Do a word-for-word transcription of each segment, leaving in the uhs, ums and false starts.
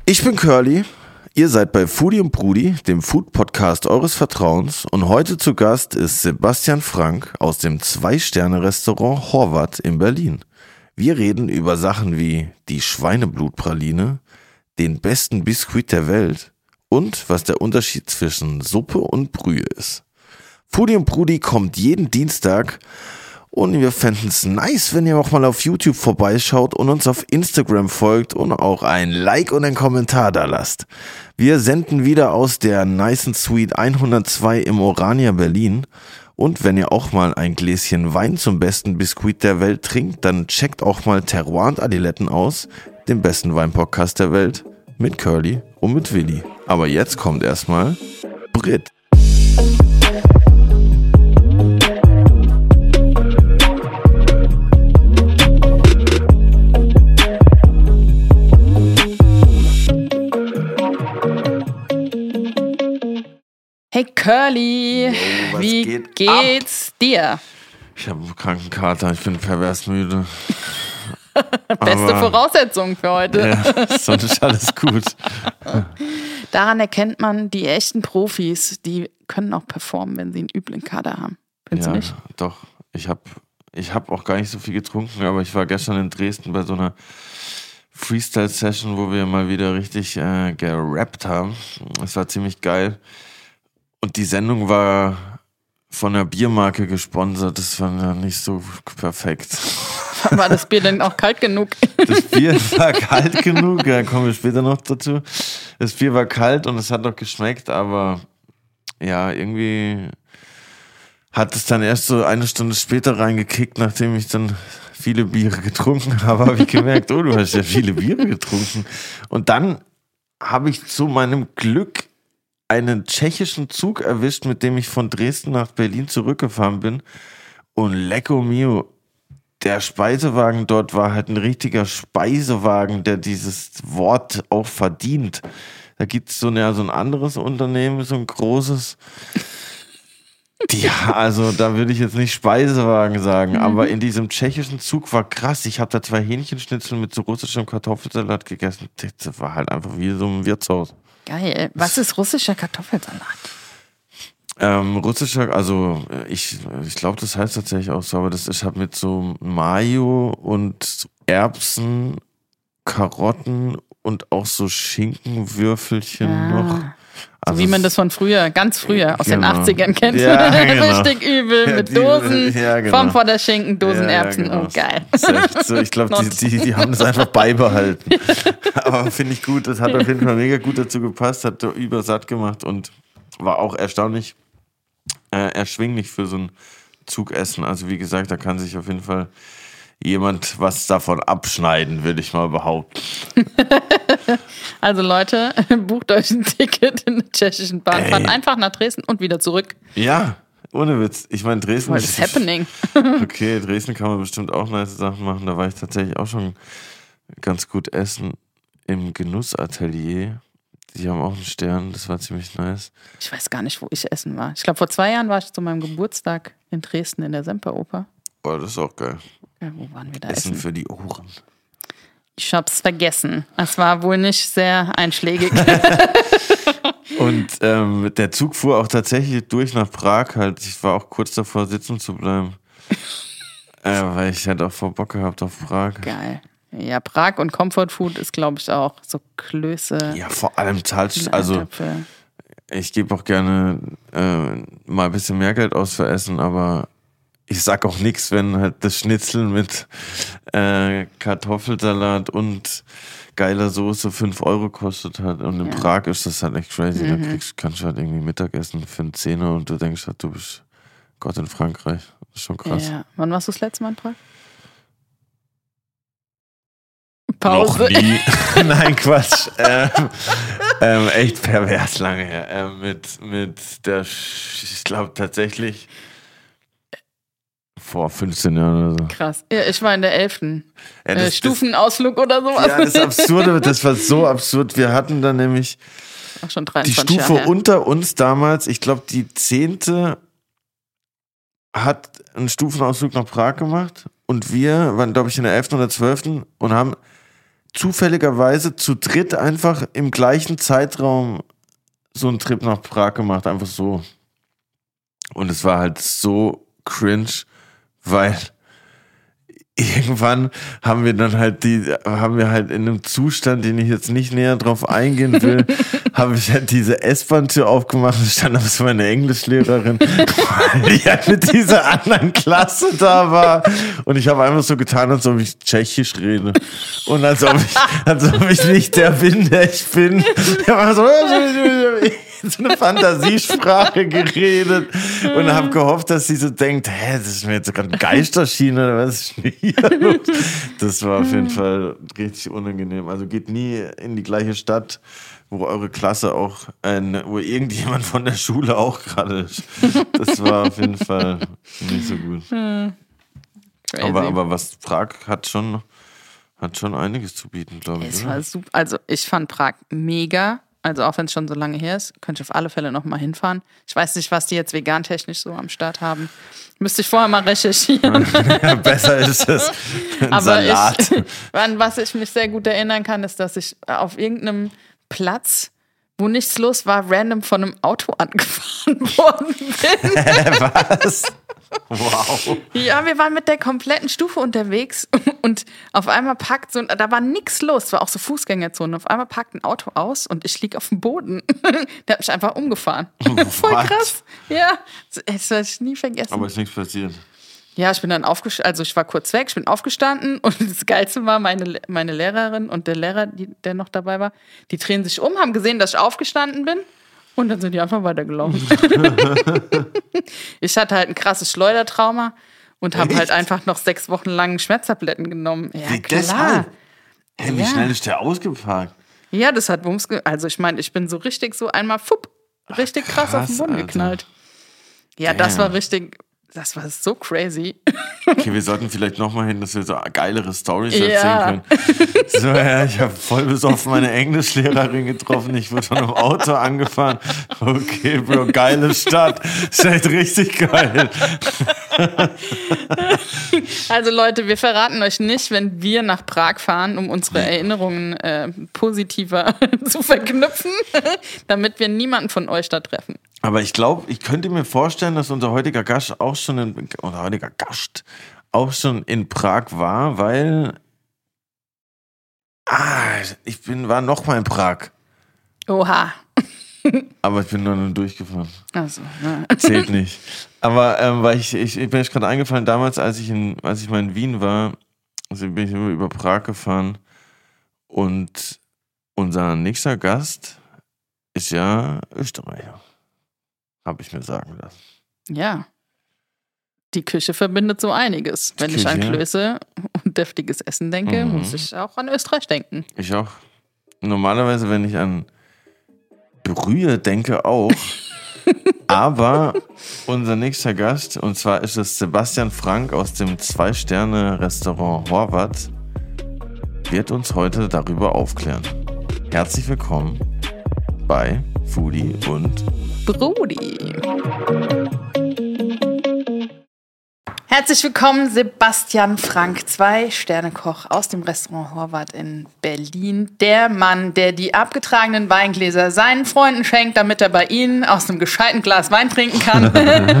Ich bin Curly, ihr seid bei Foodie und Brudi, dem Food-Podcast eures Vertrauens, und heute zu Gast ist Sebastian Frank aus dem Zwei-Sterne-Restaurant Horvath in Berlin. Wir reden über Sachen wie die Schweineblutpraline, den besten Biskuit der Welt und was der Unterschied zwischen Suppe und Brühe ist. Foodie und Brudi kommt jeden Dienstag. Und wir fänden es nice, wenn ihr auch mal auf YouTube vorbeischaut und uns auf Instagram folgt und auch ein Like und einen Kommentar da lasst. Wir senden wieder aus der Nice and Sweet hundertzwei im Orania Berlin. Und wenn ihr auch mal ein Gläschen Wein zum besten Biskuit der Welt trinkt, dann checkt auch mal Terroir und Adiletten aus, den besten Weinpodcast der Welt, mit Curly und mit Willi. Aber jetzt kommt erstmal Brit. Hey Curly, Yo, wie geht geht's ab? dir? Ich habe einen kranken Kater, ich bin pervers müde. Beste Aber, Voraussetzung für heute. Ja, sonst ist alles gut. Daran erkennt man, die echten Profis, die können auch performen, wenn sie einen üblen Kater haben. Findest Ja, du nicht? doch. Ich habe ich hab auch gar nicht so viel getrunken, aber ich war gestern in Dresden bei so einer Freestyle-Session, wo wir mal wieder richtig äh, gerappt haben. Es war ziemlich geil. Und die Sendung war von einer Biermarke gesponsert. Das war ja nicht so perfekt. War das Bier denn auch kalt genug? Das Bier war kalt genug, da kommen wir später noch dazu. Das Bier war kalt und es hat doch geschmeckt, aber ja, irgendwie hat es dann erst so eine Stunde später reingekickt, nachdem ich dann viele Biere getrunken habe, habe ich gemerkt, oh, du hast ja viele Biere getrunken. Und dann habe ich zu meinem Glück einen tschechischen Zug erwischt, mit dem ich von Dresden nach Berlin zurückgefahren bin. Und lecco mio, der Speisewagen dort war halt ein richtiger Speisewagen, der dieses Wort auch verdient. Da gibt es so, eine, so ein anderes Unternehmen, so ein großes. Ja, also da würde ich jetzt nicht Speisewagen sagen, mhm. aber in diesem tschechischen Zug war krass. Ich habe da zwei Hähnchenschnitzel mit so russischem Kartoffelsalat gegessen. Das war halt einfach wie so ein Wirtshaus. Geil. Was ist russischer Kartoffelsalat? Ähm, russischer, also ich, ich glaube, das heißt tatsächlich auch so, aber das ist halt mit so Mayo und Erbsen, Karotten und auch so Schinkenwürfelchen ah. noch. Also so wie man das von früher, ganz früher, aus genau. den achtzigern kennt. Ja, genau. Richtig übel, ja, mit die, Dosen, ja, genau. vom Vorderschinken, Dosen ja, Erbsen. Ja, genau. Oh, geil. So, ich glaube, die, die, die haben das einfach beibehalten. Aber finde ich gut, das hat auf jeden Fall mega gut dazu gepasst, hat übersatt gemacht und war auch erstaunlich äh, erschwinglich für so ein Zugessen. Also wie gesagt, da kann sich auf jeden Fall jemand was davon abschneiden, würde ich mal behaupten. Also Leute, bucht euch ein Ticket in der tschechischen Bahn, fahrt einfach nach Dresden und wieder zurück. Ja, ohne Witz. Ich meine, Dresden... What is happening? Okay, Dresden kann man bestimmt auch nice Sachen machen. Da war ich tatsächlich auch schon ganz gut essen im Genussatelier. Die haben auch einen Stern, das war ziemlich nice. Ich weiß gar nicht, wo ich essen war. Ich glaube, vor zwei Jahren war ich zu meinem Geburtstag in Dresden in der Semperoper. Boah, das ist auch geil. Ja, wo waren wir da essen? Essen für die Ohren. Ich hab's vergessen. Es war wohl nicht sehr einschlägig. Und ähm, der Zug fuhr auch tatsächlich durch nach Prag. Halt. Ich war auch kurz davor, sitzen zu bleiben. äh, weil ich halt auch voll Bock gehabt auf Prag. Geil. Ja, Prag und Comfort Food ist, glaube ich, auch so Klöße. Ja, vor allem zahlst also ich gebe auch gerne äh, mal ein bisschen mehr Geld aus für Essen, aber ich sag auch nichts, wenn halt das Schnitzel mit äh, Kartoffelsalat und geiler Soße fünf Euro kostet hat. Und in ja. Prag ist das halt echt crazy. Mhm. Da kriegst, kannst du halt irgendwie Mittagessen für einen Zehner und du denkst halt, du bist Gott in Frankreich. Das ist schon krass. Ja. Wann warst du das letzte Mal in Prag? Pause. Noch nie. Nein, Quatsch. ähm, ähm, echt pervers lange her. Ähm, mit, mit der, ich glaube tatsächlich vor fünfzehn Jahren oder so. Krass. Ja, ich war in der elften Ja, das, äh, Stufenausflug das, oder sowas. Ja, das Absurde, das war so absurd. Wir hatten dann nämlich Ach, schon die Stufe Jahre unter uns damals, ich glaube die zehnte hat einen Stufenausflug nach Prag gemacht und wir waren, glaube ich, in der elften oder zwölften und haben zufälligerweise zu dritt einfach im gleichen Zeitraum so einen Trip nach Prag gemacht, einfach so. Und es war halt so cringe, weil irgendwann haben wir dann halt die, haben wir halt in einem Zustand, den ich jetzt nicht näher drauf eingehen will, habe ich halt diese S-Bahn-Tür aufgemacht und stand da so meine Englischlehrerin, die halt mit dieser anderen Klasse da war. Und ich habe einfach so getan, als ob ich Tschechisch rede. Und als ob ich, als ob ich nicht der bin, der ich bin. Ich habe so, so eine Fantasiesprache geredet und habe gehofft, dass sie so denkt, hä, das ist mir jetzt gerade eine Geisterschiene oder was ist denn hier los? Das war auf jeden Fall richtig unangenehm. Also geht nie in die gleiche Stadt, wo eure Klasse auch, äh, wo irgendjemand von der Schule auch gerade ist. Das war auf jeden Fall nicht so gut. Hm. Aber, aber was Prag hat schon, hat schon einiges zu bieten, glaube ich. Es war super. Also ich fand Prag mega. Also auch wenn es schon so lange her ist, könnte ich auf alle Fälle noch mal hinfahren. Ich weiß nicht, was die jetzt vegan-technisch so am Start haben. Müsste ich vorher mal recherchieren. Ja, besser ist es. Ein Aber Salat. Ich, an was ich mich sehr gut erinnern kann, ist, dass ich auf irgendeinem Platz, wo nichts los war, random von einem Auto angefahren worden bin. Was? Wow. Ja, wir waren mit der kompletten Stufe unterwegs und auf einmal packt so, da war nichts los, es war auch so Fußgängerzone, auf einmal packt ein Auto aus und ich lieg auf dem Boden. Der hat mich einfach umgefahren. Voll krass. Ja, das werde ich nie vergessen. Aber ist nichts passiert. Ja, ich bin dann aufgestanden, also ich war kurz weg, ich bin aufgestanden und das Geilste war, meine, meine Lehrerin und der Lehrer, die, der noch dabei war, die drehen sich um, haben gesehen, dass ich aufgestanden bin. Und dann sind die einfach weitergelaufen. Ich hatte halt ein krasses Schleudertrauma und habe halt einfach noch sechs Wochen lang Schmerztabletten genommen. Ja, wie klar. deshalb? Hey, wie ja. schnell ist der ausgeparkt? Ja, das hat Bums. Ge- also ich meine, ich bin so richtig so einmal fupp, richtig krass, krass auf den Boden Alter. geknallt. Ja, Damn. das war richtig. Das war so crazy. Okay, wir sollten vielleicht nochmal hin, dass wir so geilere Storys erzählen ja. können. So, ja, ich habe voll besoffen meine Englischlehrerin getroffen. Ich wurde von einem Auto angefahren. Okay, Bro, geile Stadt. Ist echt richtig geil. Also Leute, wir verraten euch nicht, wenn wir nach Prag fahren, um unsere Erinnerungen äh, positiver zu verknüpfen, damit wir niemanden von euch da treffen. Aber ich glaube, ich könnte mir vorstellen, dass unser heutiger Gast auch schon in, unser heutiger Gast auch schon in Prag war, weil ah, ich bin, war noch mal in Prag. Oha. Aber ich bin nur noch durchgefahren. Also, ne. Zählt nicht. Aber ähm, weil ich, ich, ich bin jetzt gerade eingefallen, damals, als ich in, als ich mal in Wien war, also bin ich immer über Prag gefahren und unser nächster Gast ist ja Österreicher. Habe ich mir sagen lassen. Ja. Die Küche verbindet so einiges. Wenn ich an Klöße und deftiges Essen denke, mhm. muss ich auch an Österreich denken. Ich auch. Normalerweise, wenn ich an Brühe denke, auch. Aber unser nächster Gast, und zwar ist es Sebastian Frank aus dem Zwei-Sterne-Restaurant Horvath, wird uns heute darüber aufklären. Herzlich willkommen bei Foodie und Brudi. Herzlich willkommen, Sebastian Frank, Zwei-Sterne-Koch aus dem Restaurant Horvath in Berlin. Der Mann, der die abgetragenen Weingläser seinen Freunden schenkt, damit er bei ihnen aus einem gescheiten Glas Wein trinken kann.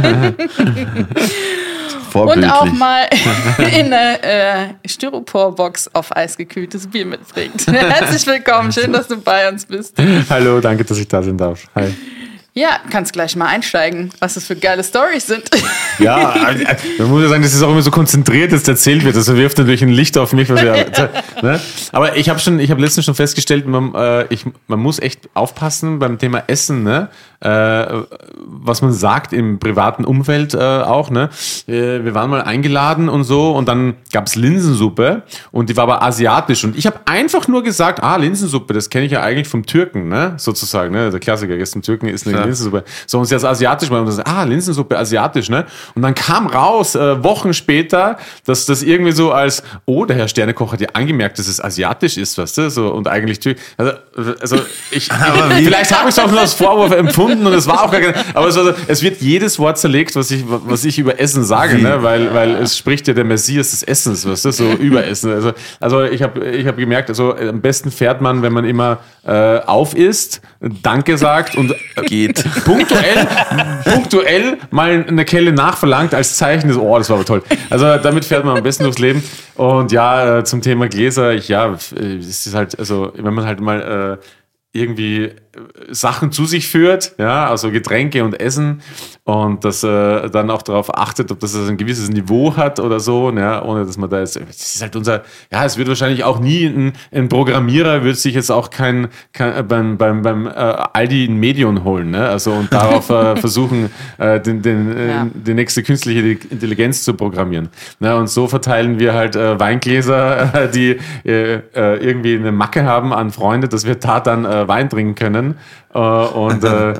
Und auch mal in eine äh, Styroporbox auf Eis gekühltes Bier mitbringt. Herzlich willkommen, schön, dass du bei uns bist. Hallo, danke, dass ich da sein darf. Hi. Ja, kannst gleich mal einsteigen, was das für geile Storys sind. Ja, man muss ja sagen, dass es auch immer so konzentriert jetzt erzählt wird. Das wirft natürlich ein Licht auf mich. Was wir, ne? Aber ich habe schon, ich habe letztens schon festgestellt, man, äh, ich, man muss echt aufpassen beim Thema Essen, ne? Äh, was man sagt im privaten Umfeld äh, auch. Ne? Äh, wir waren mal eingeladen und so und dann gab's Linsensuppe und die war aber asiatisch und ich habe einfach nur gesagt, ah, Linsensuppe, das kenne ich ja eigentlich vom Türken, ne? Sozusagen. Ne? Der Klassiker, gestern Türken ist eine ja, Linsensuppe. So, und sie hat asiatisch gemacht und das, ah, Linsensuppe, asiatisch, ne? Und dann kam raus, äh, Wochen später, dass das irgendwie so als, oh, der Herr Sternekoch hat ja angemerkt, dass es asiatisch ist, weißt du? So, und eigentlich, also, also ich, ich vielleicht habe ich es auch nur als Vorwurf empfunden und es war auch gar kein, aber es, war so, es wird jedes Wort zerlegt, was ich, was ich über Essen sage, ne? Weil, weil es spricht ja der Messias des Essens, weißt du? So über Essen. Also, also ich habe ich hab gemerkt, also am besten fährt man, wenn man immer äh, auf isst, Danke sagt und äh, geht punktuell, punktuell mal eine Kelle nachverlangt als Zeichen des, oh, das war aber toll. Also damit fährt man am besten durchs Leben. Und ja, äh, zum Thema Gläser, ich, ja, es ist halt, also wenn man halt mal äh, irgendwie Sachen zu sich führt, ja, also Getränke und Essen und das äh, dann auch darauf achtet, ob das ein gewisses Niveau hat oder so, ja, ohne dass man da jetzt, das ist halt unser, ja, es wird wahrscheinlich auch nie ein, ein Programmierer wird sich jetzt auch kein, kein äh, beim, beim, beim äh, Aldi ein Medion holen, ne, also und darauf äh, versuchen, äh, den, den, äh, ja. die nächste künstliche Intelligenz zu programmieren. Na, und so verteilen wir halt äh, Weingläser, äh, die äh, äh, irgendwie eine Macke haben an Freunde, dass wir da dann äh, Wein trinken können. Äh, und äh,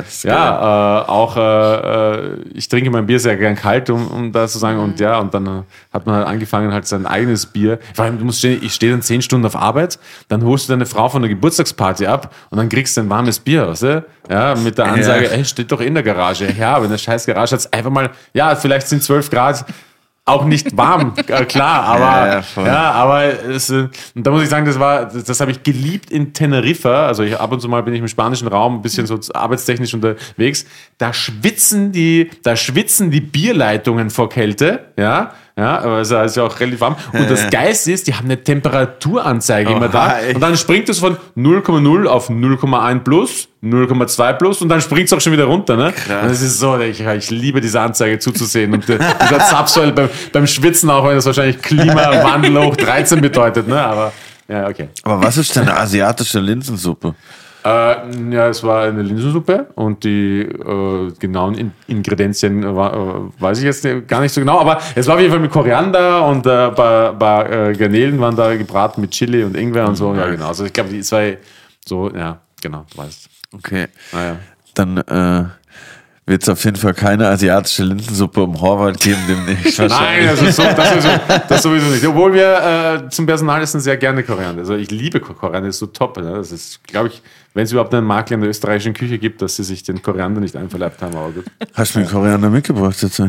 ja, äh, auch äh, ich trinke mein Bier sehr gern kalt, um, um das zu sagen. Und ja, und dann äh, hat man halt angefangen, halt sein eigenes Bier. Vor allem, du musst stehen, ich stehe dann zehn Stunden auf Arbeit, dann holst du deine Frau von der Geburtstagsparty ab und dann kriegst du ein warmes Bier, weißt du? Ja, mit der Ansage, ja. Ey, steht doch in der Garage. Ja, aber in der scheiß Garage hat es einfach mal, ja, vielleicht sind zwölf Grad auch nicht warm, klar, aber ja, ja, ja aber es, und da muss ich sagen, das war, das, das habe ich geliebt in Teneriffa. Also ich, ab und zu mal bin ich im spanischen Raum ein bisschen so arbeitstechnisch unterwegs. Da schwitzen die, da schwitzen die Bierleitungen vor Kälte, ja. Ja, aber es ist ja auch relativ warm. Und das Geilste ist, die haben eine Temperaturanzeige immer da. Und dann springt es von null Komma null auf null Komma eins plus, null Komma zwei plus und dann springt es auch schon wieder runter. Ne? Und es ist so, ich, ich liebe diese Anzeige zuzusehen. Und der, dieser Zapfsäule beim, beim Schwitzen, auch wenn das wahrscheinlich Klimawandel hoch dreizehn bedeutet. Ne? Aber ja, okay. Aber was ist denn eine asiatische Linsensuppe? Äh, ja, es war eine Linsensuppe und die äh, genauen In- Ingredienzien äh, war, äh, weiß ich jetzt gar nicht so genau, aber es war auf jeden Fall mit Koriander und äh, ein paar, paar äh, Garnelen waren da gebraten mit Chili und Ingwer und so. Ja, genau. Also ich glaube, die zwei so, ja, genau, du weißt. Okay. Ah, ja. Dann äh, wird es auf jeden Fall keine asiatische Linsensuppe im Horvath geben demnächst. Nein, das ist, so, das, ist so, das sowieso nicht. Obwohl wir äh, zum Personal essen sehr gerne Koriander. Also ich liebe Koriander, das ist so top. Ne? Das ist, glaube ich, wenn es überhaupt einen Makler in der österreichischen Küche gibt, dass sie sich den Koriander nicht einverleibt haben. Aber gut. Hast du mir Koriander mitgebracht jetzt?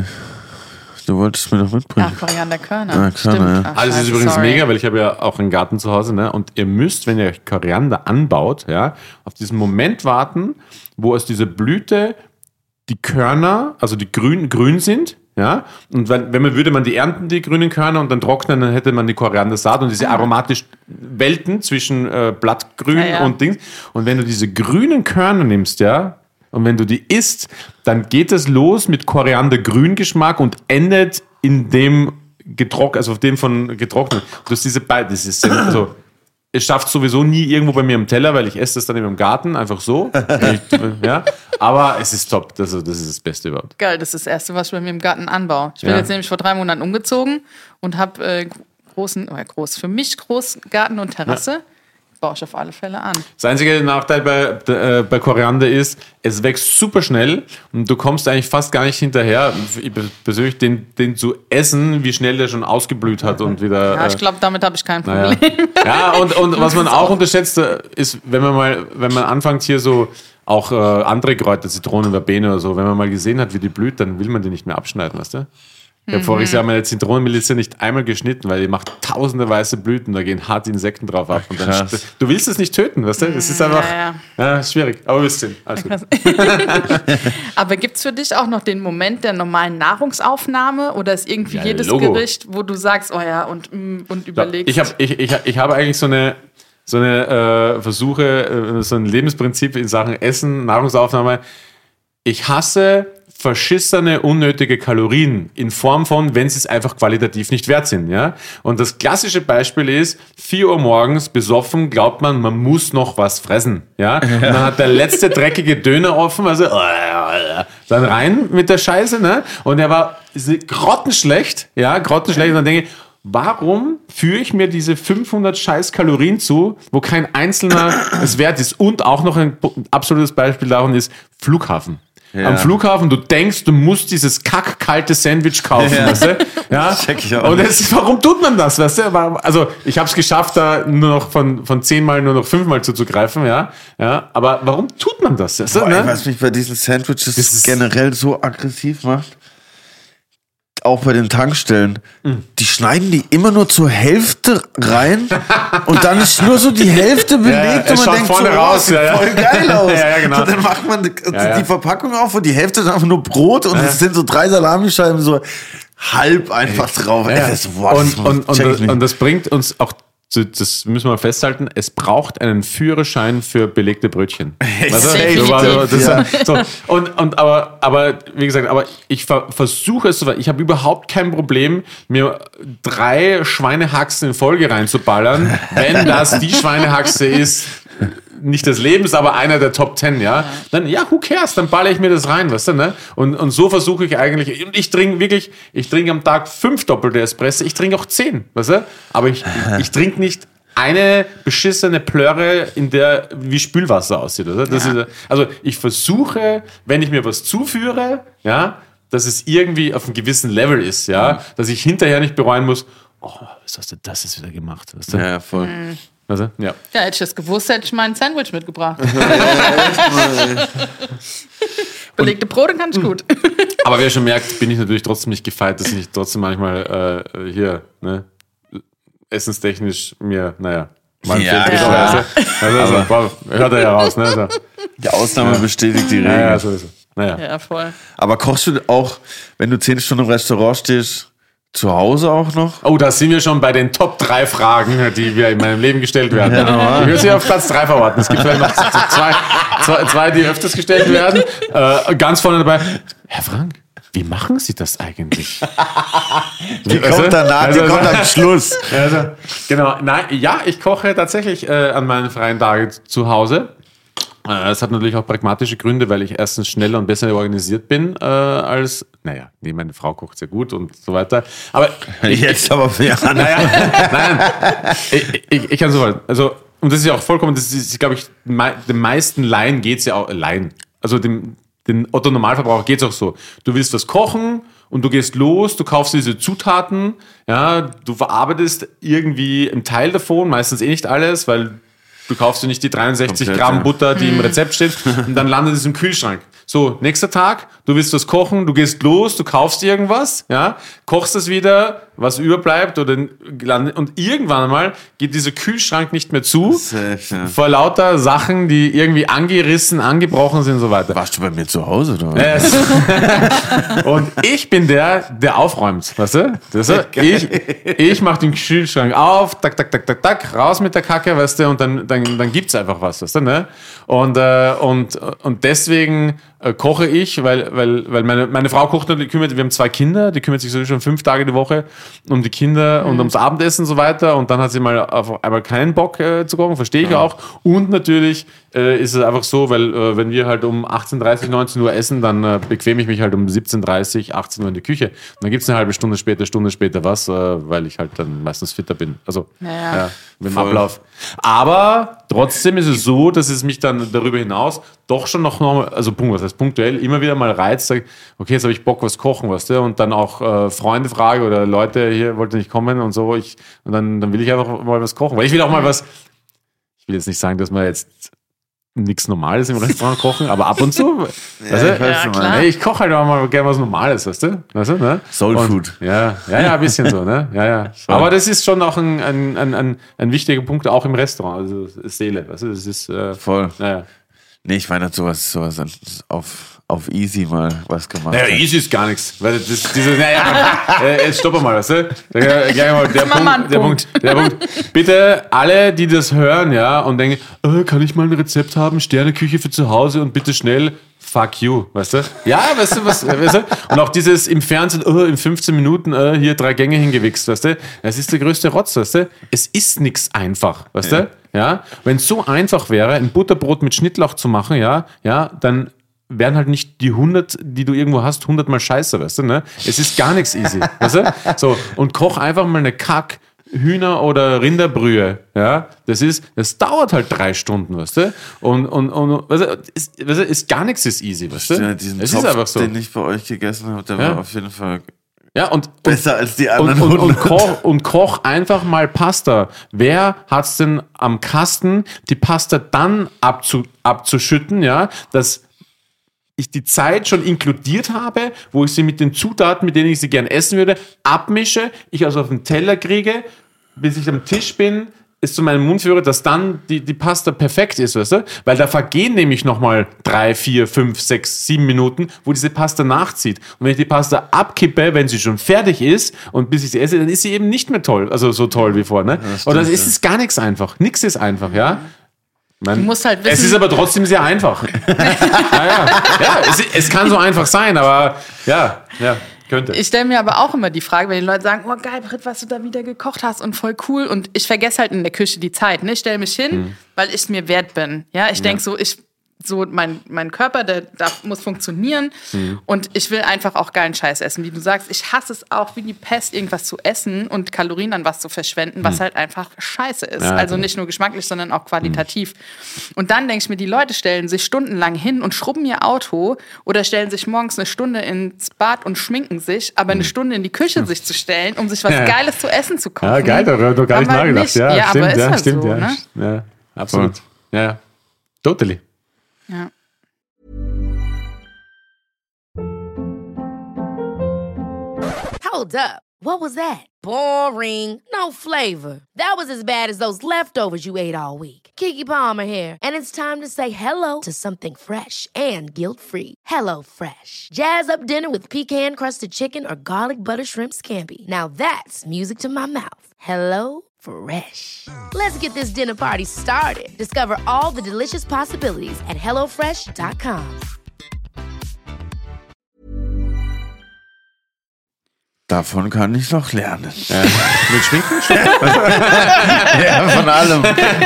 Du wolltest mir doch mitbringen. Ach, Korianderkörner. Ah, Körner, ja. Ach, also es ist übrigens sorry. mega, weil ich habe ja auch einen Garten zu Hause, ne? Und ihr müsst, wenn ihr euch Koriander anbaut, ja, auf diesen Moment warten, wo aus dieser Blüte die Körner, also die grün, grün sind, ja, und wenn, wenn man würde man die ernten, die grünen Körner, und dann trocknen, dann hätte man die Koriandersaat und diese aromatisch Welten zwischen äh, Blattgrün ja, ja. und Dings. Und wenn du diese grünen Körner nimmst, ja, und wenn du die isst, dann geht es los mit Koriander-Grün-Geschmack und endet in dem getrocknet, also auf dem von getrocknet. Du hast diese beiden, das ist also es schafft sowieso nie irgendwo bei mir im Teller, weil ich esse das dann immer im Garten, einfach so. Ich, ja. Aber es ist top, das, das ist das Beste überhaupt. Geil, das ist das Erste, was ich bei mir im Garten anbaue. Ich bin Ja. jetzt nämlich vor drei Monaten umgezogen und habe äh, großen, oder groß, für mich großen Garten und Terrasse. Ja. Baue ich auf alle Fälle an. Das einzige Nachteil bei, äh, bei Koriander ist, es wächst super schnell und du kommst eigentlich fast gar nicht hinterher, ich persönlich den, den zu essen, wie schnell der schon ausgeblüht hat und wieder... Ja, ich glaube, damit habe ich kein Problem. Naja. Ja, und, und was man auch unterschätzt, ist, wenn man mal, wenn man anfängt hier so auch äh, andere Kräuter, Zitronen, Verbene oder so, wenn man mal gesehen hat, wie die blüht, dann will man die nicht mehr abschneiden, weißt du? Ich habe voriges Jahr meine Zitronenmelisse nicht einmal geschnitten, weil die macht tausende weiße Blüten, da gehen harte Insekten drauf ab. Und dann, Krass. du willst es nicht töten, weißt du? Das ist einfach Ja, ja, ist schwierig, aber wisst ihr. Alles gut. Aber gibt es für dich auch noch den Moment der normalen Nahrungsaufnahme oder ist irgendwie Ja, jedes Logo. Gericht, wo du sagst, oh ja, und, mm, und überlegst? Ich habe ich, ich, ich hab eigentlich so eine, so eine äh, Versuche, äh, so ein Lebensprinzip in Sachen Essen, Nahrungsaufnahme. Ich hasse verschissene, unnötige Kalorien in Form von, wenn sie es einfach qualitativ nicht wert sind. Ja? Und das klassische Beispiel ist, vier Uhr morgens besoffen, glaubt man, man muss noch was fressen. Ja? Und dann hat der letzte dreckige Döner offen, also dann rein mit der Scheiße. Ne? Und er war grottenschlecht, ja, grottenschlecht. Und dann denke ich, warum führe ich mir diese fünfhundert scheiß Kalorien zu, wo kein einzelner es wert ist? Und auch noch ein absolutes Beispiel davon ist Flughafen. Ja. Am Flughafen, du denkst, du musst dieses kackkalte Sandwich kaufen, ja. weißt du? Ja. Check ich auch. Und das, warum tut man das, weißt du? Also, ich habe es geschafft, da nur noch von, von zehnmal nur noch fünfmal zuzugreifen, ja. Ja. Aber warum tut man das? Weißt du, Boah, ne? Was mich bei diesen Sandwiches Das ist generell so aggressiv macht, auch bei den Tankstellen, mhm. die schneiden die immer nur zur Hälfte rein und dann ist nur so die Hälfte belegt ja, und man denkt vorne so, raus, oh, ja, ja. voll geil aus. ja, ja, genau. Und dann macht man die, ja, ja. die Verpackung auf und die Hälfte ist einfach nur Brot und es ja. sind so drei Salamischeiben so halb einfach drauf. Ja, ja. Das, wow, und, das und, und, das, und das bringt uns auch, das müssen wir mal festhalten, es braucht einen Führerschein für belegte Brötchen. Weißt du? Hey, so, also, das, ja. so. und, und, aber, aber, wie gesagt, aber ich ver- versuche es so, ich habe überhaupt kein Problem, mir drei Schweinehaxen in Folge reinzuballern, wenn das die Schweinehaxe ist, nicht des Lebens, aber einer der Top Ten, ja, dann, ja, who cares, dann baller ich mir das rein, weißt du, ne? Und, und so versuche ich eigentlich, und ich trinke wirklich, ich trinke am Tag fünf doppelte Espresso, ich trinke auch zehn, weißt du? Aber ich, ich, ich trinke nicht eine beschissene Plörre, in der wie Spülwasser aussieht, oder? Das ja. ist, also ich versuche, wenn ich mir was zuführe, ja, dass es irgendwie auf einem gewissen Level ist, ja, mhm. dass ich hinterher nicht bereuen muss, oh, was hast du das jetzt wieder gemacht, weißt du? Ja, voll. Mhm. Also, ja. ja, hätte ich das gewusst, hätte ich mein Sandwich mitgebracht. Belegte Brote kann ich gut. Aber wer schon merkt, bin ich natürlich trotzdem nicht gefeit, dass ich nicht trotzdem manchmal äh, hier, ne, essenstechnisch mir, naja, mal ja, ja. ja. Also, also, boah, hört er ja raus, ne? Also. Die Ausnahme ja. bestätigt die Regel. Ja, ja, sowieso. Naja. Ja, voll. Aber kochst du auch, wenn du zehn Stunden im Restaurant stehst, zu Hause auch noch? Oh, da sind wir schon bei den Top drei Fragen, die wir in meinem Leben gestellt werden. Ja, ich würde sie auf Platz drei verorten. Es gibt vielleicht noch zwei, zwei, zwei, die öfters gestellt werden. Äh, ganz vorne dabei. Herr Frank, wie machen Sie das eigentlich? Die also, kommt danach, also, die kommt am Schluss. Also, genau. Nein, ja, ich koche tatsächlich äh, an meinen freien Tagen zu Hause. Das hat natürlich auch pragmatische Gründe, weil ich erstens schneller und besser organisiert bin äh, als, naja, nee, meine Frau kocht sehr gut und so weiter. Aber ich, jetzt aber für ja, naja, nein, ich, ich, ich kann so weit. Also, und das ist ja auch vollkommen, das ist, glaube ich, den meisten Laien geht es ja auch, Laien, also dem, den Otto-Normalverbraucher geht es auch so. Du willst was kochen und du gehst los, du kaufst diese Zutaten, ja, du verarbeitest irgendwie einen Teil davon, meistens eh nicht alles, weil du kaufst dir nicht die dreiundsechzig Komplett, Gramm ja. Butter, die im Rezept steht, und dann landet es im Kühlschrank. So, nächster Tag, du willst was kochen, du gehst los, du kaufst irgendwas, ja, kochst es wieder, was überbleibt, oder und irgendwann einmal geht dieser Kühlschrank nicht mehr zu, Safe, ja. vor lauter Sachen, die irgendwie angerissen, angebrochen sind und so weiter. Warst du bei mir zu Hause, oder? Äh, und ich bin der, der aufräumt, weißt du? Das heißt, ich ich mache den Kühlschrank auf, tak, tak, tak, tak, tak, raus mit der Kacke, weißt du, und dann, dann, dann gibt's einfach was, weißt du, ne? Und, äh, und, und deswegen äh, koche ich, weil, weil, weil meine, meine Frau kocht natürlich, kümmert, wir haben zwei Kinder, die kümmert sich sowieso schon fünf Tage die Woche um die Kinder mhm. und ums Abendessen und so weiter, und dann hat sie mal auf einmal keinen Bock äh, zu kochen, verstehe ich ja. auch. Und natürlich äh, ist es einfach so, weil äh, wenn wir halt um achtzehn Uhr dreißig, neunzehn Uhr essen, dann äh, bequeme ich mich halt um siebzehn Uhr dreißig, achtzehn Uhr in die Küche. Und dann gibt's eine halbe Stunde später, Stunde später was, äh, weil ich halt dann meistens fitter bin. Also ja. Ja, mit dem Ablauf. Aber trotzdem ist es so, dass es mich dann darüber hinaus doch schon noch, noch also was heißt punktuell, immer wieder mal reizt, sage, okay, jetzt habe ich Bock, was kochen, weißt du, und dann auch äh, Freunde frage oder Leute, hier wollte nicht kommen und so, ich, und dann, dann will ich einfach mal was kochen, weil ich will auch mal was, ich will jetzt nicht sagen, dass man jetzt nichts Normales im Restaurant kochen, aber ab und zu, ja, weißt du? ich, weiß ja, hey, ich koche halt auch mal gerne was Normales, weißt du? Weißt du, ne? Soul und, Food. Ja, ja, ja, ein bisschen so, ne? Ja, ja. Voll. Aber das ist schon auch ein, ein, ein, ein, ein wichtiger Punkt, auch im Restaurant, also Seele, weißt du? Das ist, äh, voll. Naja. Nee, ich meine sowas, sowas auf, auf easy mal was gemacht. Naja, easy ist gar nichts. Weil das, diese, naja, äh, jetzt stoppen mal, weißt du? Der, gleich mal, der, Punkt, der, Punkt, der Punkt. Bitte alle, die das hören, ja, und denken, äh, kann ich mal ein Rezept haben, Sterneküche für zu Hause und bitte schnell, fuck you, weißt du? Ja, weißt du, was, weißt du? Und auch dieses im Fernsehen, oh, in fünfzehn Minuten, oh, hier drei Gänge hingewichst, weißt du? Das ist der größte Rotz, weißt du? Es ist nichts einfach, weißt ja. du? Ja? Wenn es so einfach wäre, ein Butterbrot mit Schnittlauch zu machen, ja, ja, dann werden halt nicht die hundert, die du irgendwo hast, hundert Mal scheiße, weißt du, ne? Es ist gar nichts easy, weißt du? So, und koch einfach mal eine Kack- Hühner- oder Rinderbrühe, ja, das ist, das dauert halt drei Stunden, weißt du, und, und, und weißt du, ist, weißt du, ist gar nichts ist easy, weißt du, ja, diesen es Topf, ist einfach so. Den ich bei euch gegessen habe, der Ja. war auf jeden Fall Ja, und, besser und, als die anderen und, und, und, hundert. koch, und koch einfach mal Pasta. Wer hat's denn am Kasten, die Pasta dann abzu, abzuschütten, ja, dass ich die Zeit schon inkludiert habe, wo ich sie mit den Zutaten, mit denen ich sie gern essen würde, abmische, ich also auf den Teller kriege, bis ich am Tisch bin, es zu meinem Mund führe, dass dann die, die Pasta perfekt ist, weißt du? Weil da vergehen nämlich nochmal drei, vier, fünf, sechs, sieben Minuten, wo diese Pasta nachzieht. Und wenn ich die Pasta abkippe, wenn sie schon fertig ist und bis ich sie esse, dann ist sie eben nicht mehr toll, also so toll wie vorher, ne? stimmt, Oder es ja. ist gar nichts einfach. Nix ist einfach, ja? Man, Du musst halt wissen- es ist aber trotzdem sehr einfach. ja, ja. ja es, es kann so einfach sein, aber ja, ja, könnte. Ich stelle mir aber auch immer die Frage, wenn die Leute sagen, oh geil, Britt, was du da wieder gekocht hast und voll cool. Und ich vergesse halt in der Küche die Zeit. Ne? Ich stelle mich hin, Mhm. weil ich es mir wert bin. Ja, ich denke so, ich so mein, mein Körper, der, der muss funktionieren. Mhm. Und ich will einfach auch geilen Scheiß essen. Wie du sagst, ich hasse es auch wie die Pest, irgendwas zu essen und Kalorien an was zu verschwenden, was halt einfach scheiße ist. Mhm. Ja, also genau. nicht nur geschmacklich, sondern auch qualitativ. Und dann denke ich mir, die Leute stellen sich stundenlang hin und schrubben ihr Auto oder stellen sich morgens eine Stunde ins Bad und schminken sich, aber eine Stunde in die Küche sich zu stellen, um sich was Mhm. Ja. Geiles zu essen zu kochen. Ja, geil, da habe ich doch gar nicht Haben halt nachgedacht. nicht. Ja, Ja, stimmt, aber ist ja, halt stimmt, so, ja, ne? ja, absolut. Ja, ja, totally. Ja. Hold up. What was that? Boring. No flavor. That was as bad as those leftovers you ate all week. Keke Palmer here, and it's time to say hello to something fresh and guilt-free. Hello Fresh. Jazz up dinner with pecan-crusted chicken or garlic butter shrimp scampi. Now that's music to my mouth. Hello Fresh. Let's get this dinner party started. Discover all the delicious possibilities at hello fresh dot com. Davon kann ich noch lernen. Ja. Mit Schminken? Ja, von allem.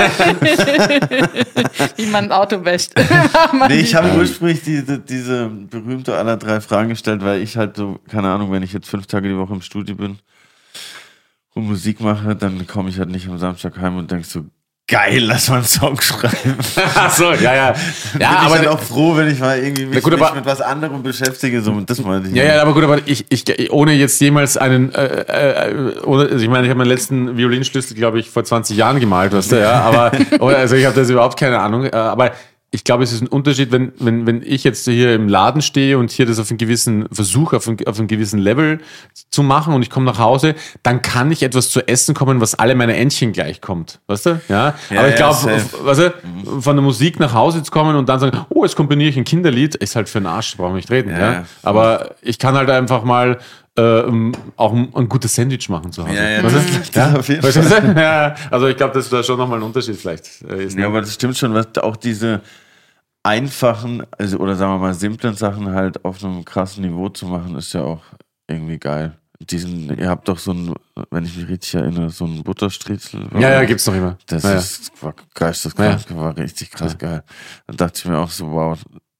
Wie man ein Auto wäscht. Nee, ich habe ursprünglich diese, diese berühmte aller drei Fragen gestellt, weil ich halt so, keine Ahnung, wenn ich jetzt fünf Tage die Woche im Studio bin und Musik mache, dann komme ich halt nicht am Samstag heim und denke so, geil, lass mal einen Song schreiben. Ach so, ja, ja. Ja, bin ich aber dann auch froh, wenn ich mal irgendwie mich, gut, mich aber- mit was anderem beschäftige. So, und das meine ich. Ja, ja, aber gut, aber ich, ich ohne jetzt jemals einen, äh, äh, ohne, also ich meine, ich habe meinen letzten Violinschlüssel, glaube ich, vor zwanzig Jahren gemalt, weißt du, ja, aber, oder, also ich habe das überhaupt keine Ahnung, äh, aber ich glaube, es ist ein Unterschied, wenn, wenn, wenn ich jetzt hier im Laden stehe und hier das auf einen gewissen Versuch, auf einen, auf einen gewissen Level zu machen und ich komme nach Hause, dann kann ich etwas zu essen kommen, was alle meine Entchen gleich kommt, weißt du? Ja, Ja, aber ich ja, glaube, safe. weißt du, von der Musik nach Hause zu kommen und dann sagen, oh, jetzt komponiere ich ein Kinderlied, ist halt für den Arsch, brauchen wir nicht reden, Ja, ja. ja. Aber ich kann halt einfach mal äh, auch ein, ein gutes Sandwich machen zu Hause. Ja, ja, weißt du? das, das auf jeden Weißt du, Fall. was ich sag? Ja, also ich glaube, dass da schon nochmal ein Unterschied vielleicht äh, ist. Ja, aber das stimmt schon, was auch diese einfachen, also oder sagen wir mal simplen Sachen halt auf einem krassen Niveau zu machen, ist ja auch irgendwie geil. Diesen, ihr habt doch so ein, wenn ich mich richtig erinnere, so ein Butterstriezel. Ja, ja, gibt's noch immer. Das ja, ja. ist, war geisteskrank, war richtig krass geil. Dann dachte ich mir auch so, wow,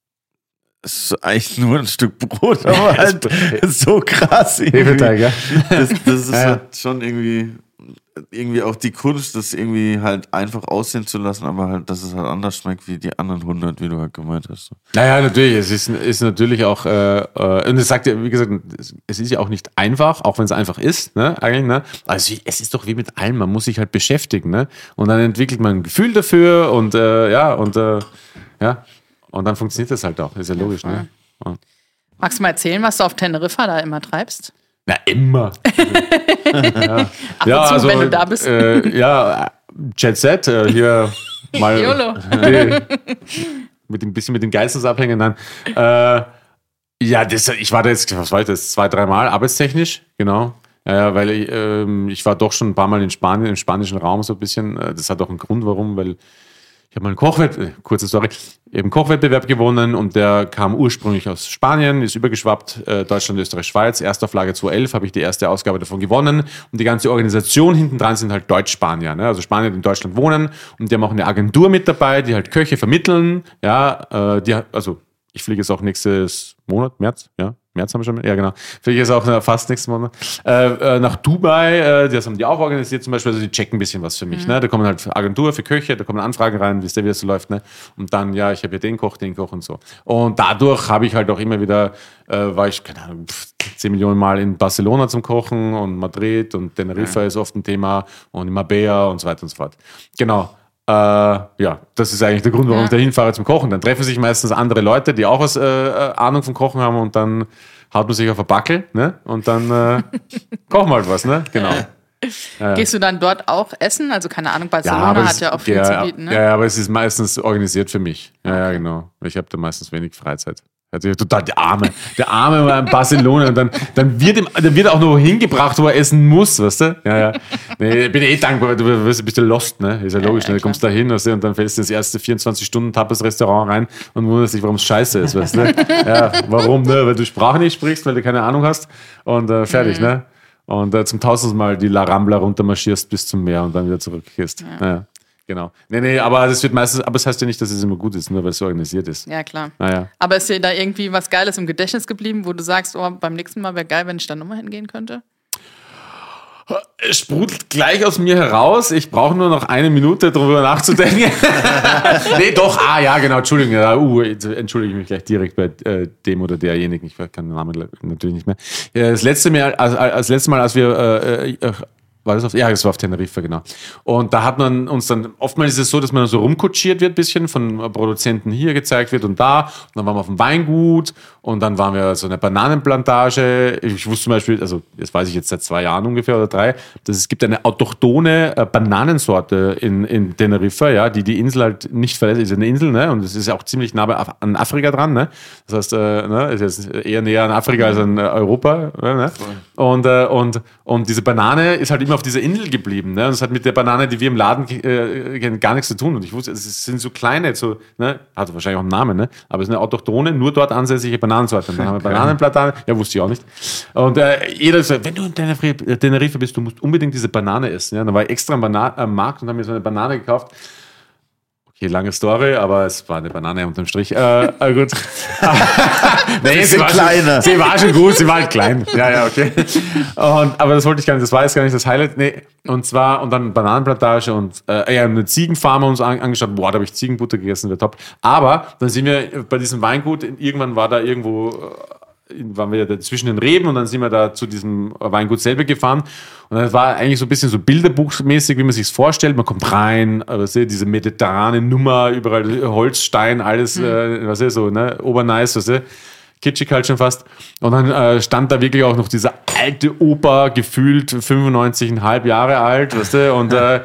es ist eigentlich nur ein Stück Brot, aber halt so krass irgendwie. Hefeteig, ja. Das, das ist Ja, ja. halt schon irgendwie, irgendwie auch die Kunst, das irgendwie halt einfach aussehen zu lassen, aber halt, dass es halt anders schmeckt wie die anderen hundert, wie du halt gemeint hast. Naja, natürlich. Es ist, ist natürlich auch, äh, äh, und es sagt ja, wie gesagt, es ist ja auch nicht einfach, auch wenn es einfach ist, ne, eigentlich, ne. Also es ist doch wie mit allem, man muss sich halt beschäftigen, ne. Und dann entwickelt man ein Gefühl dafür und, äh, ja, und, äh, ja, und dann funktioniert das halt auch. Ist ja logisch, ne. Ja. Magst du mal erzählen, was du auf Teneriffa da immer treibst? Na, immer. ja, Ab und zu, wenn du da bist. Äh, ja, Jet Set, äh, hier mal YOLO. die, mit ein bisschen mit den Geisters abhängen. Dann, äh, ja, das, ich war da jetzt, was war ich das, zwei, dreimal arbeitstechnisch, genau. Ja, ja, weil ich, ähm, ich war doch schon ein paar Mal in Spanien, im spanischen Raum so ein bisschen. Das hat auch einen Grund, warum, weil ich habe mal einen Kochwettbewerb, äh, kurze Story, eben Kochwettbewerb gewonnen und der kam ursprünglich aus Spanien, ist übergeschwappt, äh, Deutschland, Österreich, Schweiz. Erstauflage zweitausendelf habe ich die erste Ausgabe davon gewonnen und die ganze Organisation hinten dran sind halt Deutsch-Spanier, ne? Also Spanier, die in Deutschland wohnen und die haben auch eine Agentur mit dabei, die halt Köche vermitteln, ja, äh, die, also ich fliege jetzt auch nächstes Monat, März, ja, März haben wir schon, ja genau, fliege jetzt auch fast nächsten Monat, äh, nach Dubai, äh, das haben die auch organisiert zum Beispiel, also die checken ein bisschen was für mich, mhm. ne? Da kommen halt Agentur für Köche, da kommen Anfragen rein, wie es der wie es so läuft, ne? Und dann, ja, ich habe ja den Koch, den Koch und so. Und dadurch habe ich halt auch immer wieder, äh, war ich, keine Ahnung, zehn Millionen Mal in Barcelona zum Kochen und Madrid und Teneriffa mhm. ist oft ein Thema und in Marbella und so weiter und so fort. Genau. Äh, ja, das ist eigentlich der Grund, warum ja. ich da hinfahre zum Kochen. Dann treffen sich meistens andere Leute, die auch was äh, Ahnung vom Kochen haben und dann haut man sich auf den Backel, ne? Und dann äh, kochen wir halt was, ne? Genau. Ja. Gehst du dann dort auch essen? Also keine Ahnung, Barcelona ja, hat ja auch viel ja, zu bieten, ne? Ja, aber es ist meistens organisiert für mich. Ja, ja, genau. Ich habe da meistens wenig Freizeit. Also total der Arme. Der Arme war in Barcelona und dann, dann, wird ihm, dann wird er auch noch hingebracht, wo er essen muss, weißt du? Ja, ja. Nee, bin eh dankbar, du bist, bist ja lost, ne? Ist ja logisch, ja, ja, ne? Du kommst da hin, weißt du, und dann fällst du ins erste vierundzwanzig Stunden Tapas-Restaurant rein und wunderst dich, warum es scheiße ist, weißt du? Ja, warum, ne? Weil du Sprache nicht sprichst, weil du keine Ahnung hast und äh, fertig, mhm. ne? Und äh, zum tausendsten Mal die La Rambla runtermarschierst bis zum Meer und dann wieder zurückgehst. Ja. Ja. Genau. Nee, nee, aber das wird meistens, aber es heißt ja nicht, dass es immer gut ist, nur weil es so organisiert ist. Ja, klar. Naja. Aber ist dir da irgendwie was Geiles im Gedächtnis geblieben, wo du sagst, oh, beim nächsten Mal wäre geil, wenn ich da nochmal hingehen könnte? Es sprudelt gleich aus mir heraus. Ich brauche nur noch eine Minute, darüber nachzudenken. Nee, doch. Ah, ja, genau. Entschuldigung. Ja, uh, entschuldige ich mich gleich direkt bei äh, dem oder derjenigen. Ich kann den Namen natürlich nicht mehr. Das letzte Mal, als, als letzte Mal, als wir äh, äh, War das auf, ja, das war auf Teneriffa, genau. Und da hat man uns dann, oftmals ist es so, dass man so rumkutschiert wird, ein bisschen von Produzenten hier gezeigt wird und da. Und dann waren wir auf dem Weingut und dann waren wir so eine Bananenplantage. Ich wusste zum Beispiel, also das weiß ich jetzt seit zwei Jahren ungefähr oder drei, dass es gibt eine autochthone Bananensorte in, in Teneriffa, ja, die die Insel halt nicht verlässt. Ist eine Insel, ne? Und es ist ja auch ziemlich nah an Afrika dran, ne? Das heißt, äh, ne? Ist jetzt eher näher an Afrika als an Europa, ne? Und, äh, und, und diese Banane ist halt immer auf dieser Insel geblieben. Ne? Und das hat mit der Banane, die wir im Laden äh, kennen, gar nichts zu tun. Und ich wusste, es sind so kleine, so, ne? Hat wahrscheinlich auch einen Namen, ne? Aber es ist eine autochthone, nur dort ansässige Bananensorte. Und dann haben wir Bananenplatane, ja, wusste ich auch nicht. Und äh, jeder sagt, wenn du in Teneriffa bist, du musst unbedingt diese Banane essen. Ja? Dann war ich extra am, Bana- am Markt und habe mir so eine Banane gekauft. Okay, lange Story, aber es war eine Banane unterm Strich. Äh, äh, gut. Nee, sie war, schon, sie war schon gut, sie war halt klein. Ja, ja, okay. Und, aber das wollte ich gar nicht, das war jetzt gar nicht das Highlight. Nee, und zwar, und dann Bananenplantage und äh, ja, eine Ziegenfarmer uns an, angeschaut. Boah, da habe ich Ziegenbutter gegessen, wäre top. Aber dann sind wir bei diesem Weingut, irgendwann war da irgendwo, waren wir da zwischen den Reben und dann sind wir da zu diesem Weingut selber gefahren. Und das war eigentlich so ein bisschen so bilderbuchmäßig, wie man sich es vorstellt. Man kommt rein, was ihr, diese mediterrane Nummer, überall Holzstein, alles, mhm. äh, was ihr, so, ne, obernice, was ihr, kitschig halt schon fast. Und dann äh, stand da wirklich auch noch dieser alte Opa, gefühlt fünfundneunzig Komma fünf Jahre alt, weißt du, und äh,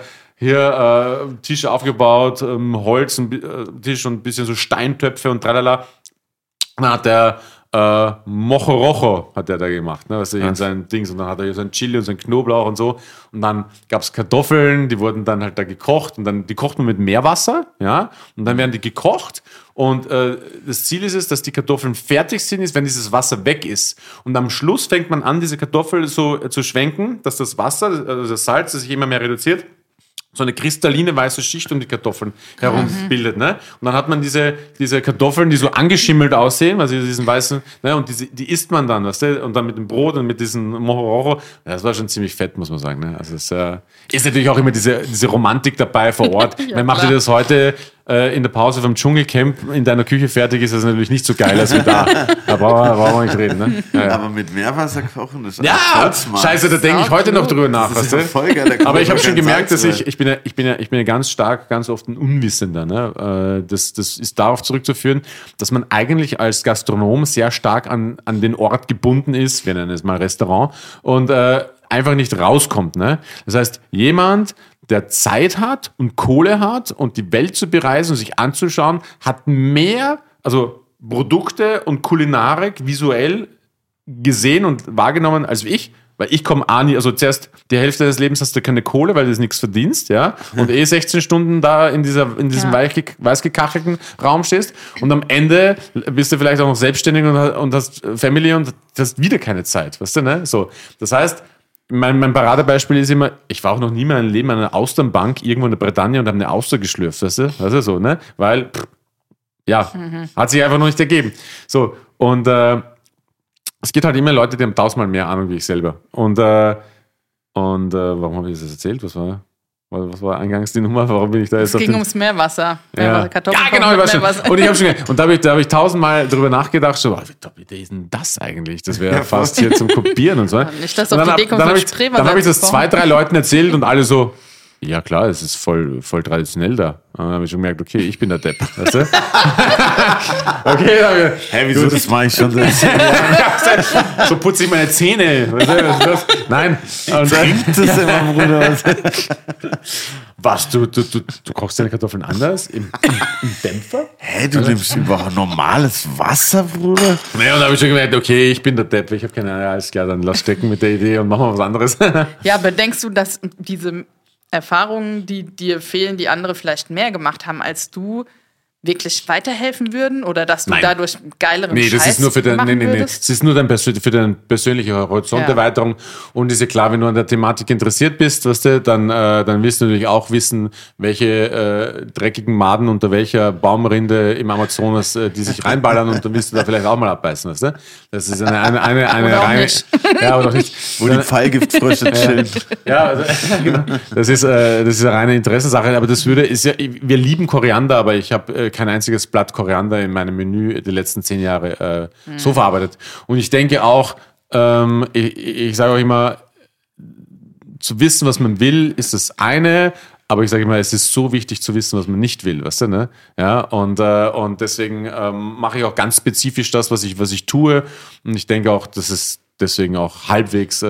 hier äh, Tisch aufgebaut, ähm, Holz, ein, äh, Tisch und ein bisschen so Steintöpfe und tralala. Und dann hat der Äh, Mocho Rojo hat er da gemacht, ne? Weißt du, in seinen Dings. Und dann hat er hier so ein Chili und so ein Knoblauch und so. Und dann gab es Kartoffeln, die wurden dann halt da gekocht. Und dann, die kocht man mit Meerwasser, ja. Und dann werden die gekocht. Und äh, das Ziel ist es, dass die Kartoffeln fertig sind, ist, wenn dieses Wasser weg ist. Und am Schluss fängt man an, diese Kartoffel so äh, zu schwenken, dass das Wasser, also das Salz, das sich immer mehr reduziert, so eine kristalline weiße Schicht um die Kartoffeln herum mhm. bildet, ne? Und dann hat man diese, diese Kartoffeln, die so angeschimmelt aussehen, also diesen weißen, ne? Und diese, die isst man dann, weißt du? Und dann mit dem Brot und mit diesem Mojo Rojo. Ja, das war schon ziemlich fett, muss man sagen, ne? Also es äh, ist natürlich auch immer diese, diese Romantik dabei vor Ort. Ja, man macht dir das heute äh, in der Pause vom Dschungelcamp in deiner Küche fertig, ist das natürlich nicht so geil als wie da. Da brauchen wir, brauchen wir nicht reden, ne? Ja, ja. Aber mit Meerwasser kochen, das ist ja, scheiße, da denke ich heute noch drüber nach, weißt du? Aber ich habe schon gemerkt, dass ich, ich bin ja, ich bin ja, ich bin ja ganz stark, ganz oft ein Unwissender, ne? Das, das ist darauf zurückzuführen, dass man eigentlich als Gastronom sehr stark an, an den Ort gebunden ist, wir nennen es mal Restaurant, und äh, einfach nicht rauskommt, ne? Das heißt, jemand, der Zeit hat und Kohle hat und die Welt zu bereisen und sich anzuschauen, hat mehr, also Produkte und Kulinarik visuell gesehen und wahrgenommen als ich. Weil ich komme auch nie, also zuerst die Hälfte des Lebens hast du keine Kohle, weil du nichts verdienst, ja, und eh sechzehn Stunden da in dieser, in diesem ja. weiß gekachelten Raum stehst und am Ende bist du vielleicht auch noch selbstständig und, und hast Family und hast wieder keine Zeit, weißt du, ne, so. Das heißt, mein, mein Paradebeispiel ist immer, ich war auch noch nie in meinem Leben an einer Austernbank irgendwo in der Bretagne und habe eine Auster geschlürft, weißt du, weißt du, so, ne, weil, pff, Ja, mhm. hat sich einfach noch nicht ergeben. So, und äh, es gibt halt immer Leute, die haben tausendmal mehr Ahnung wie ich selber. Und, äh, und äh, warum habe ich das erzählt? Was war Was war eingangs die Nummer? Warum bin ich da jetzt? Es ging ums Meerwasser. Ja, Kartoffeln ja genau. Ich war schon. Und ich habe schon. Und da habe ich, da hab ich tausendmal drüber nachgedacht. So, wie top ist denn das eigentlich? Das wäre ja fast hier zum Kopieren und so. Nicht, dass auf die Idee kommt, dann habe ich, dann hab ich das zwei, drei Leuten erzählt und alle so. Ja klar, es ist voll, voll traditionell da. Und dann habe ich schon gemerkt, okay, ich bin der Depp. Weißt du? Okay, dann hä, hey, wieso? Das mache ich schon seit zehn Jahren. So putze ich meine Zähne. Weißt du, was ist das? Nein. Und trinkt das immer, Bruder. Was, du, du, du, du kochst deine Kartoffeln anders? Im, im, im Dämpfer? Hä, du nimmst überhaupt normales Wasser, Bruder? Naja, und da habe ich schon gemerkt, okay, ich bin der Depp. Ich habe keine Ahnung, alles klar, dann lass stecken mit der Idee und machen wir was anderes. Ja, aber denkst du, dass diese Erfahrungen, die dir fehlen, die andere vielleicht mehr gemacht haben als du, wirklich weiterhelfen würden? Oder dass du Nein. dadurch geileren nee, Scheiß das ist nur für den, nee, nee, nee. Das ist nur dein Persön- für deine persönliche Horizonterweiterung. Ja. Und ist ja klar, wenn du an der Thematik interessiert bist, weißt du, dann, äh, dann wirst du natürlich auch wissen, welche äh, dreckigen Maden unter welcher Baumrinde im Amazonas äh, die sich reinballern und dann wirst du da vielleicht auch mal abbeißen, weißt du? Das ist eine, eine, eine, eine oder reine. Ja, oder auch nicht. Wo die Pfeilgiftfrösche chillen. Ja, also, genau. Das ist, äh, das ist eine reine Interessensache, aber das würde, ist ja, wir lieben Koriander, aber ich habe äh, kein einziges Blatt Koriander in meinem Menü die letzten zehn Jahre äh, mhm. so verarbeitet. Und ich denke auch, ähm, ich, ich sage auch immer, zu wissen, was man will, ist das eine, aber ich sage immer, es ist so wichtig zu wissen, was man nicht will, weißt du, ne? Ja, und, äh, und deswegen ähm, mache ich auch ganz spezifisch das, was ich, was ich tue. Und ich denke auch, dass es deswegen auch halbwegs äh,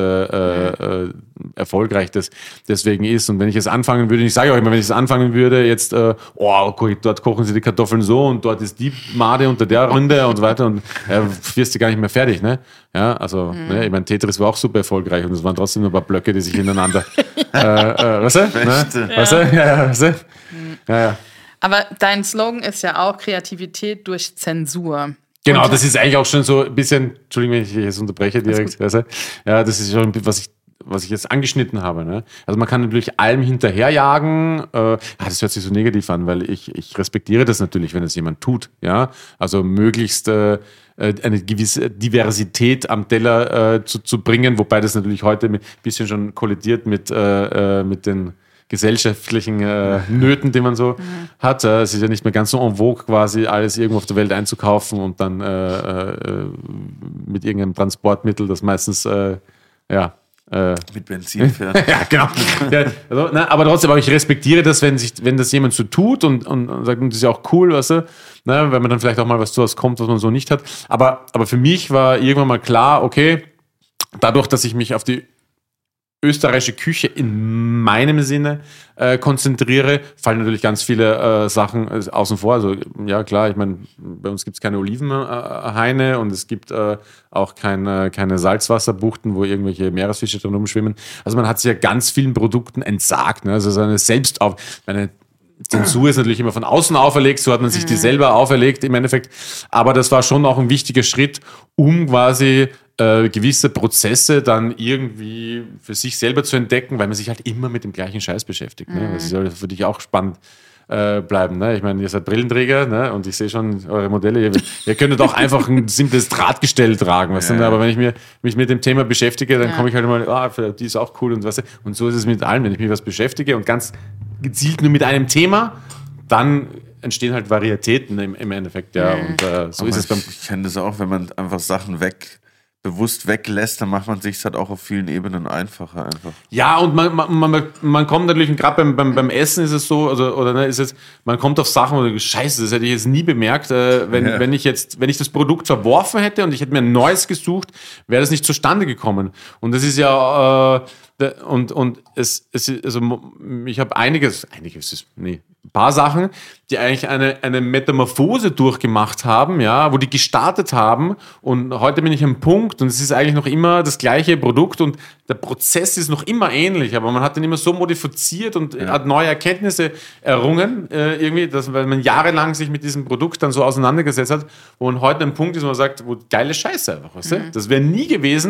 äh, erfolgreich das deswegen ist. Und wenn ich es anfangen würde, ich sage auch immer, wenn ich es anfangen würde, jetzt, äh, oh, okay, dort kochen sie die Kartoffeln so und dort ist die Made unter der Runde und so weiter und äh, wirst du gar nicht mehr fertig, ne? Ja, also, mhm. ne, ich meine, Tetris war auch super erfolgreich und es waren trotzdem nur ein paar Blöcke, die sich ineinander, äh, äh, weißt du? Ne? Ja. Weißt du? Ja, ja, weißt du? Mhm. Ja, ja. Aber dein Slogan ist ja auch Kreativität durch Zensur. Genau, und das ist eigentlich auch schon so ein bisschen, Entschuldigung, wenn ich jetzt unterbreche direkt, also, ja, das ist schon, was ich, was ich jetzt angeschnitten habe. Ne? Also man kann natürlich allem hinterherjagen, äh, ja, das hört sich so negativ an, weil ich, ich respektiere das natürlich, wenn es jemand tut, ja, also möglichst äh, eine gewisse Diversität am Teller äh, zu, zu bringen, wobei das natürlich heute ein bisschen schon kollidiert mit, äh, mit den gesellschaftlichen äh, Nöten, die man so mhm. hat. Äh, es ist ja nicht mehr ganz so en vogue, quasi alles irgendwo auf der Welt einzukaufen und dann äh, äh, mit irgendeinem Transportmittel, das meistens, äh, ja, äh, mit Benzin fährt. Ja, genau. Ja, also, na, aber trotzdem, aber ich respektiere das, wenn, sich, wenn das jemand so tut und, und, und sagt, das ist ja auch cool, weißt du, na, wenn man dann vielleicht auch mal was zu was kommt, was man so nicht hat. Aber, aber für mich war irgendwann mal klar, okay, dadurch, dass ich mich auf die österreichische Küche in meinem Sinne äh, konzentriere, fallen natürlich ganz viele äh, Sachen äh, außen vor. Also ja klar, ich meine, bei uns gibt es keine Olivenhaine und es gibt äh, auch keine, keine Salzwasserbuchten, wo irgendwelche Meeresfische drin rumschwimmen. Also man hat sich ja ganz vielen Produkten entsagt. Ne? Also seine Selbstauf... Meine Zensur ist natürlich immer von außen auferlegt, so hat man sich die selber auferlegt im Endeffekt. Aber das war schon auch ein wichtiger Schritt, um quasi äh, gewisse Prozesse dann irgendwie für sich selber zu entdecken, weil man sich halt immer mit dem gleichen Scheiß beschäftigt. Ne? Das soll für dich auch spannend äh, bleiben. Ne? Ich meine, ihr seid Brillenträger, ne? Und ich sehe schon eure Modelle. Ihr, ihr könntet auch einfach ein simples Drahtgestell tragen. Weißt du? Ja. Aber wenn ich mir, mich mit dem Thema beschäftige, dann ja. komme ich halt mal, ah, die ist auch cool und was. Und so ist es mit allem, wenn ich mich was beschäftige und ganz gezielt nur mit einem Thema, dann entstehen halt Varietäten im, im Endeffekt, ja. Mhm. Und äh, so Aber ist es beim. Ich, ich kenne das auch, wenn man einfach Sachen weg, bewusst weglässt, dann macht man sich halt auch auf vielen Ebenen einfacher einfach. Ja, und man, man, man, man kommt natürlich, gerade beim, beim, beim Essen ist es so, also, oder ne, ist es, man kommt auf Sachen, wo du, Scheiße, das hätte ich jetzt nie bemerkt, äh, wenn, ja. wenn ich jetzt, wenn ich das Produkt verworfen hätte und ich hätte mir ein neues gesucht, wäre das nicht zustande gekommen. Und das ist ja, äh, und, und es, es, also ich habe einiges, einiges ist, nee, ein paar Sachen, die eigentlich eine, eine Metamorphose durchgemacht haben, ja, wo die gestartet haben und heute bin ich am Punkt und es ist eigentlich noch immer das gleiche Produkt und der Prozess ist noch immer ähnlich, aber man hat den immer so modifiziert und ja. hat neue Erkenntnisse errungen, äh, irgendwie, dass, weil man jahrelang sich mit diesem Produkt dann so auseinandergesetzt hat, wo man heute am Punkt ist, wo man sagt, wo geile Scheiße einfach, weißt du? Mhm. Das wäre nie gewesen,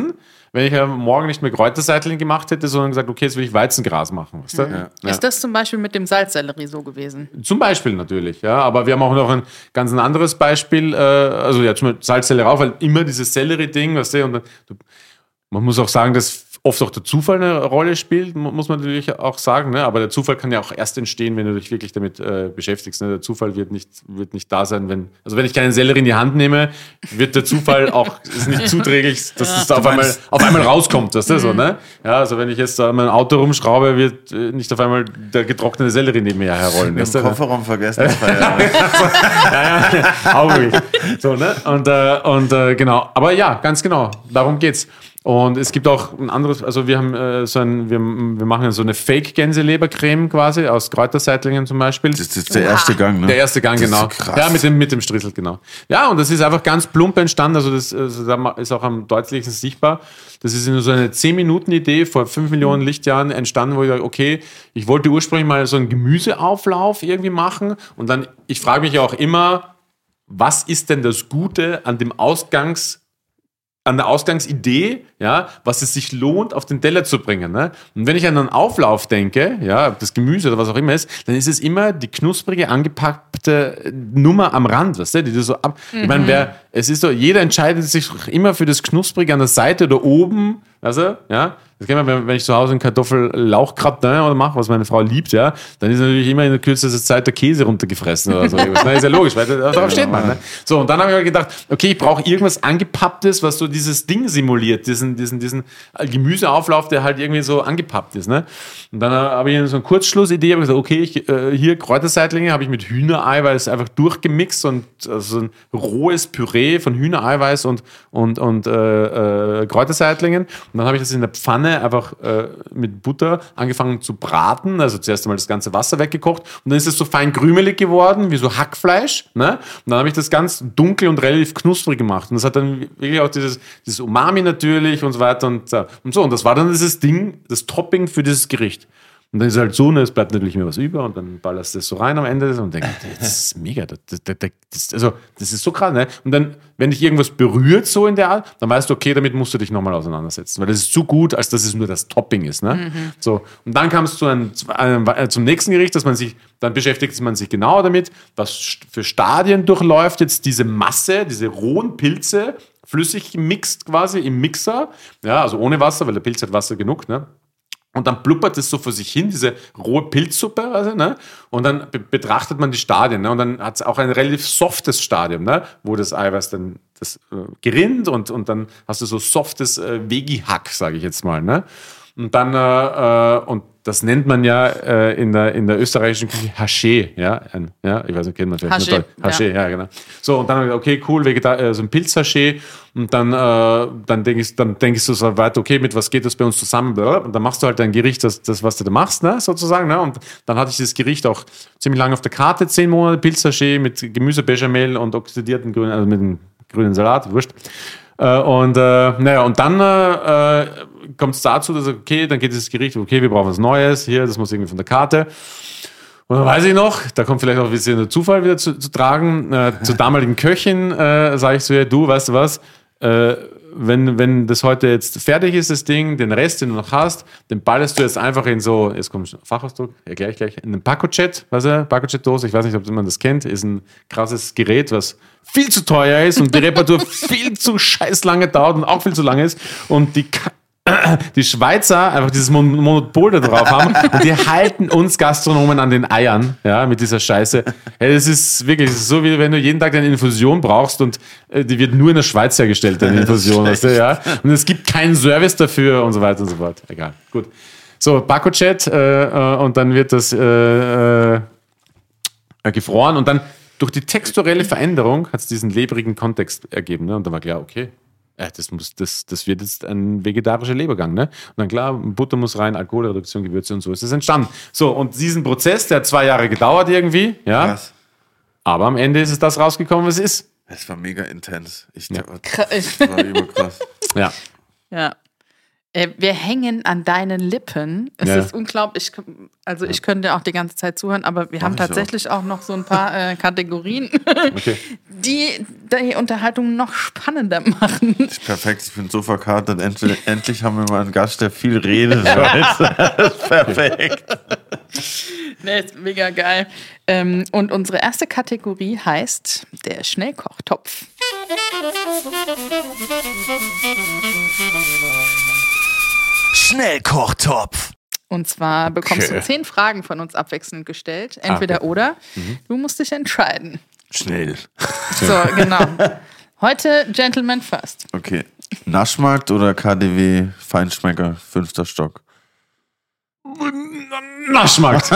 wenn ich ja morgen nicht mehr Kräuterseitling gemacht hätte, sondern gesagt, okay, jetzt will ich Weizengras machen. Weißt du? Mhm. Ja. Ist das zum Beispiel mit dem Salzsellerie so gewesen? Zum Beispiel natürlich, ja. Aber wir haben auch noch ein ganz ein anderes Beispiel, äh, also ja, zum Beispiel Salzsellerie auch, weil immer dieses Sellerie-Ding, weißt du, und dann, du, man muss auch sagen, dass oft auch der Zufall eine Rolle spielt, muss man natürlich auch sagen. Ne? Aber der Zufall kann ja auch erst entstehen, wenn du dich wirklich damit äh, beschäftigst. Ne? Der Zufall wird nicht, wird nicht da sein, wenn, also wenn ich keinen Sellerie in die Hand nehme, wird der Zufall auch, ist nicht zuträglich, dass ja. es da auf einmal, auf einmal rauskommt. Weißt du, so, ne? Ja, also wenn ich jetzt da mein Auto rumschraube, wird äh, nicht auf einmal der getrocknete Sellerie neben mir herrollen. Im Kofferraum vergessen. ja, ja, ja, auch wirklich. So, ne? Und, äh, und äh, genau, aber ja, ganz genau, darum geht's. Und es gibt auch ein anderes, also wir haben äh, so ein, wir, wir machen so eine Fake-Gänselebercreme quasi aus Kräuterseitlingen zum Beispiel. Das ist der erste Gang, ne? Der erste Gang, das genau. Ist krass. Ja, mit dem, mit dem Strissel, genau. Ja, und das ist einfach ganz plump entstanden, also das also da ist auch am deutlichsten sichtbar. Das ist nur so eine zehn-Minuten-Idee vor fünf Millionen Lichtjahren entstanden, wo ich dachte, okay, ich wollte ursprünglich mal so einen Gemüseauflauf irgendwie machen und dann, ich frage mich ja auch immer, was ist denn das Gute an dem Ausgangs an der Ausgangsidee, ja, was es sich lohnt, auf den Teller zu bringen. Ne? Und wenn ich an einen Auflauf denke, ja, das Gemüse oder was auch immer ist, dann ist es immer die knusprige, angepackte Nummer am Rand, weißt du, die du so ab. Mhm. Ich meine, wer, es ist so, jeder entscheidet sich immer für das Knusprige an der Seite oder oben, also, ja. Das kennt man, wenn ich zu Hause einen Kartoffel-Lauchgratin oder mache, was meine Frau liebt, ja, dann ist natürlich immer in der kürzesten Zeit der Käse runtergefressen oder so. Na, ist ja logisch, weil darauf steht man. Ne? So, und dann habe ich mir gedacht, okay, ich brauche irgendwas Angepapptes, was so dieses Ding simuliert, diesen, diesen, diesen Gemüseauflauf, der halt irgendwie so angepappt ist. Ne? Und dann habe ich so eine Kurzschlussidee, habe gesagt, okay, ich, äh, hier Kräuterseitlinge habe ich mit Hühnereiweiß einfach durchgemixt und also ein rohes Püree von Hühnereiweiß und, und, und äh, äh, Kräuterseitlingen. Und dann habe ich das in der Pfanne einfach äh, mit Butter angefangen zu braten, also zuerst einmal das ganze Wasser weggekocht und dann ist es so fein krümelig geworden, wie so Hackfleisch, ne? Und dann habe ich das ganz dunkel und relativ knusprig gemacht und das hat dann wirklich auch dieses, dieses Umami natürlich und so weiter und, und so und das war dann dieses Ding, das Topping für dieses Gericht. Und dann ist es halt so, ne, es bleibt natürlich mehr was über und dann ballerst du das so rein am Ende und denkst, das ist mega, das, das, das, also, das ist so krass, ne? Und dann, wenn dich irgendwas berührt so in der Art, dann weißt du, okay, damit musst du dich nochmal auseinandersetzen, weil das ist zu gut, als dass es nur das Topping ist, ne? Mhm. So. Und dann kam es zu einem, einem, zum nächsten Gericht, dass man sich, dann beschäftigt man sich genau damit, was für Stadien durchläuft jetzt diese Masse, diese rohen Pilze, flüssig gemixt quasi im Mixer, ja, also ohne Wasser, weil der Pilz hat Wasser genug, ne? Und dann blubbert es so vor sich hin, diese rohe Pilzsuppe, also, ne? Und dann be- betrachtet man die Stadien, ne? Und dann hat es auch ein relativ softes Stadium, ne? Wo das Eiweiß dann das äh, gerinnt und, und dann hast du so softes äh, Veggie-Hack, sage ich jetzt mal, ne? Und dann, äh, und das nennt man ja äh, in, der, in der österreichischen Küche Haché, ja, ein, ja, ich weiß nicht, kennt man vielleicht Haché, nicht. Haché, ja. ja, genau. So, und dann habe ich gedacht, okay, cool, Vegetar- äh, so ein Pilz-Haché und dann, äh, dann denke ich, dann denkst du so weiter, okay, mit was geht das bei uns zusammen, und dann machst du halt dein Gericht, das, das was du da machst, ne, sozusagen, ne, und dann hatte ich das Gericht auch ziemlich lange auf der Karte, zehn Monate Pilz-Haché mit Gemüse-Bechamel und oxidierten grünen, also mit einem grünen Salat, wurscht. Und äh, naja, und dann äh, kommt es dazu, dass okay, dann geht dieses Gericht, okay, wir brauchen was Neues, hier, das muss irgendwie von der Karte. Und dann weiß ich noch, da kommt vielleicht auch ein bisschen der Zufall wieder zu, zu tragen. Äh, zur damaligen Köchin äh, sage ich so, ja, du, weißt du was, äh, wenn, wenn das heute jetzt fertig ist, das Ding, den Rest, den du noch hast, den ballest du jetzt einfach in so, jetzt kommt ein Fachausdruck, erkläre ich gleich, in einen Pacojet, weißt du, Pacojet-Dose, ich weiß nicht, ob man das kennt, ist ein krasses Gerät, was viel zu teuer ist und die Reparatur viel zu scheiß lange dauert und auch viel zu lange ist und die die Schweizer einfach dieses Monopol da drauf haben und die halten uns Gastronomen an den Eiern, ja, mit dieser Scheiße. Hey, das ist wirklich, das ist so, wie wenn du jeden Tag eine Infusion brauchst und äh, die wird nur in der Schweiz hergestellt, deine Infusion, weißt du, ja. Und es gibt keinen Service dafür und so weiter und so fort. Egal, gut. So, Pacojet äh, und dann wird das äh, äh, gefroren und dann durch die texturelle Veränderung hat es diesen lebrigen Kontext ergeben, ne? Und dann war klar, okay, Das, muss, das, das wird jetzt ein vegetarischer Lebergang, ne? Und dann klar, Butter muss rein, Alkoholreduktion, Gewürze und so ist das entstanden. So, und diesen Prozess, der hat zwei Jahre gedauert irgendwie, ja. Krass. Aber am Ende ist es das rausgekommen, was es ist. Es war mega intens. Ich, Ja. Das war immer krass. Ja. Ja. Äh, wir hängen an deinen Lippen. Es Ja. ist unglaublich. Also ich könnte auch die ganze Zeit zuhören, aber wir Mach haben ich tatsächlich auch. noch so ein paar äh, Kategorien, Okay. die die Unterhaltung noch spannender machen. Perfekt, ich bin so verkatert. Endlich, endlich haben wir mal einen Gast, der viel redet. Das ist perfekt. Nee, ist mega geil. Ähm, und unsere erste Kategorie heißt der Schnellkochtopf. Schnellkochtopf. Und zwar bekommst Okay. du zehn Fragen von uns abwechselnd gestellt. Entweder okay. oder. Du musst dich entscheiden. Schnell. So, genau. Heute Gentleman first. Okay. Naschmarkt oder K D W Feinschmecker, fünfter Stock? Naschmarkt.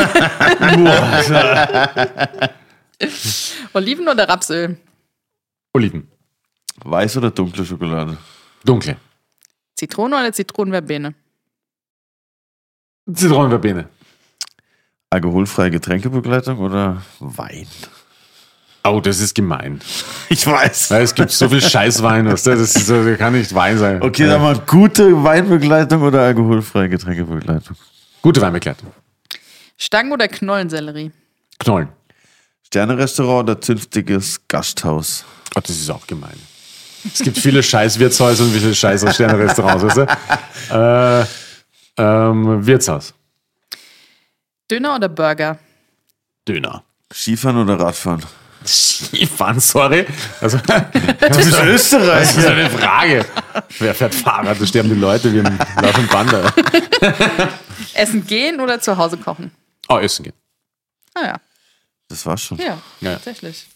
Oliven oder Rapsöl? Oliven. Weiß oder dunkle Schokolade? Dunkle. Zitrone oder Zitronenverbene? Zitronenverbene. Alkoholfreie Getränkebegleitung oder Wein? Oh, das ist gemein. Ich weiß. Weil es gibt so viel Scheißwein, weißt du? Das, ist, das kann nicht Wein sein. Okay, sag mal, gute Weinbegleitung oder alkoholfreie Getränkebegleitung? Gute Weinbegleitung. Stangen- oder Knollensellerie? Knollen. Sterne-Restaurant oder zünftiges Gasthaus? Oh, das ist auch gemein. Es gibt viele Scheiß-Wirtshäuser und viele Scheiß-Sterne-Restaurants, weißt du? Äh, ähm, Wirtshaus. Döner oder Burger? Döner. Skifahren oder Radfahren? Skifahren, sorry. Also, Du bist Österreich. das ist eine Frage. Wer fährt Fahrrad? Da sterben die Leute wie im laufenden Band. Essen gehen oder zu Hause kochen? Oh, essen gehen. Ah ja, Das war's schon. ja, Ja. tatsächlich.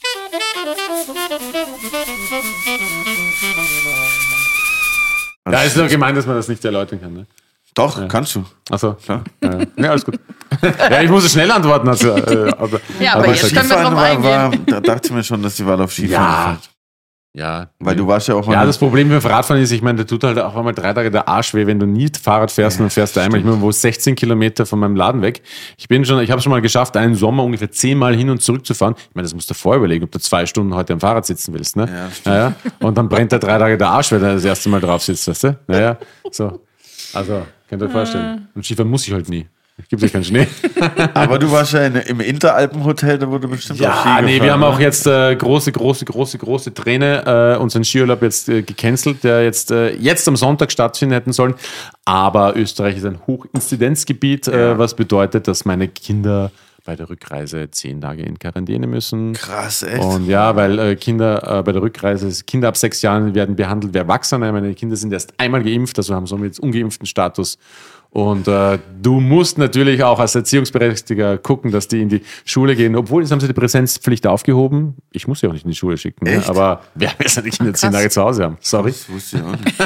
Ja, ist nur gemein, dass man das nicht erläutern kann. Ne? Doch, kannst du. Achso, klar. Ja, ja, alles gut. Ja, ich musste schnell antworten. Also, äh, aber, Ja, aber aber jetzt können wir Skifahren drauf war, war, eingehen. da dachte ich mir schon, dass die Wahl auf Skifahren Ja. fällt. ja. Weil du warst ja auch mal. Ja, das Problem beim Radfahren ist, ich meine, der tut halt auch einmal drei Tage der Arsch weh, wenn du nie Fahrrad fährst und dann fährst du einmal, ich bin wo sechzehn Kilometer von meinem Laden weg. Ich bin schon, ich habe schon mal geschafft, einen Sommer ungefähr zehnmal hin und zurück zu fahren. Ich meine, das musst du vorher überlegen, ob du zwei Stunden heute am Fahrrad sitzen willst, ne? Ja, stimmt. Naja. Und dann brennt da drei Tage der Arsch, wenn du das erste Mal drauf sitzt, weißt du? Naja, so. Also, könnt ihr euch vorstellen. Und Skifahren muss ich halt nie. Es gibt ja keinen Schnee. Aber du warst ja in, im Interalpenhotel, da wurde bestimmt auch Ski Ja, nee, gefahren, wir haben ne? auch jetzt äh, große, große, große, große Träne äh, unseren Skiurlaub jetzt äh, gecancelt, der jetzt, äh, jetzt am Sonntag stattfinden hätten sollen. Aber Österreich ist ein Hochinzidenzgebiet, äh, was bedeutet, dass meine Kinder bei der Rückreise zehn Tage in Quarantäne müssen. Krass, echt? Und ja, weil äh, Kinder äh, bei der Rückreise, Kinder ab sechs Jahren werden behandelt wie Erwachsene. Meine Kinder sind erst einmal geimpft, also haben somit jetzt ungeimpften Status. Und äh, du musst natürlich auch als Erziehungsberechtigter gucken, dass die in die Schule gehen. Obwohl, jetzt haben sie die Präsenzpflicht aufgehoben. Ich muss sie auch nicht in die Schule schicken. Ne? Echt? Aber wer will seine Kinder zehn Tage zu Hause haben? Sorry. Das wusste ich auch nicht.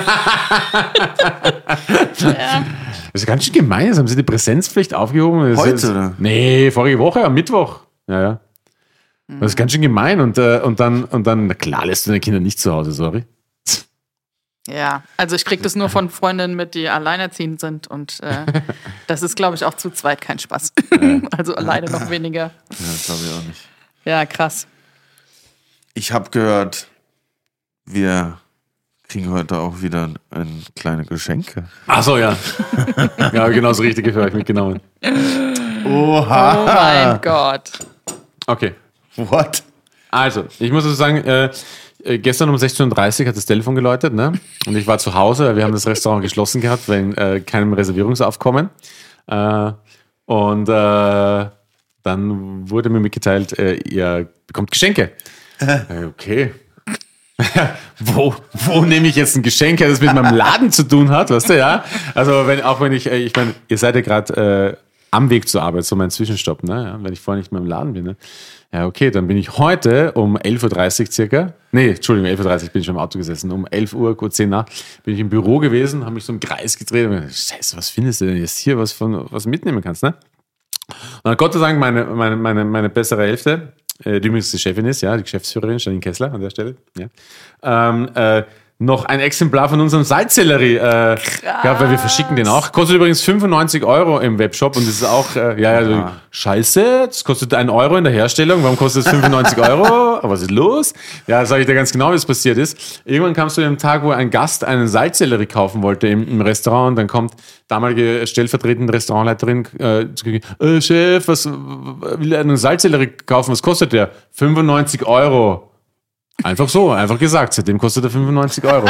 Das ist ganz schön gemein. Jetzt haben sie die Präsenzpflicht aufgehoben. Das Heute, ist, oder? Nee, vorige Woche, am Mittwoch. Ja, ja. Das ist ganz schön gemein. Und, äh, und, dann, und dann, na klar, lässt du deine Kinder nicht zu Hause, sorry. Ja, also ich kriege das nur von Freundinnen mit, die alleinerziehend sind und äh, das ist, glaube ich, auch zu zweit kein Spaß. Also alleine noch weniger. Ja, das glaube ich auch nicht. Ja, krass. Ich habe gehört, wir kriegen heute auch wieder ein kleine Geschenke. Ach so, ja. Ja, genau das Richtige für euch mitgenommen. Oha! Oh mein Gott. Okay. What? Also, ich muss also sagen, äh, äh, gestern um sechzehn Uhr dreißig hat das Telefon geläutet, ne? Und ich war zu Hause, weil wir haben das Restaurant geschlossen gehabt, wegen äh, keinem Reservierungsaufkommen. Äh, und äh, dann wurde mir mitgeteilt, äh, ihr bekommt Geschenke. Äh, okay. wo, wo nehme ich jetzt ein Geschenk her, das mit meinem Laden zu tun hat, weißt du, ja? Also, wenn, auch wenn ich, äh, ich meine, ihr seid ja gerade äh, am Weg zur Arbeit, so mein Zwischenstopp, ne? Ja, wenn ich vorher nicht mehr im Laden bin, ne? Ja, okay, dann bin ich heute um elf Uhr dreißig circa, nee, Entschuldigung, elf Uhr dreißig bin ich schon im Auto gesessen, um elf Uhr, kurz zehn nach, bin ich im Büro gewesen, habe mich so im Kreis gedreht und gedacht, Scheiße, was findest du denn jetzt hier, was von was mitnehmen kannst, ne? Und dann Gott sei Dank meine, meine, meine, meine bessere Hälfte, äh, die übrigens die Chefin ist, ja, die Geschäftsführerin, Janine Kessler an der Stelle, ja, ähm, äh, noch ein Exemplar von unserem Salzsellerie äh, gehabt, weil wir verschicken den auch. Kostet übrigens fünfundneunzig Euro im Webshop und das ist auch, äh, ja, also, ja, scheiße, das kostet einen Euro in der Herstellung, warum kostet es fünfundneunzig Euro? Was ist los? Ja, sage ich dir ganz genau, wie es passiert ist. Irgendwann kam es zu dem Tag, wo ein Gast einen Salzsellerie kaufen wollte im, im Restaurant und dann kommt damalige stellvertretende Restaurantleiterin äh, zu äh, Chef, was will er einen Salzsellerie kaufen? Was kostet der? fünfundneunzig Euro. Einfach so, einfach gesagt. Seitdem kostet er fünfundneunzig Euro.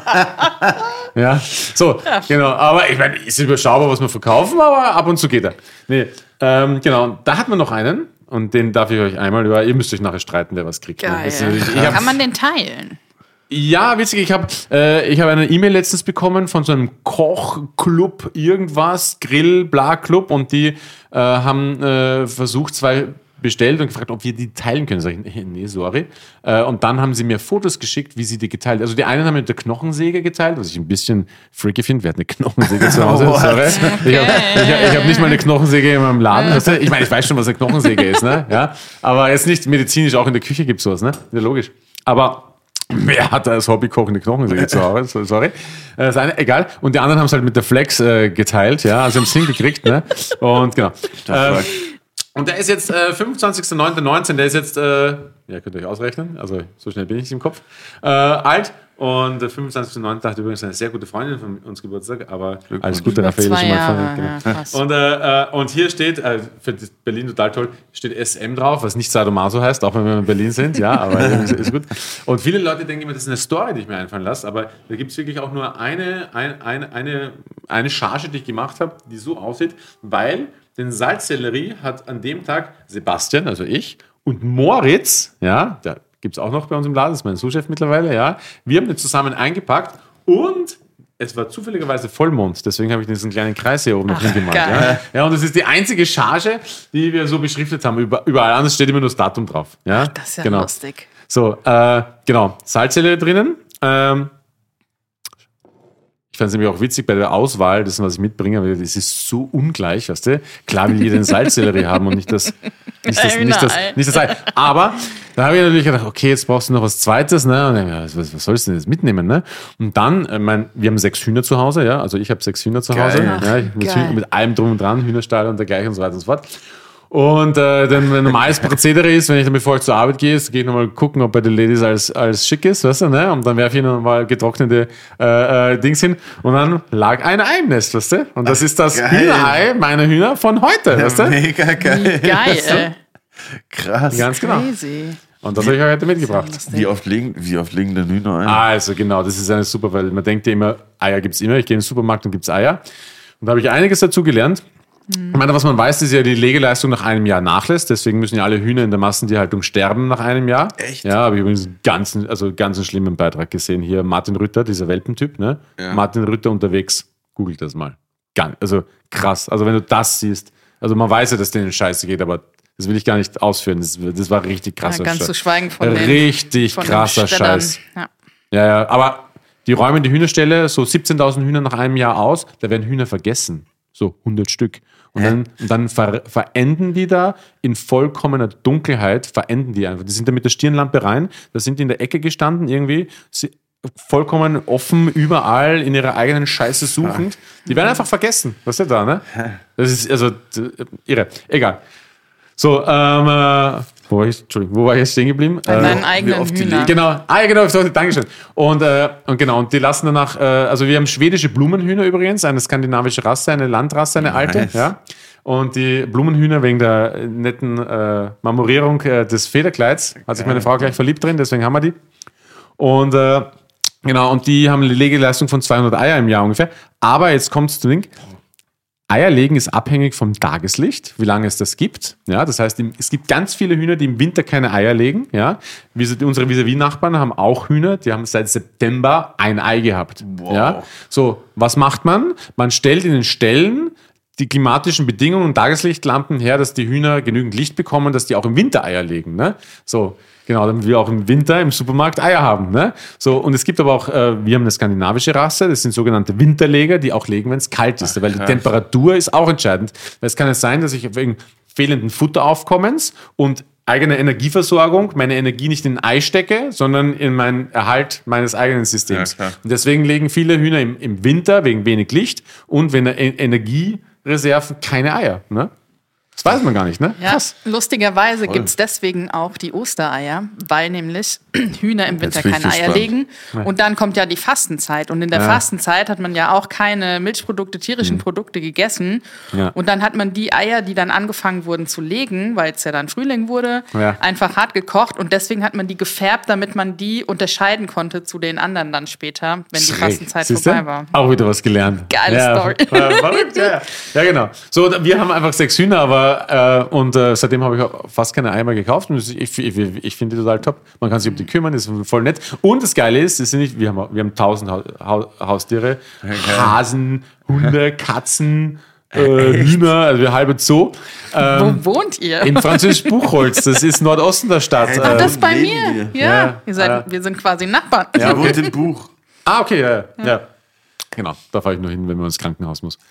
Ja, so, genau. Aber ich meine, ist überschaubar, was wir verkaufen, aber ab und zu geht er. Nee, ähm, genau. Da hat man noch einen und den darf ich euch einmal über. Ihr müsst euch nachher streiten, wer was kriegt. Geil. Ne? Ich, ich hab, Kann man den teilen? Ja, witzig. Ich habe äh, ich hab eine E-Mail letztens bekommen von so einem Kochclub, irgendwas, Grill, bla Club und die äh, haben äh, versucht, zwei bestellt und gefragt, ob wir die teilen können. Sag ich, nee, sorry. Und dann haben sie mir Fotos geschickt, wie sie die geteilt. Also die einen haben mit der Knochensäge geteilt, was ich ein bisschen freaky finde. Wer hat eine Knochensäge zu Hause? Sorry. Ich habe ich hab nicht mal eine Knochensäge in meinem Laden. Ich meine, ich weiß schon, was eine Knochensäge ist, ne? Ja, aber jetzt nicht medizinisch, auch in der Küche gibt es sowas, ne? Ja, logisch. Aber wer hat da als Hobbykoch eine Knochensäge zu Hause? Sorry. Das eine, egal. Und die anderen haben es halt mit der Flex äh, geteilt, ja. Also haben es hingekriegt, ne? Und genau. Ähm, Und der ist jetzt äh, fünfundzwanzigster neunter neunzehn, der ist jetzt, äh, ja, könnt ihr euch ausrechnen, also so schnell bin ich nicht im Kopf, äh, alt. Und der fünfundzwanzigster neunter hat übrigens eine sehr gute Freundin von uns Geburtstag, aber alles Gute, Raphael, schon mal von, genau. ja, und, äh, und hier steht, äh, für Berlin total toll, steht S M drauf, was nicht Sadomaso heißt, auch wenn wir in Berlin sind, ja, aber ist gut. Und viele Leute denken immer, das ist eine Story, die ich mir einfallen lasse, aber da gibt es wirklich auch nur eine, ein, eine, eine, eine Charge, die ich gemacht habe, die so aussieht, weil den Salzsellerie hat an dem Tag Sebastian, also ich, und Moritz, ja, der gibt es auch noch bei uns im Laden, das ist mein Sous-Chef mittlerweile, ja, wir haben den zusammen eingepackt und es war zufälligerweise Vollmond, deswegen habe ich diesen kleinen Kreis hier oben noch hingemalt. Ja. Ja, und das ist die einzige Charge, die wir so beschriftet haben. Überall anders steht immer nur das Datum drauf. Ja? Ach, das ist ja genau. lustig. So, äh, genau, Salzsellerie drinnen. Ähm, Ich fand es nämlich auch witzig bei der Auswahl, das, was ich mitbringe, weil das ist so ungleich, weißt du? Klar will jeder einen Salzsellerie haben und nicht das, nicht das, nicht das, nicht das Ei. Aber da habe ich natürlich gedacht, okay, jetzt brauchst du noch was Zweites, ne? Und dann, ja, was, was sollst du denn jetzt mitnehmen, ne? Und dann, äh, mein, wir haben sechs Hühner zu Hause, ja, also ich habe sechs Hühner zu Hause, ja, ich, mit, Hühner, mit allem drum und dran, Hühnerstall und dergleichen und so weiter und so fort. Und äh, dann ein normales Prozedere ist, wenn ich dann, bevor ich zur Arbeit gehe, gehe ich nochmal gucken, ob bei den Ladies alles, alles schick ist, weißt du, ne? Und dann werfe ich ihnen nochmal getrocknete äh, äh, Dings hin und dann lag ein Ei im Nest, weißt du? Und das Ach, ist das geil. Hühnerei meiner Hühner von heute, ja, weißt du? Mega geil. Wie geil. Krass. Ganz genau. Crazy. Und das habe ich heute mitgebracht. Wie oft legen, wie oft legen denn Hühner ein? Also genau, das ist eine super, weil man denkt ja immer, Eier gibt es immer. Ich gehe in den Supermarkt und gibt es Eier. Und da habe ich einiges dazu gelernt. Ich meine, was man weiß, ist ja, die Legeleistung nach einem Jahr nachlässt. Deswegen müssen ja alle Hühner in der Massentierhaltung sterben nach einem Jahr. Echt? Ja, habe ich übrigens einen ganz, also ganz einen schlimmen Beitrag gesehen. Hier Martin Rütter, dieser Welpentyp, ne? Ja. Martin Rütter unterwegs, googelt das mal. Ganz, also krass. Also wenn du das siehst, also man weiß ja, dass denen Scheiße geht, aber das will ich gar nicht ausführen. Das, das war richtig krasser ja, ganz Scheiß. zu schweigen von den Richtig von krasser Scheiß. Ja. ja, ja, aber die räumen die Hühnerställe so siebzehntausend Hühner nach einem Jahr aus, da werden Hühner vergessen. So hundert Stück. Und dann, und dann ver, verenden die da in vollkommener Dunkelheit, verenden die einfach. Die sind da mit der Stirnlampe rein, da sind die in der Ecke gestanden irgendwie, vollkommen offen, überall in ihrer eigenen Scheiße suchend. Die werden einfach vergessen. Was ist da, ne? Das ist also irre. Egal. So, ähm, äh, wo war ich, Entschuldigung, wo war ich jetzt stehen geblieben? Bei deinen äh, eigenen Hühnern. Genau, ah, ja, genau, Dankeschön. Und, äh, und genau, und die lassen danach, äh, also wir haben schwedische Blumenhühner übrigens, eine skandinavische Rasse, eine Landrasse, eine alte, nice. Ja. Und die Blumenhühner wegen der netten äh, Marmorierung äh, des Federkleids, hat sich meine Frau gleich verliebt drin, deswegen haben wir die. Und äh, genau, und die haben eine Legeleistung von zweihundert Eier im Jahr ungefähr. Aber jetzt kommt es zu Ding. Eierlegen ist abhängig vom Tageslicht, wie lange es das gibt. Ja, das heißt, es gibt ganz viele Hühner, die im Winter keine Eier legen. Ja, unsere Vis-à-vis-Nachbarn haben auch Hühner, die haben seit September ein Ei gehabt. Wow. Ja, so, was macht man? Man stellt in den Ställen die klimatischen Bedingungen und Tageslichtlampen her, dass die Hühner genügend Licht bekommen, dass die auch im Winter Eier legen. Ne? So, genau, damit wir auch im Winter im Supermarkt Eier haben. Ne? So, und es gibt aber auch, äh, wir haben eine skandinavische Rasse, das sind sogenannte Winterleger, die auch legen, wenn es kalt ist. Ach, weil die Temperatur ist auch entscheidend. Weil es kann ja sein, dass ich wegen fehlenden Futteraufkommens und eigene Energieversorgung, meine Energie nicht in ein Ei stecke, sondern in meinen Erhalt meines eigenen Systems. Ja, und deswegen legen viele Hühner im, im Winter wegen wenig Licht und wenn Energiereserven keine Eier. Ne? Das weiß man gar nicht, ne? Ja, Krass. Lustigerweise gibt es deswegen auch die Ostereier, weil nämlich Hühner im Winter keine Eier spannend. legen. Und dann kommt ja die Fastenzeit. Und in der ja. Fastenzeit hat man ja auch keine Milchprodukte, tierischen mhm. Produkte gegessen. Ja. Und dann hat man die Eier, die dann angefangen wurden zu legen, weil es ja dann Frühling wurde, ja. einfach hart gekocht. Und deswegen hat man die gefärbt, damit man die unterscheiden konnte zu den anderen dann später, wenn die Fastenzeit Siehste? vorbei war. Auch wieder was gelernt. Geile ja. Story. Verrückt, ja. ja, genau. So, wir haben einfach sechs Hühner, aber Äh, und äh, seitdem habe ich fast keine Eier mehr gekauft. Und ich, ich, ich, ich finde die total top. Man kann sich um die kümmern, das ist voll nett. Und das Geile ist, das sind nicht, wir haben wir haben tausend ha- ha- Haustiere, okay. Hasen, Hunde, Katzen, äh, Hühner, also wir halbe Zoo. Ähm, Wo wohnt ihr? In Französisch Buchholz, das ist Nordosten der Stadt. Ach, das ist bei mir. Ja, ja. Ihr seid, wir sind quasi Nachbarn. Ja, wohnt im Buch. Ah, okay, ja, ja. ja. Genau, da fahre ich nur hin, wenn man ins Krankenhaus muss.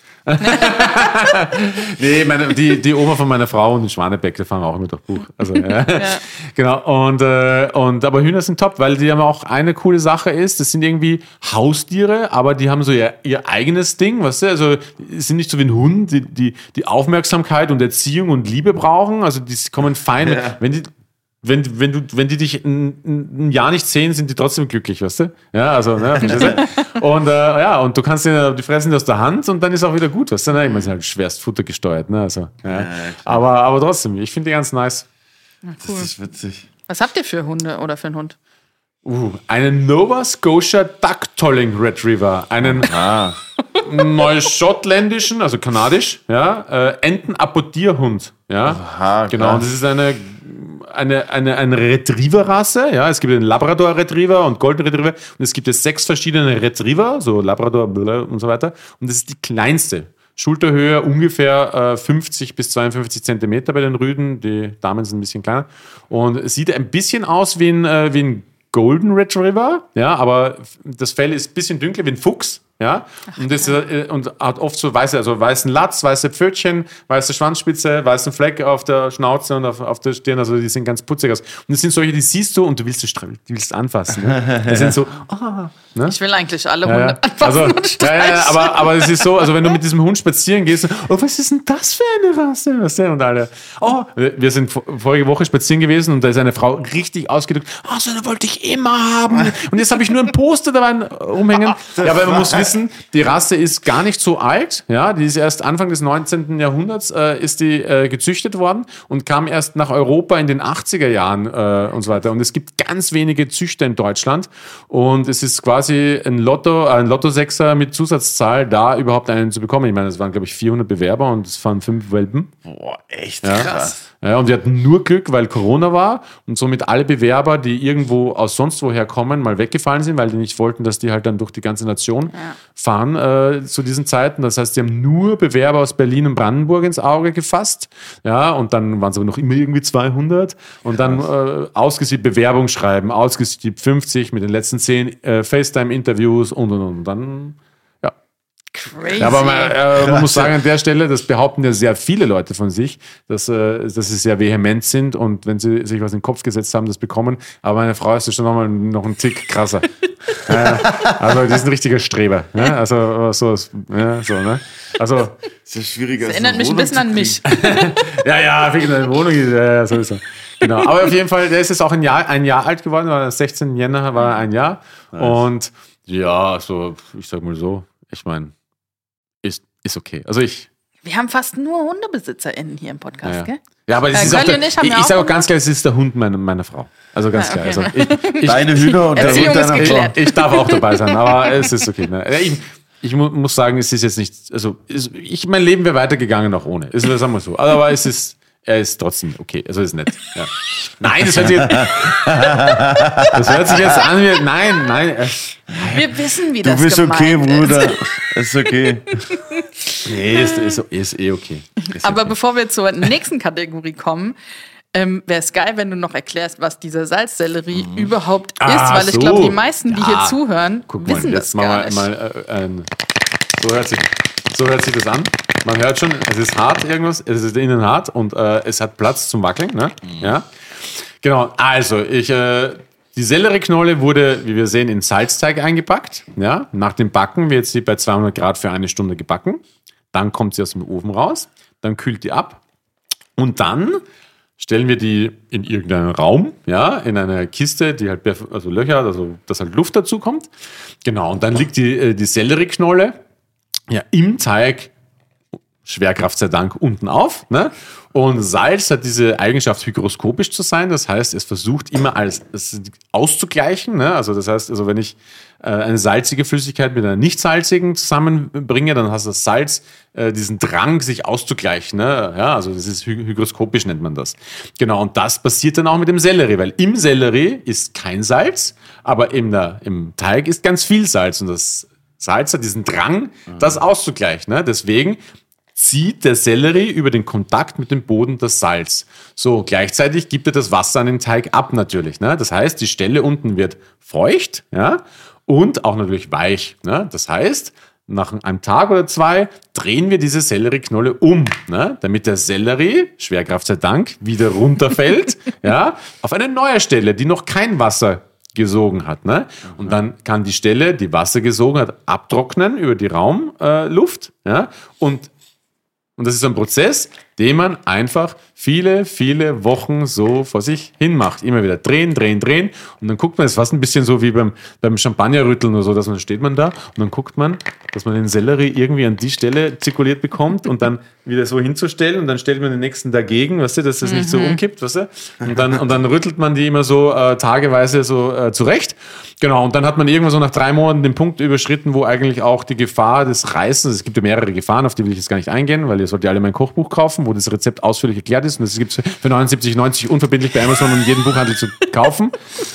nee, meine, die, die Oma von meiner Frau und in Schwanebeck, die fahren auch immer durch Buch. Also, ja. ja. Genau, und, äh, und, aber Hühner sind top, weil die haben auch eine coole Sache ist, das sind irgendwie Haustiere, aber die haben so ihr, ihr eigenes Ding, weißt du, also die sind nicht so wie ein Hund, die, die, die Aufmerksamkeit und Erziehung und Liebe brauchen, also die kommen fein, ja. wenn die Wenn, wenn, du, wenn die dich ein, ein Jahr nicht sehen, sind die trotzdem glücklich, weißt du? Ja, also, ne, und, äh, ja, und du kannst denen, die fressen aus der Hand und dann ist auch wieder gut, weißt du? Ne? Ich meine, sie sind halt schwerst futtergesteuert, ne? Also, ja. Ja, aber, aber trotzdem, ich finde die ganz nice. Ja, cool. Das ist witzig. Was habt ihr für Hunde oder für einen Hund? Uh, einen Nova Scotia Duck Tolling Retriever, einen ah. neuschottländischen, also kanadisch, ja, äh, Entenapportierhund, ja, Aha, genau, und das ist eine Eine, eine, eine Retriever-Rasse, ja, es gibt den Labrador-Retriever und Golden Retriever und es gibt jetzt sechs verschiedene Retriever, so Labrador und so weiter und das ist die kleinste. Schulterhöhe ungefähr äh, fünfzig bis zweiundfünfzig Zentimeter bei den Rüden, die Damen sind ein bisschen kleiner und es sieht ein bisschen aus wie ein, äh, wie ein Golden Retriever, ja, aber das Fell ist ein bisschen dunkler wie ein Fuchs. Ja, Ach, und, das, äh, und hat oft so weiße, also weißen Latz, weiße Pfötchen, weiße Schwanzspitze, weißen Fleck auf der Schnauze und auf, auf der Stirn, also die sehen ganz putzig aus. Und das sind solche, die siehst du und du willst, du willst anfassen. Ne? Die sind so, oh, ne? Ich will eigentlich alle Hunde ja, ja. anfassen also, und ja, ja, aber, aber es ist so, also wenn du mit diesem Hund spazieren gehst, oh, was ist denn das für eine Rasse? Was denn? Und alle, oh, wir sind vorige Woche spazieren gewesen und da ist eine Frau richtig ausgedrückt, oh, so eine wollte ich immer haben. Und jetzt habe ich nur ein Poster dabei rumhängen. Ja, aber man muss wissen, die Rasse ist gar nicht so alt, ja, die ist erst Anfang des neunzehnten Jahrhunderts äh, ist die äh, gezüchtet worden und kam erst nach Europa in den achtziger Jahren äh, und so weiter. Und es gibt ganz wenige Züchter in Deutschland und es ist quasi ein Lotto, ein Lottosechser mit Zusatzzahl, da überhaupt einen zu bekommen. Ich meine, es waren, glaube ich, vierhundert Bewerber und es waren fünf Welpen. Boah, echt ja. krass. Ja, und wir hatten nur Glück, weil Corona war und somit alle Bewerber, die irgendwo aus sonst woher kommen, mal weggefallen sind, weil die nicht wollten, dass die halt dann durch die ganze Nation ja. fahren äh, zu diesen Zeiten. Das heißt, die haben nur Bewerber aus Berlin und Brandenburg ins Auge gefasst. Ja, und dann waren es aber noch immer irgendwie zweihundert. Und dann äh, ausgesiebt Bewerbung schreiben, ausgesiebt fünfzig mit den letzten zehn äh, FaceTime-Interviews und und und. Und dann Crazy. Ja, aber man, äh, man muss sagen, an der Stelle, das behaupten ja sehr viele Leute von sich, dass, äh, dass sie sehr vehement sind und wenn sie sich was in den Kopf gesetzt haben, das bekommen. Aber meine Frau ist ja schon nochmal noch ein Tick krasser. äh, also die ist ein richtiger Streber. Ne? Also so, ja, so, ne? Also das ist schwieriger. Das erinnert mich ein bisschen an mich. ja, ja, wegen der Wohnung, ja, so ist er. Genau. Aber auf jeden Fall, der ist jetzt auch ein Jahr, ein Jahr alt geworden, war sechzehnten Jänner war ein Jahr. Nice. Und ja, so, ich sag mal so, ich meine, Ist, ist okay. Also ich. Wir haben fast nur HundebesitzerInnen hier im Podcast, ja. gell? Ja, aber das äh, ist auch der, ich, ich, ich sage auch ganz klar, es ist der Hund meiner, meiner Frau. Also ganz ah, okay. klar. Also ich, ich, Deine Hühner und der Hund deiner Frau. Ich, ich darf auch dabei sein, aber es ist okay. Ne? Ich, ich muss sagen, es ist jetzt nicht, also ich, mein Leben wäre weitergegangen auch ohne. Ist, sagen wir so. Aber es ist, er ist trotzdem okay. Also ist nett. Ja. Nein, das hört sich jetzt, das hört sich jetzt an wie, nein, nein. Wir wissen, wie du das bist gemeint okay, ist. Bruder. Ist okay. Nee, ist, ist, ist eh okay. Ist Aber okay. bevor wir zur nächsten Kategorie kommen, ähm, wäre es geil, wenn du noch erklärst, was dieser Salzsellerie mhm. überhaupt ist, ah, weil ich so. glaube, die meisten, die ja. hier zuhören, Guck wissen mal, das jetzt gar mal, nicht. Mal, äh, ein, so, hört sich, so hört sich das an. Man hört schon, es ist hart irgendwas, es ist innen hart und äh, es hat Platz zum Wackeln. Ne? Mhm. Ja? Genau, also ich, äh, die Sellerieknolle wurde, wie wir sehen, in Salzteig eingepackt. Ja? Nach dem Backen wird sie bei zweihundert Grad für eine Stunde gebacken. Dann kommt sie aus dem Ofen raus, dann kühlt die ab und dann stellen wir die in irgendeinen Raum, ja, in eine Kiste, die halt also Löcher hat, also dass halt Luft dazu kommt. Genau, und dann liegt die, die Sellerieknolle ja, im Teig, Schwerkraft sei Dank, unten auf. Ne? Und Salz hat diese Eigenschaft, hygroskopisch zu sein. Das heißt, es versucht immer alles auszugleichen. Ne? Also das heißt, also wenn ich äh, eine salzige Flüssigkeit mit einer nicht salzigen zusammenbringe, dann hast das Salz äh, diesen Drang, sich auszugleichen. Ne? Ja, also das ist hy- hygroskopisch, nennt man das. Genau, und das passiert dann auch mit dem Sellerie, weil im Sellerie ist kein Salz, aber in der, im Teig ist ganz viel Salz. Und das Salz hat diesen Drang, das auszugleichen. Ne? Deswegen zieht der Sellerie über den Kontakt mit dem Boden das Salz. So, gleichzeitig gibt er das Wasser an den Teig ab natürlich. Ne? Das heißt, die Stelle unten wird feucht, ja, und auch natürlich weich. Ne? Das heißt, nach einem Tag oder zwei drehen wir diese Sellerieknolle um, ne? Damit der Sellerie, Schwerkraft sei Dank, wieder runterfällt, ja, auf eine neue Stelle, die noch kein Wasser gesogen hat. Ne? Und dann kann die Stelle, die Wasser gesogen hat, abtrocknen über die Raumluft. Äh, ja? Und Und das ist ein Prozess, den man einfach viele, viele Wochen so vor sich hin macht. Immer wieder drehen, drehen, drehen. Und dann guckt man, es ist fast ein bisschen so wie beim, beim Champagnerrütteln oder so, dass man steht man da und dann guckt man, dass man den Sellerie irgendwie an die Stelle zirkuliert bekommt und dann wieder so hinzustellen und dann stellt man den nächsten dagegen, weißt du, dass das mhm. nicht so umkippt, weißt du? Und dann, und dann rüttelt man die immer so äh, tageweise so äh, zurecht. Genau, und dann hat man irgendwann so nach drei Monaten den Punkt überschritten, wo eigentlich auch die Gefahr des Reißens, es gibt ja mehrere Gefahren, auf die will ich jetzt gar nicht eingehen, weil ihr sollt ja alle mein Kochbuch kaufen, wo das Rezept ausführlich erklärt ist und das gibt es für neunundsiebzig neunzig unverbindlich bei Amazon und in jedem Buchhandel zu kaufen.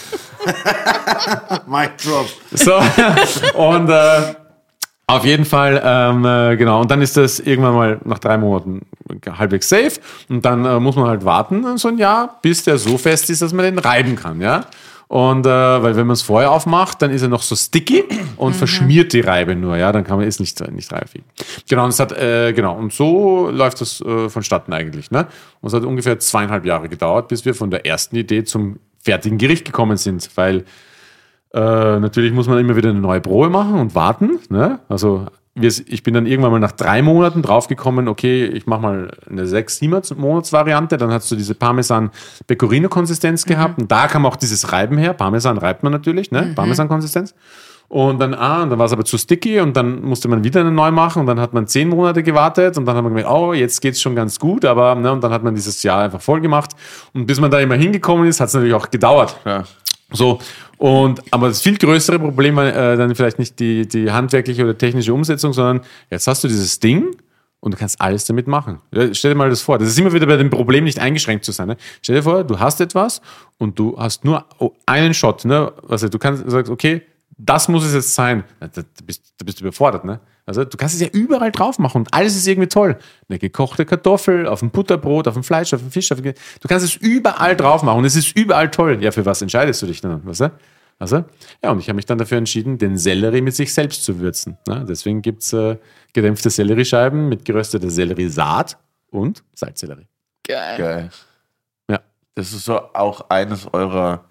Mic drop. So, und äh, auf jeden Fall, ähm, äh, genau, und dann ist das irgendwann mal nach drei Monaten halbwegs safe und dann äh, muss man halt warten, so ein Jahr, bis der so fest ist, dass man den reiben kann, ja. Und äh, weil wenn man es vorher aufmacht, dann ist er noch so sticky und mhm. verschmiert die Reibe nur, ja, dann kann man es nicht nicht reifig. Genau, und es hat äh, genau und so läuft das äh, vonstatten eigentlich, ne? Und es hat ungefähr zweieinhalb Jahre gedauert, bis wir von der ersten Idee zum fertigen Gericht gekommen sind, weil äh, natürlich muss man immer wieder eine neue Probe machen und warten, ne? Also wir, ich bin dann irgendwann mal nach drei Monaten draufgekommen, okay, ich mache mal eine sechs, sieben Monats-Variante, dann hast du diese Parmesan-Pecorino-Konsistenz gehabt mhm. und da kam auch dieses Reiben her, Parmesan reibt man natürlich, ne? Mhm. Parmesan-Konsistenz. Und dann, ah, und dann war es aber zu sticky und dann musste man wieder eine neu machen und dann hat man zehn Monate gewartet und dann hat man gemerkt, oh, jetzt geht's schon ganz gut, aber, ne, und dann hat man dieses Jahr einfach voll gemacht und bis man da immer hingekommen ist, hat es natürlich auch gedauert. Ja. So, und, aber das viel größere Problem war äh, dann vielleicht nicht die, die handwerkliche oder technische Umsetzung, sondern jetzt hast du dieses Ding und du kannst alles damit machen. Stell dir mal das vor, das ist immer wieder bei dem Problem, nicht eingeschränkt zu sein. Ne? Stell dir vor, du hast etwas und du hast nur einen Shot. Ne? Also du kannst sagst, okay, das muss es jetzt sein. Da, da, bist, da bist du überfordert, ne? Also du kannst es ja überall drauf machen und alles ist irgendwie toll. Eine gekochte Kartoffel, auf ein Butterbrot, auf ein Fleisch, auf ein Fisch. Auf ein... Du kannst es überall drauf machen und es ist überall toll. Ja, für was entscheidest du dich dann? Weißt du? Also, ja, und ich habe mich dann dafür entschieden, den Sellerie mit sich selbst zu würzen. Ne? Deswegen gibt es äh, gedämpfte Selleriescheiben mit gerösteter Selleriesaat und Salzsellerie. Geil. Geil. Ja. Das ist so auch eines eurer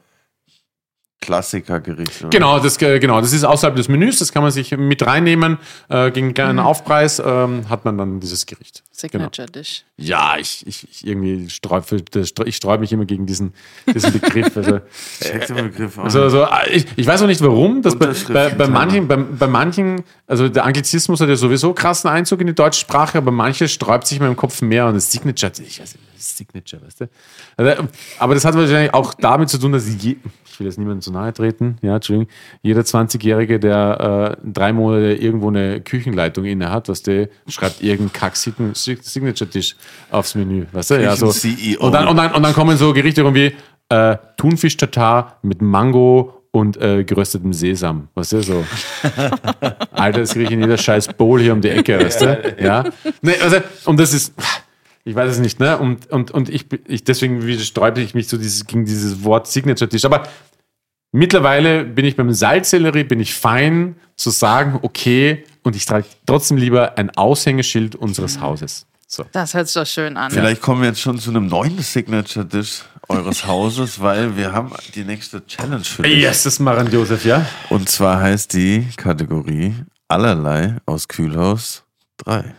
Klassikergericht. Genau, das, genau, das ist außerhalb des Menüs, das kann man sich mit reinnehmen. Äh, gegen einen mhm. Aufpreis ähm, hat man dann dieses Gericht. Signature genau. Dish. Ja, ich, ich, ich irgendwie sträube, ich sträube mich immer gegen diesen, diesen Begriff. Also, Begriff also, also, ich, ich weiß auch nicht warum, dass bei, bei, bei, manchen, bei, bei manchen, also der Anglizismus hat ja sowieso krassen Einzug in die deutsche Sprache, aber manche sträubt sich in meinem Kopf mehr und das Signature, ich weiß nicht, das Signature, weißt du? Also, aber das hat wahrscheinlich auch damit zu tun, dass je, ich will jetzt niemandem zu nahe treten, ja, Entschuldigung, jeder zwanzigjährige, der äh, drei Monate irgendwo eine Küchenleitung inne hat, was der schreibt irgendeinen Kack-Signature-Tisch aufs Menü, weißt du? Ja, so. C E O. Und, dann, und, dann, und dann kommen so Gerichte rum wie äh, Thunfisch-Tatar mit Mango und äh, geröstetem Sesam, weißt du, so. Alter, das kriege ich in jeder scheiß Bowl hier um die Ecke, weißt du? Ja. Nee, also, und das ist... Ich weiß es nicht, ne? Und, und, und ich, ich deswegen sträube ich mich so dieses, gegen dieses Wort Signature-Tisch. Aber mittlerweile bin ich beim Salzsellerie, bin ich fein zu sagen, okay, und ich trage trotzdem lieber ein Aushängeschild unseres Hauses. So. Das hört sich doch schön an. Vielleicht kommen wir jetzt schon zu einem neuen Signature-Dish eures Hauses, weil wir haben die nächste Challenge für dich. Yes, das machen Josef, ja? Und zwar heißt die Kategorie Allerlei aus Kühlhaus drei.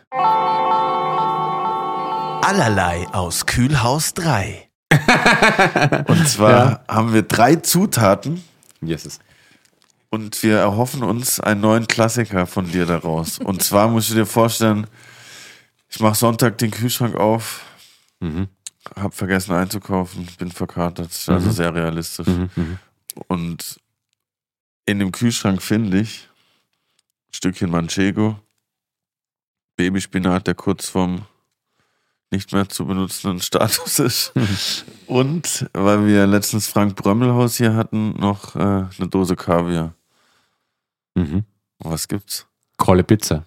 Allerlei aus Kühlhaus drei. Und zwar Ja. haben wir drei Zutaten Yes. und wir erhoffen uns einen neuen Klassiker von dir daraus. Und zwar musst du dir vorstellen, ich mache Sonntag den Kühlschrank auf, Mhm. hab vergessen einzukaufen, bin verkatert, das ist also Mhm. sehr realistisch. Mhm. Mhm. Und in dem Kühlschrank finde ich ein Stückchen Manchego, Babyspinat, der kurz vorm nicht mehr zu benutzenden Status ist. Und, weil wir letztens Frank Brömmelhaus hier hatten, noch äh, eine Dose Kaviar. Mhm. Was gibt's? Kolle Pizza.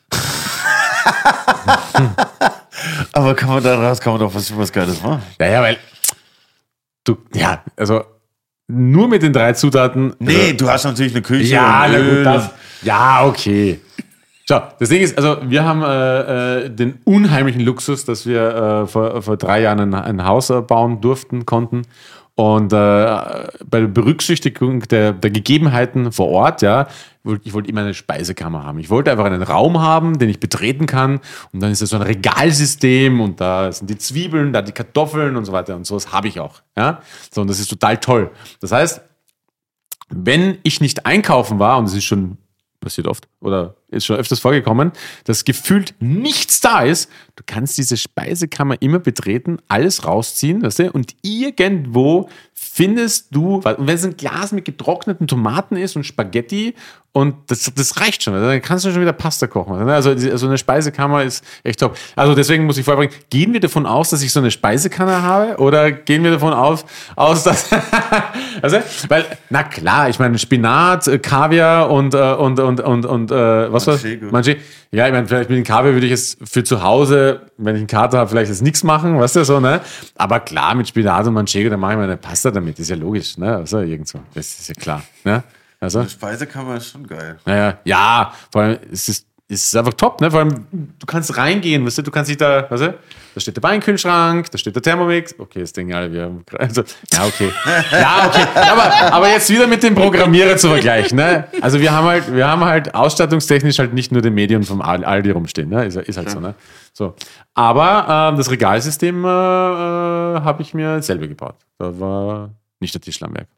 Aber kann man daraus, kann man doch was, was Geiles machen? Ja, ja, weil du, ja, also nur mit den drei Zutaten. Nee, also, du hast natürlich eine Küche ja, und na Öl. gut, das, ja, okay. Schau, das Ding ist, also wir haben äh, äh, den unheimlichen Luxus, dass wir äh, vor, vor drei Jahren ein, ein Haus äh, bauen durften, konnten. Und äh, bei der Berücksichtigung der, der Gegebenheiten vor Ort, ja, ich wollte immer eine Speisekammer haben. Ich wollte einfach einen Raum haben, den ich betreten kann. Und dann ist das so ein Regalsystem und da sind die Zwiebeln, da die Kartoffeln und so weiter. Und sowas habe ich auch. Ja? So, und das ist total toll. Das heißt, wenn ich nicht einkaufen war, und das ist schon passiert oft oder ist schon öfters vorgekommen, dass gefühlt nichts da ist, du kannst diese Speisekammer immer betreten, alles rausziehen, weißt du, und irgendwo findest du, und wenn es ein Glas mit getrockneten Tomaten ist und Spaghetti und das, das reicht schon, dann kannst du schon wieder Pasta kochen. Also, also eine Speisekammer ist echt top. Also deswegen muss ich vorbringen, gehen wir davon aus, dass ich so eine Speisekammer habe oder gehen wir davon aus, aus dass, also, weil, na klar, ich meine Spinat, Kaviar und, und, und, und, und äh, was war's? Manchego. Ja, ich meine, vielleicht mit dem Kaviar würde ich jetzt für zu Hause, wenn ich einen Kater habe, vielleicht jetzt nichts machen, weißt du, so, ne? Aber klar, mit Spinat und Manchego, dann mache ich mir eine Pasta damit, ist ja logisch, ne? Also irgendwo, das ist ja klar, ne? Also, Eine Speisekammer ist schon geil. naja, ja, vor allem, es ist, es ist einfach top, ne? Vor allem, du kannst reingehen, weißt du, du kannst dich da, weißt du, da steht der Weinkühlschrank, da steht der Thermomix, okay, das Ding, alle, wir haben, also, ja, okay, ja, okay, aber, aber jetzt wieder mit dem Programmierer zu vergleichen, ne? Also, wir haben halt, wir haben halt ausstattungstechnisch halt nicht nur den Medium vom Aldi rumstehen, ne? Ist, ist halt so, ne? So. Aber, ähm, das Regalsystem, äh, äh, habe ich mir selber gebaut. Da war nicht der Tischlerwerk.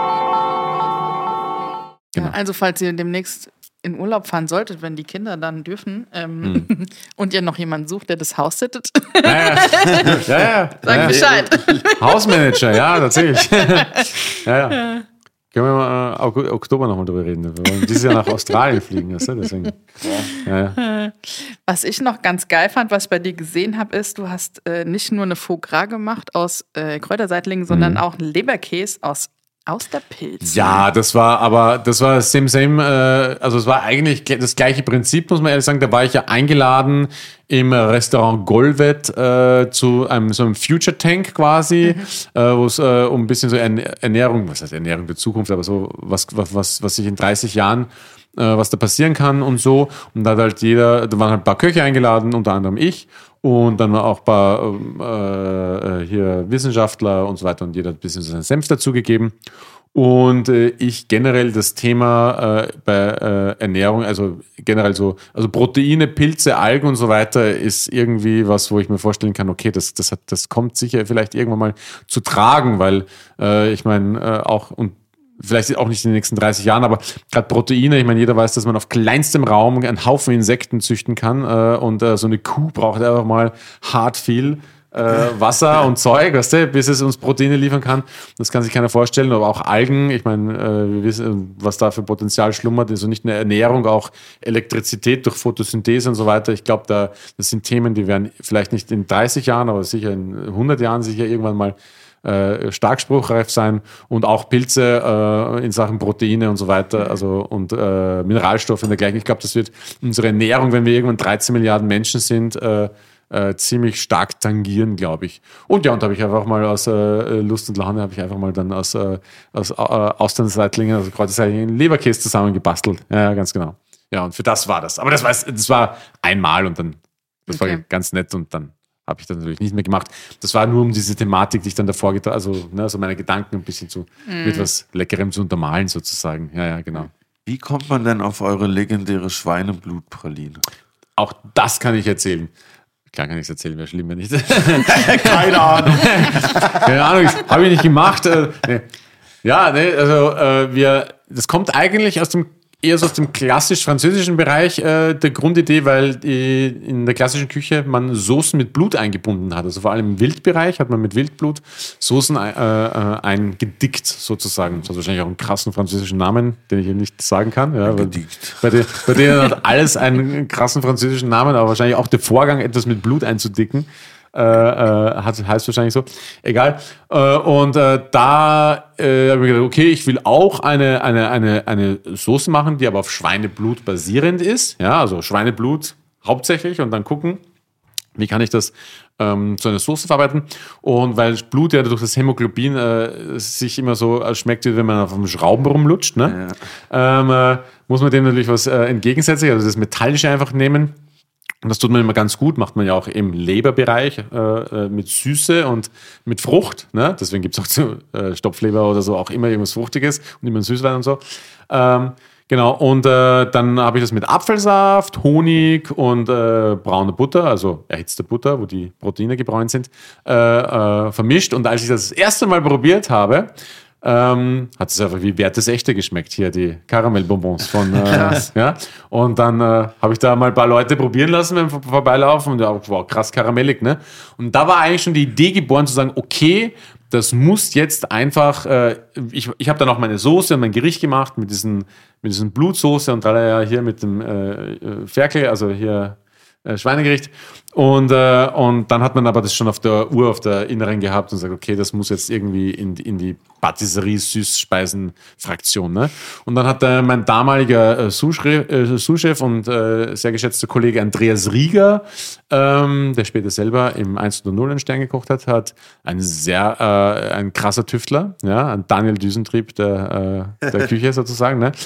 Genau. Ja, also falls ihr demnächst in Urlaub fahren solltet, wenn die Kinder dann dürfen ähm, Hm. und ihr noch jemanden sucht, der das Haus sittet, Ja, ja, ja, ja. sagt ja. Bescheid. Hausmanager, ja, tatsächlich. ja, ja. Können wir mal äh, Aug- Oktober nochmal drüber reden. Wir wollen dieses Jahr nach Australien fliegen. Weißt du? Deswegen. Ja, ja. Was ich noch ganz geil fand, was ich bei dir gesehen habe, ist, du hast äh, nicht nur eine Foie Gras gemacht aus äh, Kräuterseitlingen, sondern Mhm. auch einen Leberkäse aus Aus der Pilz. Ja, das war aber, das war same, same, äh, also es war eigentlich gl- das gleiche Prinzip, muss man ehrlich sagen. Da war ich ja eingeladen im Restaurant Golvet äh, zu einem so einem Future Tank quasi, äh, wo es äh, um ein bisschen so Ern- Ernährung, was heißt Ernährung der Zukunft, aber so was, was, was, was sich in dreißig Jahren äh, was da passieren kann und so. Und da hat halt jeder, da waren halt ein paar Köche eingeladen, unter anderem ich. Und dann war auch ein paar ähm, äh, hier Wissenschaftler und so weiter und jeder hat ein bisschen so seinen Senf dazugegeben. Und äh, ich generell das Thema äh, bei äh, Ernährung, also generell so, also Proteine, Pilze, Algen und so weiter ist irgendwie was, wo ich mir vorstellen kann, okay, das, das, hat, das kommt sicher vielleicht irgendwann mal zu tragen, weil äh, ich meine äh, auch und vielleicht auch nicht in den nächsten dreißig Jahren, aber gerade Proteine, ich meine, jeder weiß, dass man auf kleinstem Raum einen Haufen Insekten züchten kann äh, und äh, so eine Kuh braucht einfach mal hart viel äh, Wasser und Zeug, weißt du, bis es uns Proteine liefern kann. Das kann sich keiner vorstellen, aber auch Algen, ich meine, äh, wir wissen, was da für Potenzial schlummert, also nicht nur Ernährung, auch Elektrizität durch Photosynthese und so weiter. Ich glaube, da, das sind Themen, die werden vielleicht nicht in dreißig Jahren, aber sicher in hundert Jahren sicher irgendwann mal Äh, stark spruchreif sein und auch Pilze äh, in Sachen Proteine und so weiter, also und äh, Mineralstoffe und dergleichen. Ich glaube, das wird unsere Ernährung, wenn wir irgendwann dreizehn Milliarden Menschen sind, äh, äh, ziemlich stark tangieren, glaube ich. Und ja, und da habe ich einfach mal aus äh, Lust und Laune habe ich einfach mal dann aus, äh, aus äh, Austernseitlinge, also Kräuterseitlingen, Leberkäse zusammengebastelt. Ja, ganz genau. Ja, und für das war das. Aber das war, das war einmal und dann, das Okay. war ganz nett und dann habe ich dann natürlich nicht mehr gemacht. Das war nur um diese Thematik, die ich dann davor getan, also, ne, also meine Gedanken ein bisschen zu, mm. mit was Leckerem zu untermalen sozusagen. Ja, ja, genau. Wie kommt man denn auf eure legendäre Schweineblutpraline? Auch das kann ich erzählen. Klar kann ich es erzählen, wäre schlimm, wenn nicht. Keine Ahnung. Keine Ahnung, habe ich nicht gemacht. Äh, nee. Ja, nee, also äh, wir, das kommt eigentlich aus dem eher so aus dem klassisch-französischen Bereich äh, der Grundidee, weil die, in der klassischen Küche man Soßen mit Blut eingebunden hat. Also vor allem im Wildbereich hat man mit Wildblut Soßen äh, äh, eingedickt sozusagen. Das hat wahrscheinlich auch einen krassen französischen Namen, den ich hier nicht sagen kann. Ja, Gedickt. Bei, de, bei denen hat alles einen krassen französischen Namen, aber wahrscheinlich auch der Vorgang, etwas mit Blut einzudicken. Äh, äh, hat, heißt wahrscheinlich so. Egal. Äh, und äh, da äh, habe ich gedacht, okay, ich will auch eine, eine, eine, eine Soße machen, die aber auf Schweineblut basierend ist. Ja, also Schweineblut hauptsächlich und dann gucken, wie kann ich das ähm, zu einer Soße verarbeiten. Und weil Blut ja durch das Hämoglobin äh, sich immer so äh, schmeckt, wie wenn man auf einem Schrauben rumlutscht, ne? Ja. Ähm, äh, muss man dem natürlich was äh, entgegensetzen, also das Metallische einfach nehmen. Und das tut man immer ganz gut, macht man ja auch im Leberbereich äh, mit Süße und mit Frucht. Ne? Deswegen gibt es auch zu äh, Stopfleber oder so auch immer irgendwas Fruchtiges und immer ein Süßwein und so. Ähm, genau, und äh, dann habe ich das mit Apfelsaft, Honig und äh, brauner Butter, also erhitzte Butter, wo die Proteine gebräunt sind, äh, äh, vermischt. Und als ich das das erste Mal probiert habe, Ähm, hat es einfach wie Wertes Echte geschmeckt, hier die Karamellbonbons von äh, ja. Und dann äh, habe ich da mal ein paar Leute probieren lassen beim Vorbeilaufen und ja, wow, krass karamellig, ne? Und da war eigentlich schon die Idee geboren zu sagen, okay, das muss jetzt einfach, äh, ich, ich habe dann auch meine Soße und mein Gericht gemacht mit diesen, mit diesen Blutsoße und ja hier mit dem äh, Ferkel, also hier äh, Schweinegericht. Und, äh, und dann hat man aber das schon auf der Uhr, auf der Inneren gehabt und sagt, okay, das muss jetzt irgendwie in, in die Patisserie-Süßspeisen-Fraktion. Ne? Und dann hat äh, mein damaliger äh, Sous-Chef äh, Sous-Chef und äh, sehr geschätzter Kollege Andreas Rieger, ähm, der später selber im eins zu null einen Stern gekocht hat, hat ein sehr, äh, ein krasser Tüftler, ja, ein Daniel Düsentrieb der, äh, der Küche sozusagen, ne?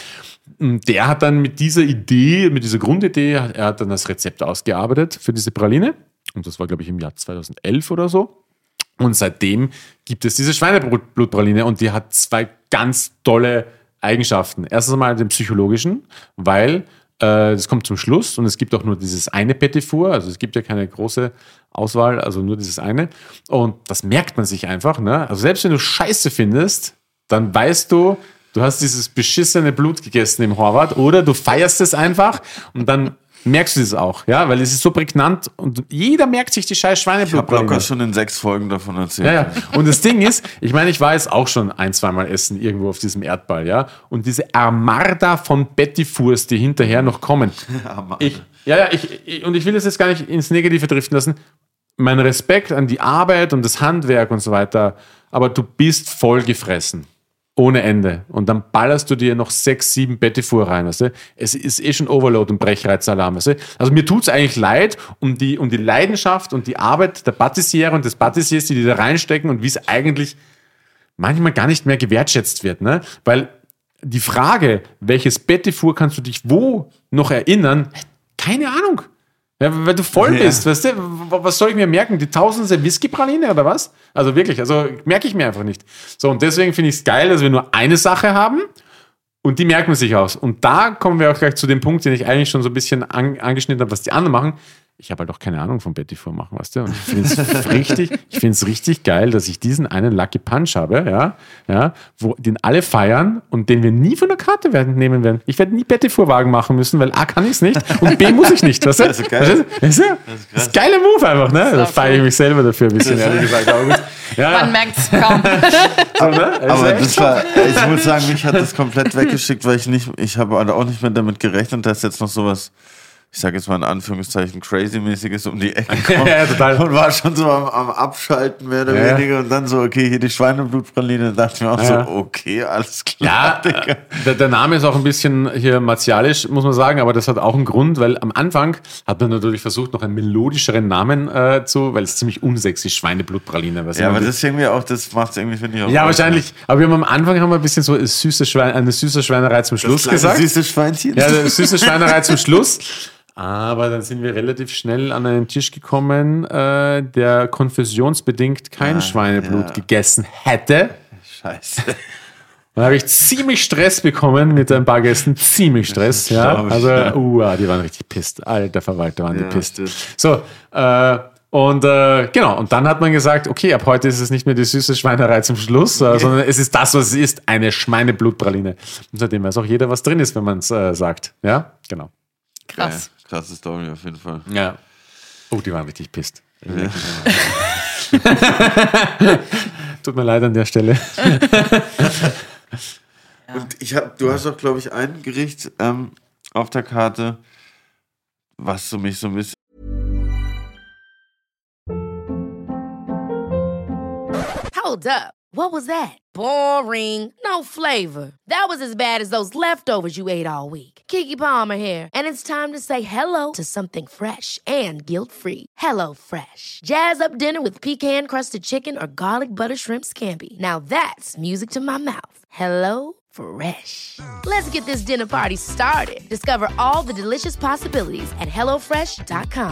Der hat dann mit dieser Idee, mit dieser Grundidee, er hat dann das Rezept ausgearbeitet für diese Praline. Und das war, glaube ich, im Jahr zweitausendelf oder so. Und seitdem gibt es diese Schweineblutpraline und die hat zwei ganz tolle Eigenschaften. Erstens einmal den psychologischen, weil äh, das kommt zum Schluss und es gibt auch nur dieses eine Petit Four, also es gibt ja keine große Auswahl, also nur dieses eine. Und das merkt man sich einfach. Ne? Also selbst wenn du Scheiße findest, dann weißt du, du hast dieses beschissene Blut gegessen im Horvath oder du feierst es einfach und dann merkst du es auch, ja, weil es ist so prägnant und jeder merkt sich die scheiß Schweineblutpraline. Ich habe locker schon in sechs Folgen davon erzählt. Ja, ja. Und das Ding ist, ich meine, ich war jetzt auch schon ein, zweimal essen irgendwo auf diesem Erdball, ja, und diese Armada von Petit Fours, die hinterher noch kommen. Ich, ja, ja, ich, ich, und ich will das jetzt gar nicht ins Negative driften lassen. Mein Respekt an die Arbeit und das Handwerk und so weiter, aber du bist voll gefressen. Ohne Ende. Und dann ballerst du dir noch sechs, sieben Petit Four rein, weißt du? Es ist eh schon Overload und Brechreizalarm, weißt du? Also mir tut es eigentlich leid um die, um die Leidenschaft und die Arbeit der Patissiere und des Patissiers, die die da reinstecken und wie es eigentlich manchmal gar nicht mehr gewertschätzt wird, ne? Weil die Frage, welches Petit Four kannst du dich wo noch erinnern? Keine Ahnung. Ja, weil du voll bist, ja. Weißt du, was soll ich mir merken? Die tausendste Whisky-Praline oder was? Also wirklich, also merke ich mir einfach nicht. So, und deswegen finde ich es geil, dass wir nur eine Sache haben und die merkt man sich aus. Und da kommen wir auch gleich zu dem Punkt, den ich eigentlich schon so ein bisschen an, angeschnitten habe, was die anderen machen. Ich habe halt auch keine Ahnung vom Petit Four machen, weißt du? Und ich finde es richtig, ich finde es richtig geil, dass ich diesen einen Lucky Punch habe, ja, ja, wo den alle feiern und den wir nie von der Karte werden, nehmen werden. Ich werde nie Petit Four Wagen machen müssen, weil A kann ich es nicht und B muss ich nicht, weißt du? Das ist geil. Das ist, das ist ein geiler Move einfach, ne? Da feiere ich mich selber dafür ein bisschen, ehrlich gesagt. Aber gut. Ja. Man merkt es kaum. So, ne? Aber das war, ich muss sagen, mich hat das komplett weggeschickt, weil ich nicht, ich habe auch nicht mehr damit gerechnet, dass jetzt noch sowas, ich sage jetzt mal in Anführungszeichen, crazy-mäßiges um die Ecke kommt. Ja, total. Und war schon so am, am Abschalten, mehr oder ja. weniger. Und dann so, okay, hier die Schweineblutpraline. Da dachte ich mir auch ja. so, okay, alles klar. Ja, äh, der, der Name ist auch ein bisschen hier martialisch, muss man sagen, aber das hat auch einen Grund, weil am Anfang hat man natürlich versucht, noch einen melodischeren Namen äh, zu, weil es ziemlich unsexy ist, Schweineblutpraline. Was ja, aber das ist irgendwie auch, das macht es irgendwie, finde ich auch. Ja, wahrscheinlich. Aber wir haben am Anfang haben wir ein bisschen so süße Schwein, eine süße Schweinerei zum Schluss das gesagt. Süße Schweinchen. Ja, eine süße Schweinerei zum Schluss. Aber dann sind wir relativ schnell an einen Tisch gekommen, äh, der konfessionsbedingt kein Ah, Schweineblut ja. gegessen hätte. Scheiße. Dann habe ich ziemlich Stress bekommen mit ein paar Gästen. Ziemlich Stress, Das ja. glaub ich, Also, ja. uh, die waren richtig pisst. Alter Verwalter waren Ja, die pisst. stimmt. So, äh, und äh, genau, und dann hat man gesagt, okay, ab heute ist es nicht mehr die süße Schweinerei zum Schluss, äh, sondern es ist das, was es ist, eine Schweineblutpraline. Und seitdem weiß auch jeder, was drin ist, wenn man es äh, sagt. Ja, genau. Krass. Ja, krasse Story auf jeden Fall. Ja. Oh, die waren richtig pisst. Tut mir leid an der Stelle. Und ich hab, du hast auch, glaube ich, ein Gericht ähm, auf der Karte, was so mich so ein bisschen. Hold up. What was that? Boring. No flavor. That was as bad as those leftovers you ate all week. Keke Palmer here, and it's time to say hello to something fresh and guilt-free. Hello Fresh. Jazz up dinner with pecan-crusted chicken or garlic butter shrimp scampi. Now that's music to my mouth. Hello Fresh. Let's get this dinner party started. Discover all the delicious possibilities at hello fresh dot com.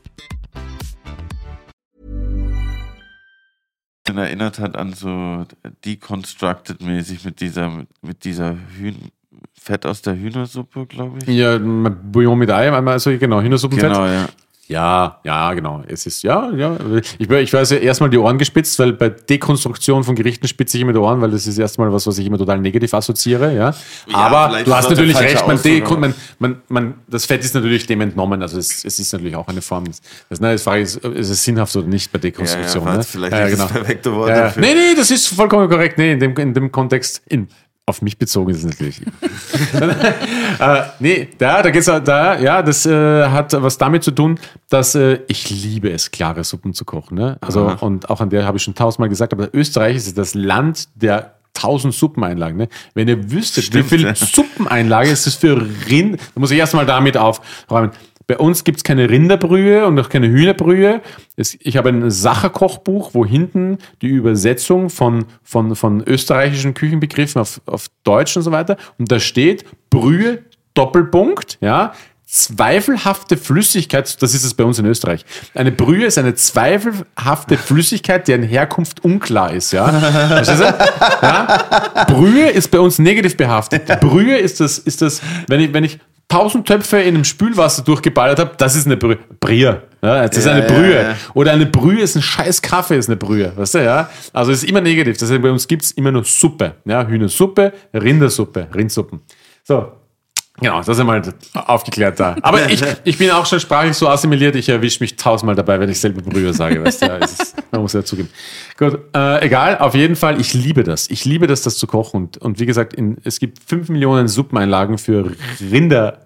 erinnert hat an so Deconstructed-mäßig mit dieser, mit dieser Hühn Fett aus der Hühnersuppe, glaube ich. Ja, Bouillon mit Ei, also genau, Hühnersuppenfett. Genau, ja. Ja, ja, genau. Es ist, ja, ja. Ich, ich weiß ja erstmal die Ohren gespitzt, weil bei Dekonstruktion von Gerichten spitze ich immer die Ohren, weil das ist erstmal was, was ich immer total negativ assoziiere, ja. Ja, aber vielleicht du ist hast auch der natürlich falsche recht, man, Ausdruck, Dekon, man, man, man, das Fett ist natürlich dem entnommen, also es, es ist natürlich auch eine Form. Das, ne, die Frage ist, ist es sinnhaft oder nicht bei Dekonstruktion? Ja, ja, ne? vielleicht ja, nicht genau. das perfekte Wort ja, ja. dafür. Nee, nee, das ist vollkommen korrekt. Nee, in dem, in dem Kontext, in, auf mich bezogen ist es natürlich. äh, nee, da, da geht's da, ja, das äh, hat was damit zu tun, dass äh, ich liebe es, klare Suppen zu kochen. Ne? Also, Aha. und auch an der habe ich schon tausendmal gesagt, aber Österreich ist das Land der tausend Suppeneinlagen. Ne? Wenn ihr wüsstet, Stimmt, wie viel ja. Suppeneinlage es ist für Rind, da muss ich erstmal damit aufräumen. Bei uns gibt es keine Rinderbrühe und auch keine Hühnerbrühe. Es, ich habe ein Sacherkochbuch, wo hinten die Übersetzung von, von, von österreichischen Küchenbegriffen auf, auf Deutsch und so weiter. Und da steht Brühe, Doppelpunkt, ja, zweifelhafte Flüssigkeit, das ist es bei uns in Österreich. Eine Brühe ist eine zweifelhafte Flüssigkeit, deren Herkunft unklar ist. Ja? Verstehst du? Ja? Brühe ist bei uns negativ behaftet. Brühe ist das, ist das wenn ich, wenn ich tausend Töpfe in einem Spülwasser durchgeballert habe, das ist eine Brühe. Brühe. Ja, das ist Ja, eine ja, Brühe. ja. Oder eine Brühe ist ein scheiß Kaffee, ist eine Brühe. Weißt du, ja? Also es ist immer negativ. Das heißt, bei uns gibt es immer nur Suppe. Ja? Hühnersuppe, Rindersuppe, Rindsuppen. So. Genau, das ist einmal aufgeklärt da. Aber ich, ich bin auch schon sprachlich so assimiliert, ich erwische mich tausendmal dabei, wenn ich selber Brühe sage. Weißt du? Ja, es ist, man muss ja zugeben. Gut, äh, egal, auf jeden Fall, ich liebe das. Ich liebe das, das zu kochen. Und, und wie gesagt, in, es gibt fünf Millionen Suppeneinlagen für Rinderbrühe.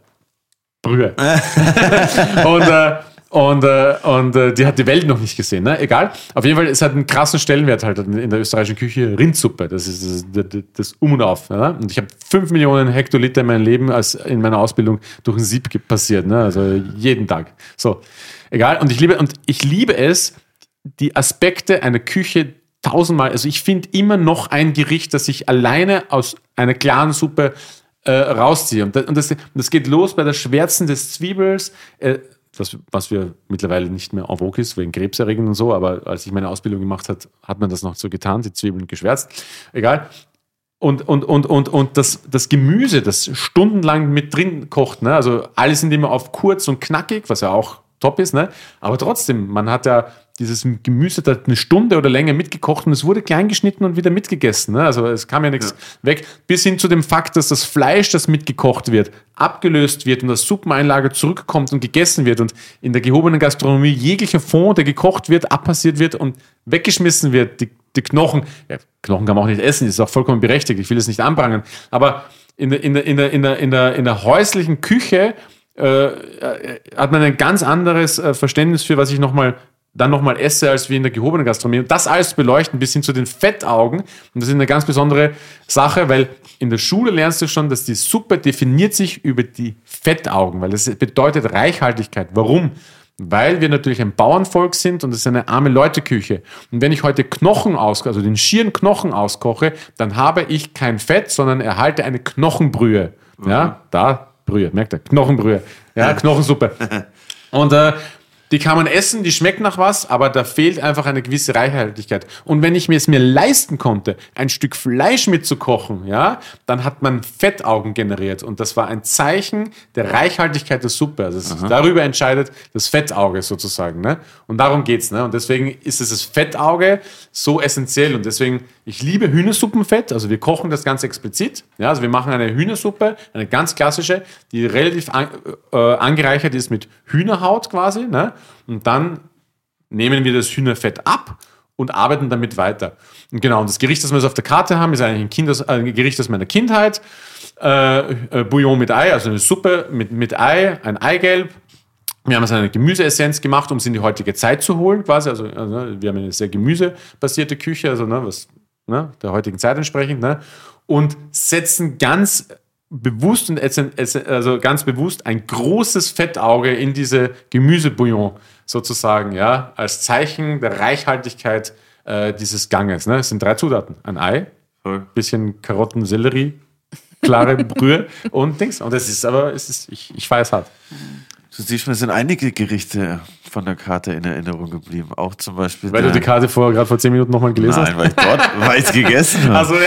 und äh, Und, äh, und äh, die hat die Welt noch nicht gesehen. Ne? Egal. Auf jeden Fall, es hat einen krassen Stellenwert halt in der österreichischen Küche. Rindsuppe, das ist das, das, das Um und Auf. Ne? Und ich habe fünf Millionen Hektoliter in meinem Leben als in meiner Ausbildung durch ein Sieb passiert. Ne? Also jeden Tag. So, egal. Und ich liebe, und ich liebe es, die Aspekte einer Küche tausendmal, also ich finde immer noch ein Gericht, das ich alleine aus einer klaren Suppe äh, rausziehe. Und das, und das, das geht los bei der Schwärzen des Zwiebels, äh, Das, was wir mittlerweile nicht mehr en vogue ist, wegen Krebserregern und so, aber als ich meine Ausbildung gemacht habe, hat man das noch so getan, die Zwiebeln geschwärzt. Egal. Und, und, und, und, und das, das Gemüse, das stundenlang mit drin kocht, ne? Also alles sind immer auf kurz und knackig, was ja auch top ist, ne? Aber trotzdem, man hat ja dieses Gemüse da eine Stunde oder länger mitgekocht und es wurde klein geschnitten und wieder mitgegessen. Ne? Also es kam ja nichts ja. weg. Bis hin zu dem Fakt, dass das Fleisch, das mitgekocht wird, abgelöst wird und das Suppeneinlage zurückkommt und gegessen wird und in der gehobenen Gastronomie jeglicher Fond, der gekocht wird, abpassiert wird und weggeschmissen wird. Die, die Knochen, ja, Knochen kann man auch nicht essen, ist auch vollkommen berechtigt, ich will es nicht anprangern. Aber in der, in der, in der, in der, in der, in der häuslichen Küche äh, hat man ein ganz anderes äh, Verständnis für, was ich nochmal dann nochmal esse, als wie in der gehobenen Gastronomie. Und das alles zu beleuchten, bis hin zu den Fettaugen. Und das ist eine ganz besondere Sache, weil in der Schule lernst du schon, dass die Suppe definiert sich über die Fettaugen, weil das bedeutet Reichhaltigkeit. Warum? Weil wir natürlich ein Bauernvolk sind und es ist eine arme Leute-Küche. Und wenn ich heute Knochen auskoche, also den schieren Knochen auskoche, dann habe ich kein Fett, sondern erhalte eine Knochenbrühe. Ja, da Brühe, merkt ihr? Knochenbrühe. Ja, Knochensuppe. Und äh, die kann man essen, die schmeckt nach was, aber da fehlt einfach eine gewisse Reichhaltigkeit. Und wenn ich mir es mir leisten konnte, ein Stück Fleisch mitzukochen, ja, dann hat man Fettaugen generiert. Und das war ein Zeichen der Reichhaltigkeit der Suppe. Also es darüber entscheidet das Fettauge sozusagen. Ne? Und darum geht's. Ne? Und deswegen ist es das Fettauge so essentiell. Und deswegen, ich liebe Hühnersuppenfett. Also wir kochen das ganz explizit. Ja, also wir machen eine Hühnersuppe, eine ganz klassische, die relativ an, äh, angereichert ist mit Hühnerhaut quasi. Ne? Und dann nehmen wir das Hühnerfett ab und arbeiten damit weiter. Und genau, und das Gericht, das wir auf der Karte haben, ist eigentlich ein, Kinders, äh, ein Gericht aus meiner Kindheit. Äh, äh, Bouillon mit Ei, also eine Suppe mit, mit Ei, ein Eigelb. Wir haben also eine Gemüseessenz gemacht, um es in die heutige Zeit zu holen, quasi. Also, also wir haben eine sehr gemüsebasierte Küche, also ne, was ne, der heutigen Zeit entsprechend. Ne? Und setzen ganz bewusst und also ganz bewusst ein großes Fettauge in diese Gemüsebouillon sozusagen, ja, als Zeichen der Reichhaltigkeit äh, dieses Ganges. Ne? Es sind drei Zutaten: ein Ei, ein bisschen Karotten, Sellerie, klare Brühe und Dings. Und das ist aber, es ist, ich, ich feiere es hart. Du siehst, mir sind einige Gerichte von der Karte in Erinnerung geblieben. Auch zum Beispiel. Weil du die Karte vor, gerade vor zehn Minuten nochmal gelesen Nein, hast? weil ich dort weil ich gegessen habe. Also,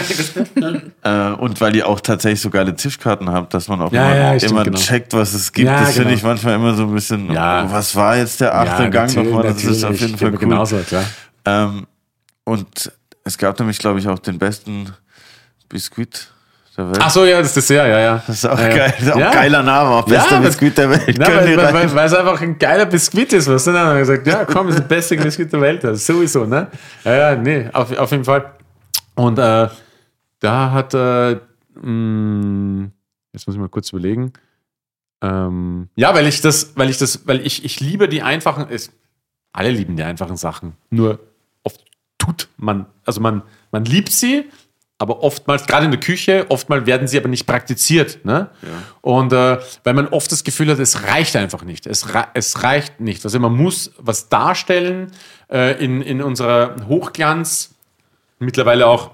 ja. äh, und weil ihr auch tatsächlich so geile Tischkarten habt, dass man auch Ja, immer, ja, stimmt, immer genau. checkt, was es gibt. Ja, das genau. finde ich manchmal immer so ein bisschen, Ja. oh, was war jetzt der achte Ja, Gang natürlich, nochmal? Das ist auf natürlich. jeden Fall Geht cool. mir genauso, klar. Ähm, und es gab nämlich, glaube ich, auch den besten Biskuit der Welt. Ach so, ja, das Dessert, ja, ja. Das ist auch ja, ja. geil. Das ist auch Ja. ein geiler Name, auch Ja, bester aber- Biskuit der Welt. Na, Können weil, wir weil, rein. weil, weil es einfach ein geiler Biskuit ist, was du? Dann haben wir gesagt, ja, komm, das ist der beste Biskuit der Welt. Das ist sowieso, ne? Ja, ja, nee, auf, auf jeden Fall. Und äh, da hat, äh, mh, jetzt muss ich mal kurz überlegen. Ähm, ja, weil ich das, weil ich das, weil ich, ich liebe die einfachen, es, alle lieben die einfachen Sachen. Nur oft tut man, also man, man liebt sie, aber oftmals, gerade in der Küche, oftmals werden sie aber nicht praktiziert. Ne? Ja. Und äh, weil man oft das Gefühl hat, es reicht einfach nicht. Es, re- es reicht nicht. Also man muss was darstellen äh, in, in unserer Hochglanz, mittlerweile auch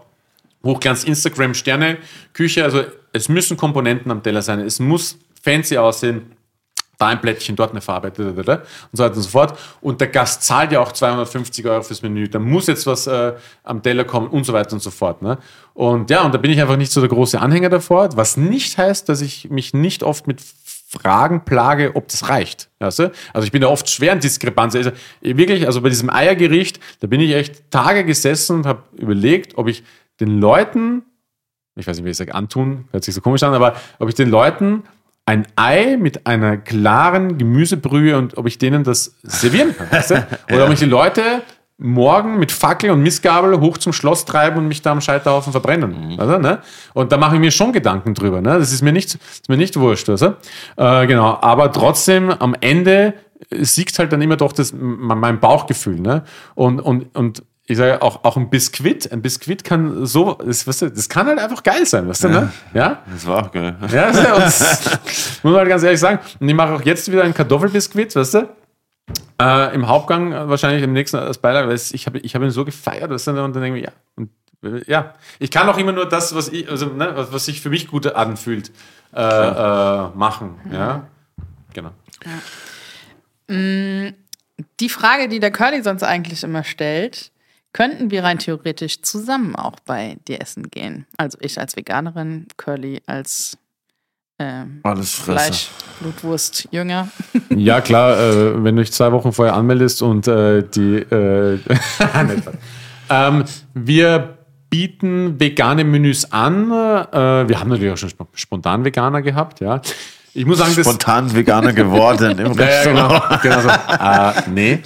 Hochglanz-Instagram-Sterne-Küche. Also es müssen Komponenten am Teller sein. Es muss fancy aussehen. Da ein Plättchen, dort eine Farbe, und so weiter und so fort. Und der Gast zahlt ja auch zweihundertfünfzig Euro fürs Menü. Da muss jetzt was äh, am Teller kommen und so weiter und so fort. Ne? Und ja, und da bin ich einfach nicht so der große Anhänger davor, was nicht heißt, dass ich mich nicht oft mit Fragen plage, ob das reicht. Weißt du? Also ich bin da oft schwer in Diskrepanz. Also wirklich, also bei diesem Eiergericht, da bin ich echt Tage gesessen und habe überlegt, ob ich den Leuten, ich weiß nicht, wie ich sage, antun, hört sich so komisch an, aber ob ich den Leuten ein Ei mit einer klaren Gemüsebrühe und ob ich denen das servieren kann. Weißt du? Oder ob ich die Leute morgen mit Fackel und Mistgabel hoch zum Schloss treiben und mich da am Scheiterhaufen verbrennen. Mhm. Weißt du, ne? Und da mache ich mir schon Gedanken drüber. Ne? Das ist mir nicht, ist mir nicht wurscht. Weißt du? äh, genau. Aber trotzdem, am Ende siegt halt dann immer doch das, mein Bauchgefühl. Ne? Und, und, und ich sage auch, auch ein Biskuit, ein Biskuit kann so, das, weißt du, das kann halt einfach geil sein, weißt du, ne? Ja? Das war auch geil. Ja, das muss man halt ganz ehrlich sagen. Und ich mache auch jetzt wieder ein Kartoffelbiskuit, weißt du? Äh, Im Hauptgang wahrscheinlich im nächsten als Beilage, weil ich habe ich hab ihn so gefeiert, weißt du, und dann denke ich, ja, und, ja. Ich kann auch immer nur das, was ich, also, ne, was, was sich für mich gut anfühlt, äh, äh, machen, ja? Genau. Ja. Die Frage, die der Curly sonst eigentlich immer stellt: Könnten wir rein theoretisch zusammen auch bei dir essen gehen? Also ich als Veganerin, Curly als ähm, Alles Fresse. Fleisch, Blutwurst, Jünger. Ja, klar, äh, wenn du dich zwei Wochen vorher anmeldest und äh, die. Äh, ähm, wir bieten vegane Menüs an. Äh, wir haben natürlich auch schon sp- spontan Veganer gehabt, ja. Ich muss sagen, das. Spontan Veganer geworden im Ja, ja, Restaurant. genau. genau so. äh, nee.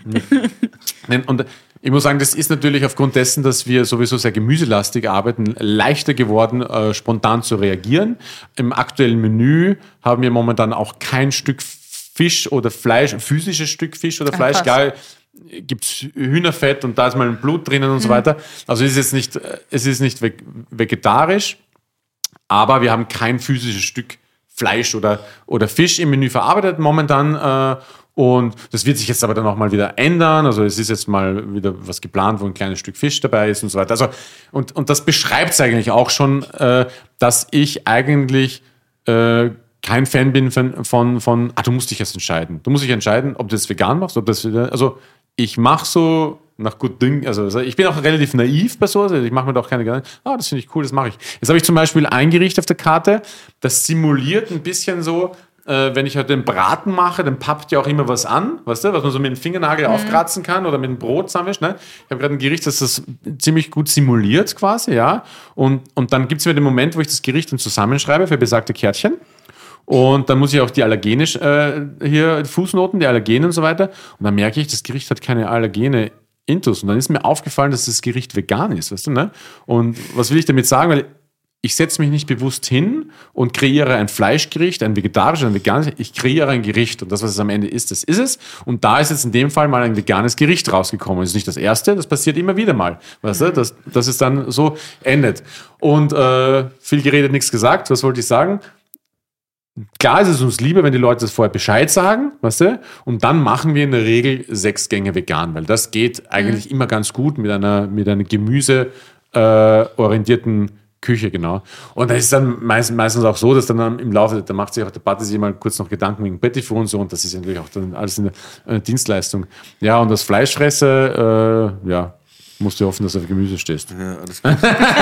Und ich muss sagen, das ist natürlich aufgrund dessen, dass wir sowieso sehr gemüselastig arbeiten, leichter geworden, äh, spontan zu reagieren. Im aktuellen Menü haben wir momentan auch kein Stück Fisch oder Fleisch, ein physisches Stück Fisch oder Fleisch. Ach, Egal, gibt es Hühnerfett und da ist mal ein Blut drinnen und so weiter. Also es ist jetzt nicht, es ist nicht vegetarisch, aber wir haben kein physisches Stück Fleisch oder, oder Fisch im Menü verarbeitet momentan. Äh, und das wird sich jetzt aber dann auch mal wieder ändern. Also es ist jetzt mal wieder was geplant, wo ein kleines Stück Fisch dabei ist und so weiter. Also, und, und das beschreibt es eigentlich auch schon, äh, dass ich eigentlich äh, kein Fan bin von, von, von, ah, du musst dich jetzt entscheiden. Du musst dich entscheiden, ob du das vegan machst, ob das, also ich mache so nach gut Ding, also ich bin auch relativ naiv bei sowas, also ich mache mir doch keine Gedanken, ah, das finde ich cool, das mache ich. Jetzt habe ich zum Beispiel ein Gericht auf der Karte, das simuliert ein bisschen so, äh, wenn ich halt den Braten mache, dann pappt ja auch immer was an, weißt du, was man so mit dem Fingernagel mhm. aufkratzen kann oder mit dem Brot zusammenwischt, ne? Ich habe gerade ein Gericht, das das ziemlich gut simuliert quasi, ja, und, und dann gibt es mir den Moment, wo ich das Gericht dann zusammenschreibe für besagte Kärtchen. Und dann muss ich auch die Allergene, äh, hier Fußnoten, die Allergene und so weiter. Und dann merke ich, das Gericht hat keine Allergene intus. Und dann ist mir aufgefallen, dass das Gericht vegan ist, weißt du, ne? Und was will ich damit sagen? Weil ich setze mich nicht bewusst hin und kreiere ein Fleischgericht, ein vegetarisches, ein veganes. Ich kreiere ein Gericht und das, was es am Ende ist, das ist es. Und da ist jetzt in dem Fall mal ein veganes Gericht rausgekommen. Das ist nicht das erste, das passiert immer wieder mal, weißt du, dass, dass es dann so endet. Und äh, viel geredet, nichts gesagt. Was wollte ich sagen? Klar ist es uns lieber, wenn die Leute das vorher Bescheid sagen, weißt du? Und dann machen wir in der Regel sechs Gänge vegan, weil das geht eigentlich mhm. immer ganz gut mit einer, mit einer gemüseorientierten äh, Küche, genau. Und da ist es dann meistens, meistens auch so, dass dann im Laufe, da macht sich auch der Patti sich mal kurz noch Gedanken wegen Petit Four und so, und das ist natürlich auch dann alles in der äh, Dienstleistung. Ja, und das Fleischfresse, äh, ja, musst du hoffen, dass du auf Gemüse stehst. Ja, alles gut.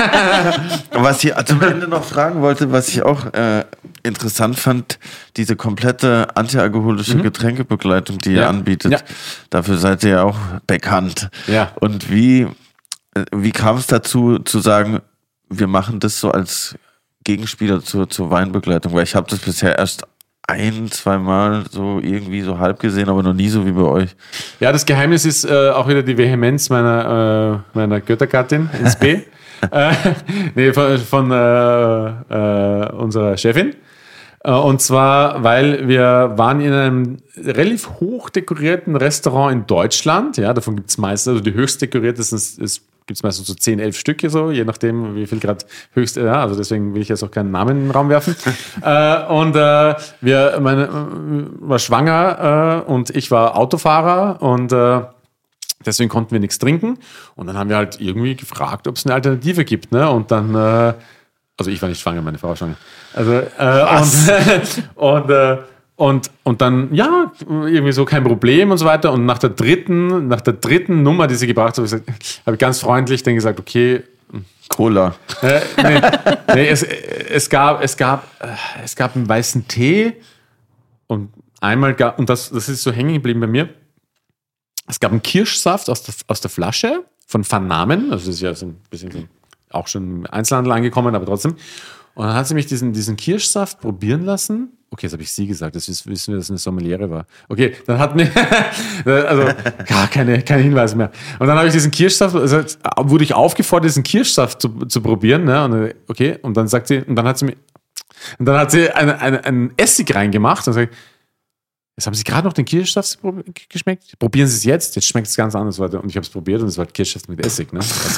Was ich zum Ende noch fragen wollte, was ich auch äh, interessant fand, diese komplette antialkoholische mhm. Getränkebegleitung, die ja. ihr anbietet, ja. dafür seid ihr ja auch bekannt. Ja. Und wie, wie kam es dazu, zu sagen, wir machen das so als Gegenspieler zur, zur Weinbegleitung? Weil ich habe das bisher erst ein, zwei Mal so irgendwie so halb gesehen, aber noch nie so wie bei euch. Ja, das Geheimnis ist äh, auch wieder die Vehemenz meiner, äh, meiner Göttergattin ins B. äh, nee, von, von äh, äh, unserer Chefin. Äh, und zwar, weil wir waren in einem relativ hoch dekorierten Restaurant in Deutschland. Ja, davon gibt es meistens, also die höchst dekoriertesten ist, ist gibt es meistens so zehn, elf Stücke so, je nachdem, wie viel gerade höchst, ja, also deswegen will ich jetzt auch keinen Namen in den Raum werfen. äh, und äh, wir, meine, äh, war schwanger äh, und ich war Autofahrer und äh, deswegen konnten wir nichts trinken. Und dann haben wir halt irgendwie gefragt, ob es eine Alternative gibt, ne? Und dann, äh, also ich war nicht schwanger, meine Frau war schwanger. Also, äh, und, und äh, Und, und dann, ja, irgendwie so kein Problem und so weiter. Und nach der dritten, nach der dritten Nummer, die sie gebracht hat, habe ich, hab ich ganz freundlich dann gesagt, okay. Cola. Äh, nee, nee, es, es, gab, es, gab, es gab einen weißen Tee und einmal gab, und das, das ist so hängen geblieben bei mir, es gab einen Kirschsaft aus der, aus der Flasche von Van Namen, also das ist ja so ein bisschen so, auch schon im Einzelhandel angekommen, aber trotzdem. Und dann hat sie mich diesen, diesen Kirschsaft probieren lassen. Okay, jetzt habe ich sie gesagt, das ist, wissen wir, dass es eine Sommeliere war. Okay, dann hat mir, also gar keine, keine Hinweise mehr. Und dann habe ich diesen Kirschsaft, also wurde ich aufgefordert, diesen Kirschsaft zu, zu probieren. Ne? Und, okay, und dann sagt sie, und dann hat sie mir, und dann hat sie eine, eine, einen Essig reingemacht und sagt, jetzt haben Sie gerade noch den Kirschsaft geschmeckt? Probieren Sie es jetzt, jetzt schmeckt es ganz anders. Und ich habe es probiert und es war Kirschsaft mit Essig. Ne? Weißt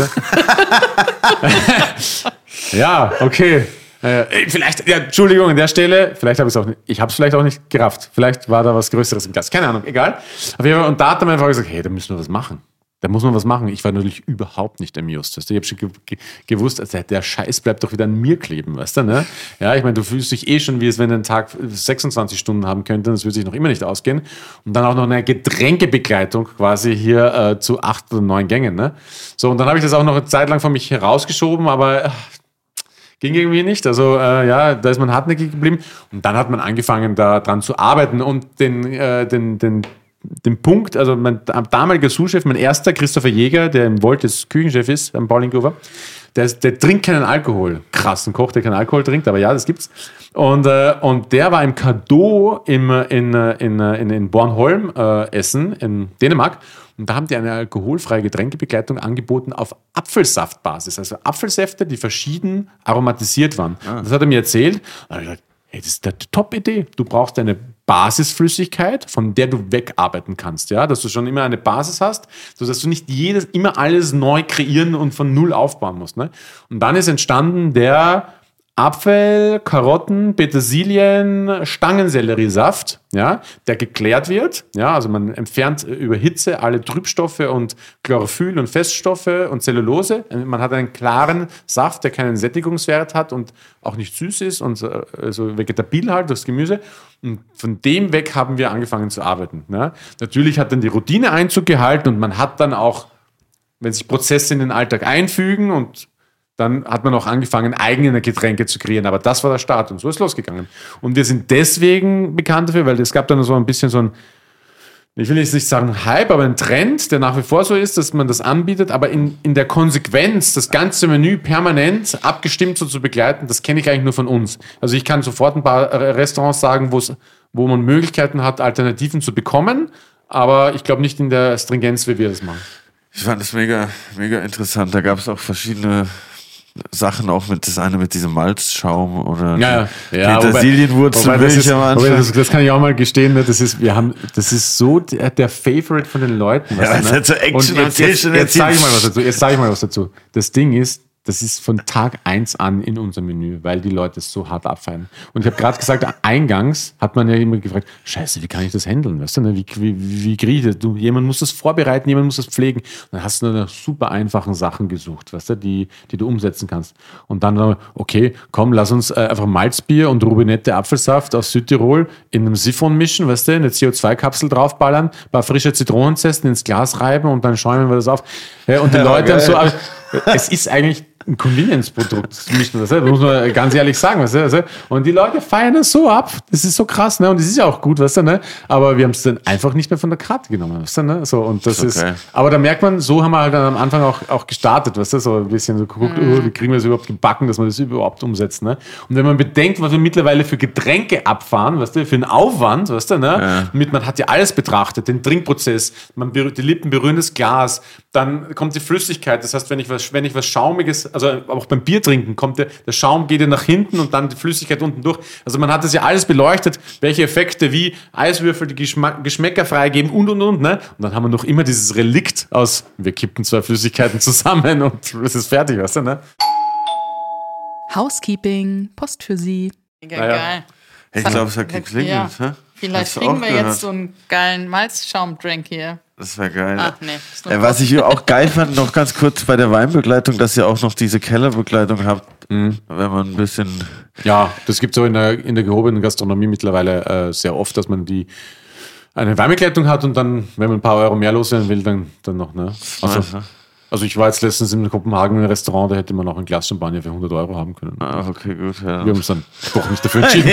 du? Ja, okay. Äh, vielleicht, ja, Entschuldigung an der Stelle, vielleicht habe ich es auch nicht, ich habe es vielleicht auch nicht gerafft. Vielleicht war da was Größeres im Glas. Keine Ahnung, egal. Auf jeden Fall, und da hat er meine Frau gesagt, hey, da müssen wir was machen. Da muss man was machen. Ich war natürlich überhaupt nicht amused. Weißt du? Ich habe schon ge- ge- gewusst, also der Scheiß bleibt doch wieder an mir kleben, weißt du, ne? Ja, ich meine, du fühlst dich eh schon, wie es, wenn ein Tag sechsundzwanzig Stunden haben könnte, das würde sich noch immer nicht ausgehen. Und dann auch noch eine Getränkebegleitung quasi hier äh, zu acht oder neun Gängen, ne? So, und dann habe ich das auch noch eine Zeit lang von mich herausgeschoben, aber äh, ging irgendwie nicht. Also äh, ja, da ist man hartnäckig geblieben. Und dann hat man angefangen, da dran zu arbeiten und den, äh, den, den den Punkt, also mein damaliger Sous-Chef, mein erster, Christopher Jäger, der im Volt jetzt Küchenchef ist, am Paulinghofer, der, der trinkt keinen Alkohol. Krass, ein Koch, der keinen Alkohol trinkt, aber ja, das gibt's. Und, äh, und der war im Cadeau im, in, in, in, in Bornholm äh, essen, in Dänemark. Und da haben die eine alkoholfreie Getränkebegleitung angeboten auf Apfelsaftbasis. Also Apfelsäfte, die verschieden aromatisiert waren. Ah. Das hat er mir erzählt. Und ich gesagt, hey, das ist eine Top-Idee. Du brauchst eine Basisflüssigkeit, von der du wegarbeiten kannst, ja, dass du schon immer eine Basis hast, sodass du nicht jedes, immer alles neu kreieren und von null aufbauen musst. Ne? Und dann ist entstanden der Apfel, Karotten, Petersilien, Stangenselleriesaft, ja, der geklärt wird. Ja, also man entfernt über Hitze alle Trübstoffe und Chlorophyll und Feststoffe und Zellulose. Man hat einen klaren Saft, der keinen Sättigungswert hat und auch nicht süß ist und also vegetabil halt, das Gemüse. Und von dem weg haben wir angefangen zu arbeiten. Ja. Natürlich hat dann die Routine Einzug gehalten und man hat dann auch, wenn sich Prozesse in den Alltag einfügen und dann hat man auch angefangen, eigene Getränke zu kreieren. Aber das war der Start und so ist losgegangen. Und wir sind deswegen bekannt dafür, weil es gab dann so ein bisschen so ein, ich will jetzt nicht sagen Hype, aber ein Trend, der nach wie vor so ist, dass man das anbietet, aber in, in der Konsequenz das ganze Menü permanent abgestimmt so zu begleiten, das kenne ich eigentlich nur von uns. Also ich kann sofort ein paar Restaurants sagen, wo man Möglichkeiten hat, Alternativen zu bekommen, aber ich glaube nicht in der Stringenz, wie wir das machen. Ich fand das mega, mega interessant. Da gab es auch verschiedene Sachen, auch mit das eine mit diesem Malzschaum oder ja, ja, Petersilienwurzel. Wobei, wobei das, ist, wobei das, das kann ich auch mal gestehen, das ist, wir haben, das ist so der, der Favorite von den Leuten. Ja, das ne? ist so Action. Und jetzt, jetzt, jetzt sage ich mal was dazu. Jetzt sage ich mal was dazu. Das Ding ist, das ist von Tag eins an in unserem Menü, weil die Leute es so hart abfeiern. Und ich habe gerade gesagt, eingangs hat man ja immer gefragt, scheiße, wie kann ich das handeln? Weißt du, ne? wie, wie, wie kriege ich das? Du, jemand muss das vorbereiten, jemand muss das pflegen. Und dann hast du nach super einfachen Sachen gesucht, weißt du, die, die du umsetzen kannst. Und dann, okay, komm, lass uns einfach Malzbier und Rubinette Apfelsaft aus Südtirol in einem Siphon mischen, weißt du, eine C O zwei Kapsel draufballern, ein paar frische Zitronenzesten ins Glas reiben und dann schäumen wir das auf. Ja, und die ja, Leute geil. haben so, es ist eigentlich ein Convenience-Produkt, das muss man ganz ehrlich sagen. Weißt du? Und die Leute feiern das so ab, das ist so krass, ne? Und das ist ja auch gut, weißt du, ne? Aber wir haben es dann einfach nicht mehr von der Karte genommen, weißt du, ne? So, und das ist, okay. ist aber da merkt man, so haben wir halt dann am Anfang auch, auch gestartet, weißt du, so ein bisschen so geguckt, mhm. oh, wie kriegen wir das überhaupt gebacken, dass man das überhaupt umsetzt, ne? Und wenn man bedenkt, was wir mittlerweile für Getränke abfahren, weißt du, für einen Aufwand, weißt du, ne? Ja. Mit, man hat ja alles betrachtet, den Trinkprozess, man berührt, die Lippen berühren das Glas, dann kommt die Flüssigkeit, das heißt, wenn ich was, wenn ich was Schaumiges, also auch beim Bier trinken, kommt der, der Schaum geht ja nach hinten und dann die Flüssigkeit unten durch. Also man hat das ja alles beleuchtet, welche Effekte wie Eiswürfel die Geschmack, Geschmäcker freigeben und, und, und. Ne? Und dann haben wir noch immer dieses Relikt aus, wir kippen zwei Flüssigkeiten zusammen und es ist fertig, weißt du, ne? Housekeeping, Post für Sie. Geil. Ah, ja. Geil. Ich glaube, es hat geklingelt. Ja. Hä? Vielleicht kriegen wir gehört? jetzt so einen geilen Malzschaumdrink hier. Das wäre geil. Ach, nee, äh, was ich auch geil fand, noch ganz kurz bei der Weinbegleitung, dass ihr auch noch diese Kellerbegleitung habt, mhm. wenn man ein bisschen... Ja, das gibt es auch in der, in der gehobenen Gastronomie mittlerweile äh, sehr oft, dass man die eine Weinbegleitung hat und dann, wenn man ein paar Euro mehr loswerden will, dann, dann noch. Ne? Also, also. also ich war jetzt letztens in Kopenhagen in einem Restaurant, da hätte man auch ein Glas Champagner für hundert Euro haben können. Ah, okay, gut. Ja. Wir haben uns dann doch nicht dafür entschieden.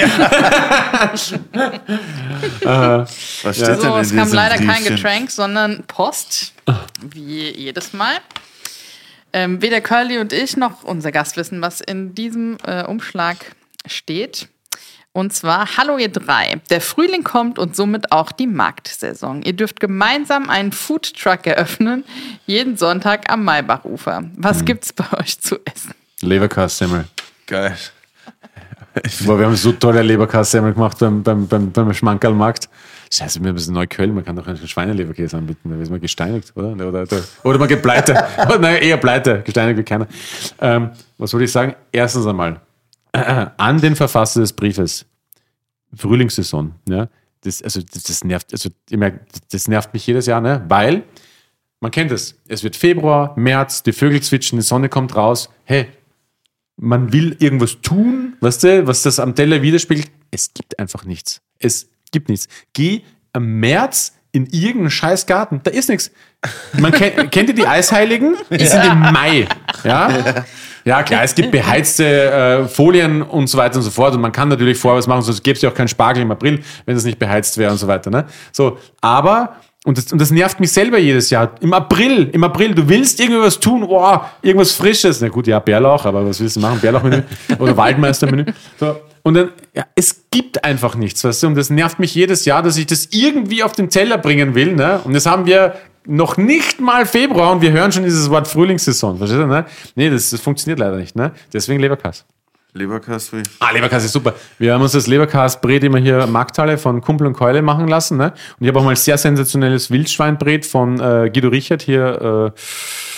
äh, Was steht ja. denn so, in es kam leider Briefchen? kein Getränk, sondern Post, wie jedes Mal. Ähm, weder Curly und ich noch unser Gast wissen, was in diesem äh, Umschlag steht. Und zwar, hallo ihr drei, der Frühling kommt und somit auch die Marktsaison. Ihr dürft gemeinsam einen Foodtruck eröffnen, jeden Sonntag am Maybachufer. Was mhm. gibt's bei euch zu essen? Leberkassemmel. Geil. Boah, wir haben so tolle Leberkassemmel gemacht beim, beim, beim, beim Schmankerlmarkt. Scheiße, wir müssen Neukölln, man kann doch einen Schweineleberkäse anbieten, da ist man gesteinigt, oder? Oder, oder, oder man geht pleite. Nein, eher pleite, gesteinigt wie keiner. Ähm, was wollte ich sagen? Erstens einmal, äh, an den Verfasser des Briefes, Frühlingssaison, ja, das, also, das, das, nervt, also, ich merke, das nervt mich jedes Jahr, ne? Weil, man kennt es, es wird Februar, März, die Vögel zwitschern, die Sonne kommt raus, hey, man will irgendwas tun, weißt du, was das am Teller widerspiegelt, es gibt einfach nichts. Es gibt nichts. Geh im März in irgendeinen scheiß Garten, da ist nichts. Man kennt, kennt ihr die Eisheiligen? Die sind im Mai. Ja? Ja, klar, es gibt beheizte äh, Folien und so weiter und so fort und man kann natürlich vorher was machen, sonst gäbe es ja auch keinen Spargel im April, wenn es nicht beheizt wäre und so weiter. Ne? So, aber, und das, und das nervt mich selber jedes Jahr, im April, im April, du willst irgendwas tun, oh, irgendwas Frisches. Na gut, ja, Bärlauch, aber was willst du machen? Bärlauchmenü oder Waldmeistermenü. So. Und dann, ja, es gibt einfach nichts, weißt du, und das nervt mich jedes Jahr, dass ich das irgendwie auf den Teller bringen will, ne? Und jetzt haben wir noch nicht mal Februar und wir hören schon dieses Wort Frühlingssaison, verstehst du, ne? Nee, das, das funktioniert leider nicht, ne? Deswegen Leberkass. Leberkass, wie? Ah, Leberkass ist super. Wir haben uns das Leberkass-Brät immer hier Markthalle von Kumpel und Keule machen lassen, ne? Und ich habe auch mal sehr sensationelles Wildschweinbrät von äh, Guido Richard hier, äh,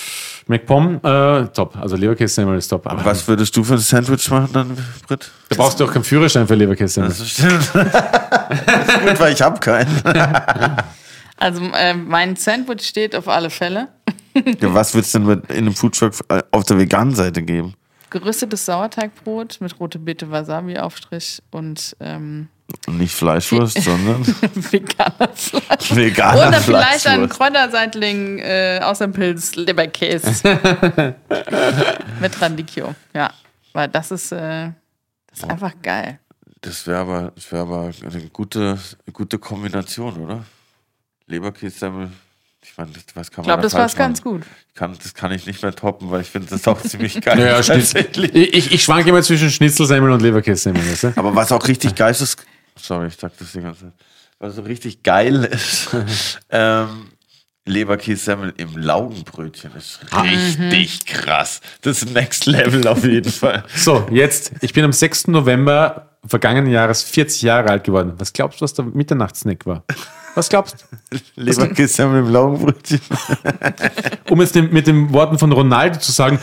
McPom, äh, top. Also Leberkässemmel ist top. Aber Was würdest du für ein Sandwich machen dann, Britt? da brauchst du auch keinen Führerschein für Leberkässemmel. Das stimmt. Das ist gut, weil ich habe keinen. Also äh, mein Sandwich steht auf alle Fälle. Ja, was würdest du denn mit in einem Foodtruck auf der veganen Seite geben? Gerüstetes Sauerteigbrot mit rote Beete Wasabi-Aufstrich und ähm, Nicht Fleischwurst, sondern veganer Fleisch. veganer Oder vielleicht ein Fleischwurst. Kräuterseitling äh, aus dem Pilz, Leberkäse. Mit Radicchio. Ja, weil das ist, äh, das ist einfach geil. Das wäre aber, das wär aber eine gute, gute Kombination, oder? Leberkässemmel. Ich meine, das, was kann Ich glaube, man da das falsch passt ganz machen? gut. Ich kann, das kann ich nicht mehr toppen, weil ich finde das auch ziemlich geil. Ja, ja, tatsächlich. Ich, ich, ich schwanke immer zwischen Schnitzelsemmel und Leberkässemmel. Weißt du? Aber was auch richtig geil ist, sorry, ich sag das die ganze Zeit, was so richtig geil ist, ähm, Leberkässemmel im Laugenbrötchen ist richtig krass. Das ist Next Level auf jeden Fall. So, jetzt, ich bin am sechsten November vergangenen Jahres vierzig Jahre alt geworden. Was glaubst du, was der Mitternachtssnack war? Was glaubst du? Leberkässemmel im Laugenbrötchen. Um jetzt den, mit den Worten von Ronaldo zu sagen,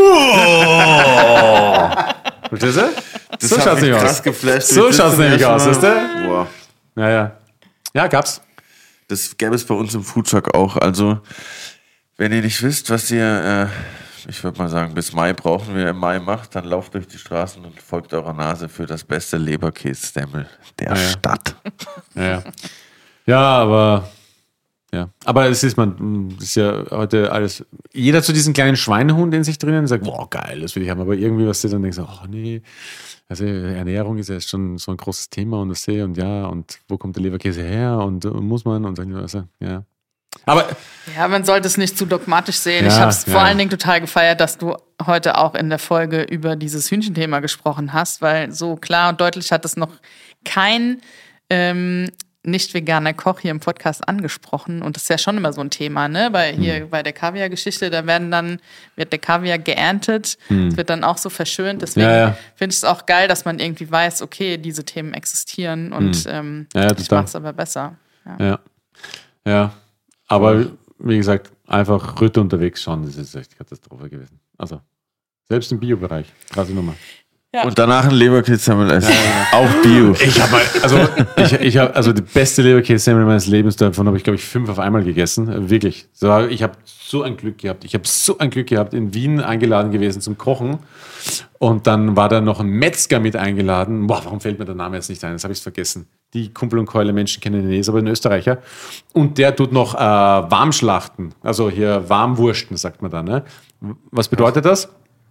verstehst du? Das So hat schaut's mich nicht krass aus. geflasht. So Das schaut's zum nämlich ersten aus, Mal. weißt du? Boah. Ja, ja. Ja, gab's. Das gäbe es bei uns im Foodtruck auch. Also, wenn ihr nicht wisst, was ihr, äh, ich würde mal sagen, bis Mai brauchen, wir im Mai macht, dann lauft durch die Straßen und folgt eurer Nase für das beste Leberkässemmel der ja. Stadt. Ja, ja. Ja, aber ja, aber es ist man, das ist ja heute alles. Jeder hat so diesen kleinen Schweinehund in sich drinnen und sagt, boah, geil, das will ich haben. Aber irgendwie, was du dann denkst, oh nee, also Ernährung ist ja schon so ein großes Thema und das sehe und ja, und wo kommt der Leberkäse her und, und muss man und dann, also, ja. Aber Ja, man sollte es nicht zu dogmatisch sehen. Ja, ich habe es ja. vor allen Dingen total gefeiert, dass du heute auch in der Folge über dieses Hühnchenthema gesprochen hast, weil so klar und deutlich hat es noch kein ähm, nicht-veganer Koch hier im Podcast angesprochen. Und das ist ja schon immer so ein Thema, ne? Bei hier Hm. bei der Kaviar-Geschichte, da werden dann, wird der Kaviar geerntet, es wird dann auch so verschönt. Deswegen Hm. Ja, ja. finde ich es auch geil, dass man irgendwie weiß, okay, diese Themen existieren und ähm, Hm. Ja, ja, ich total. mache es aber besser. Ja. ja, ja, aber wie gesagt, einfach Rütte unterwegs schauen, das ist echt Katastrophe gewesen. Also, selbst im Bio-Bereich, krasse Nummer. Und danach ein Leberkässemmel essen. Auch Bio. Ich habe also ich, ich habe also die beste Leberkässemmel meines Lebens, davon habe ich glaube ich fünf auf einmal gegessen, wirklich. So, ich habe so ein Glück gehabt. Ich habe so ein Glück gehabt, in Wien eingeladen gewesen zum Kochen und dann war da noch ein Metzger mit eingeladen. Boah, warum fällt mir der Name jetzt nicht ein? Das habe ich vergessen. Die Kumpel und Keule Menschen kennen ihn eh, ist aber ein Österreicher und der tut noch äh, Warmschlachten, also hier Warmwursten sagt man da. Ne? Was bedeutet das?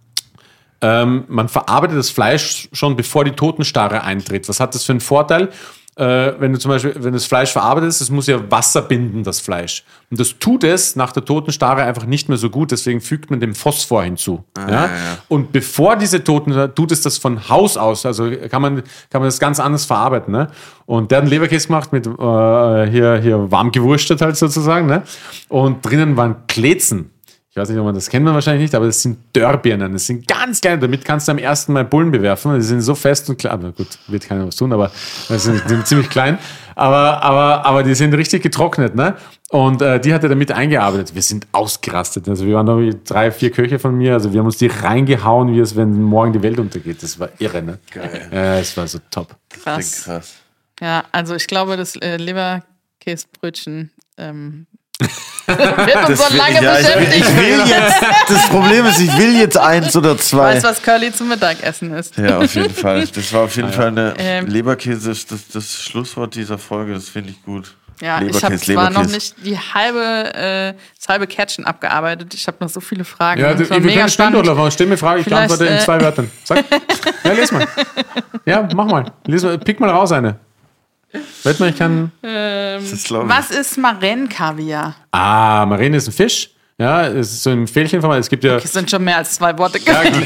Ähm, man verarbeitet das Fleisch schon, bevor die Totenstarre eintritt. Was hat das für einen Vorteil? Äh, wenn du zum Beispiel, wenn das Fleisch verarbeitet ist, es muss ja Wasser binden, das Fleisch. Und das tut es nach der Totenstarre einfach nicht mehr so gut, deswegen fügt man dem Phosphor hinzu. Ah, ja? ja, ja. Und bevor diese Toten, tut es das von Haus aus, also kann man, kann man das ganz anders verarbeiten. Ne? Und der hat einen Leberkäse gemacht mit äh, hier, hier warm gewurstet halt sozusagen. Ne? Und drinnen waren Kletzen. Ich weiß nicht, ob man das kennt man wahrscheinlich nicht, aber das sind Dörrbirnen. Das sind ganz kleine. Damit kannst du am ersten Mal Bullen bewerfen. Die sind so fest und klein. Aber gut, wird keiner was tun, aber das sind, die sind ziemlich klein. Aber, aber, aber die sind richtig getrocknet, ne? Und äh, die hat er damit eingearbeitet. Wir sind ausgerastet. Also wir waren da wie drei, vier Köche von mir. Also wir haben uns die reingehauen, wie es, wenn morgen die Welt untergeht. Das war irre, ne? Geil. Ja, es war so top. Krass. Krass. Ja, also ich glaube, das äh, Leberkäsebrötchen ähm, wird uns so lange ja, ich, will, beschäftigen. ich will jetzt, das Problem ist, ich will jetzt eins oder zwei. Weißt du, was Curly zum Mittagessen ist? Ja, auf jeden Fall. Das war auf jeden Fall eine Ähm. Leberkäse, das, das, das Schlusswort dieser Folge, das finde ich gut. Ja, Leberkäse, ich habe zwar noch Leberkäse. nicht die halbe, äh, das halbe Kärtchen abgearbeitet. Ich habe noch so viele Fragen. Ja, Das du, war wir mega können spannend. Stände oder Stimme Frage, ich Vielleicht, antworte in äh, zwei Wörtern. Sag. Ja, les mal. Ja, mach mal. Lies mal. Pick mal raus eine. Wett mal, ich kann. Ähm, Das glaub ich. was ist Marenkaviar? Ah, Marine ist ein Fisch. Ja, es ist so ein Fählchenformat. Es gibt ja Es sind schon mehr als zwei Worte ja, gewesen.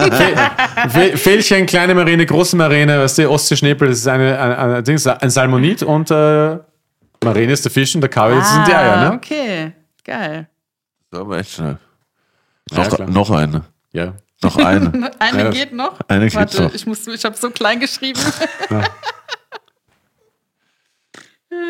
Fe- Fählchen, kleine Marine, große Marine, weißt du, Ostseeschnepel, das ist eine, ein, ein, Dings, ein Salmonid und äh, Marine ist der Fisch und der Kaviar das sind die Eier, Ah, ne? okay. Geil. Das war aber echt schnell. Ja, Noch, klar. noch eine. Ja. Noch eine. Eine Ja, geht noch. eine geht Warte, noch. ich, muss- ich habe so klein geschrieben.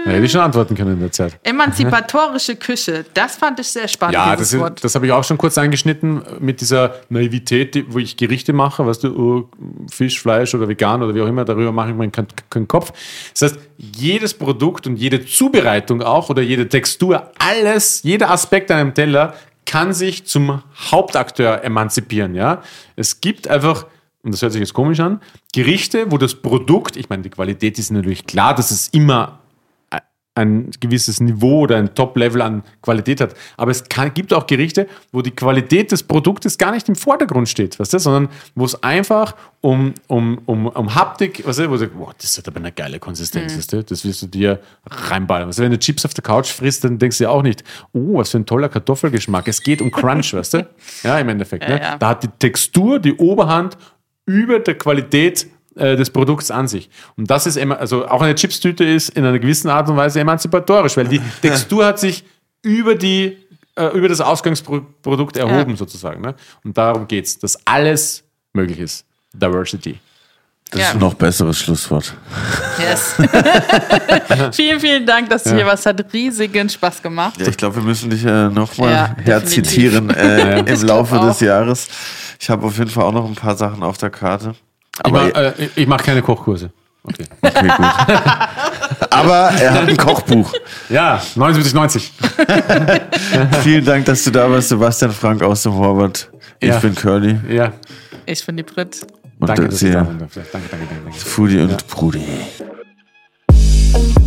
Da hätte ich schon antworten können in der Zeit. Emanzipatorische Küche, das fand ich sehr spannend. Ja, dieses das, Wort. das habe ich auch schon kurz angeschnitten mit dieser Naivität, die- wo ich Gerichte mache, weißt du, oh, Fisch, Fleisch oder vegan oder wie auch immer, darüber mache ich mir keinen, keinen Kopf. Das heißt, jedes Produkt und jede Zubereitung auch oder jede Textur, alles, jeder Aspekt an einem Teller kann sich zum Hauptakteur emanzipieren. Ja? Es gibt einfach, und das hört sich jetzt komisch an, Gerichte, wo das Produkt, ich meine, die Qualität ist natürlich klar, dass es immer ein gewisses Niveau oder ein Top-Level an Qualität hat. Aber es kann, gibt auch Gerichte, wo die Qualität des Produktes gar nicht im Vordergrund steht, weißt du? Sondern wo es einfach um, um, um, um Haptik, weißt du, wo du sagst, wow, das hat aber eine geile Konsistenz, mhm. weißt du? Das wirst du dir reinballern. Weißt du, wenn du Chips auf der Couch frisst, dann denkst du ja auch nicht, oh, was für ein toller Kartoffelgeschmack. Es geht um Crunch, weißt du? Ja, im Endeffekt. Ja, ne? ja. Da hat die Textur die Oberhand über der Qualität des Produkts an sich. Und das ist immer, also auch eine Chipstüte ist in einer gewissen Art und Weise emanzipatorisch, weil die Textur hat sich über die, äh, über das Ausgangsprodukt erhoben, ja. sozusagen. Ne? Und darum geht's, dass alles möglich ist. Diversity. Das Ja. ist ein noch besseres Schlusswort. Yes. vielen, vielen Dank, dass du Ja. hier warst. Hat riesigen Spaß gemacht. Ja, ich glaube, wir müssen dich äh, nochmal Ja, herzitieren äh, Ich im Laufe glaub des auch. Jahres. Ich habe auf jeden Fall auch noch ein paar Sachen auf der Karte. Ich Aber, mache äh, ich mach keine Kochkurse. Okay. okay, gut. Aber er hat ein Kochbuch. Ja, neunundsiebzig neunzig. Vielen Dank, dass du da warst, Sebastian Frank aus dem Horvath. Ich Ja. bin Curly. Ja, Ich bin die Brit. Und danke, das dass du hier da warst. Danke, danke, danke. danke. Foodie und Ja. Brudi.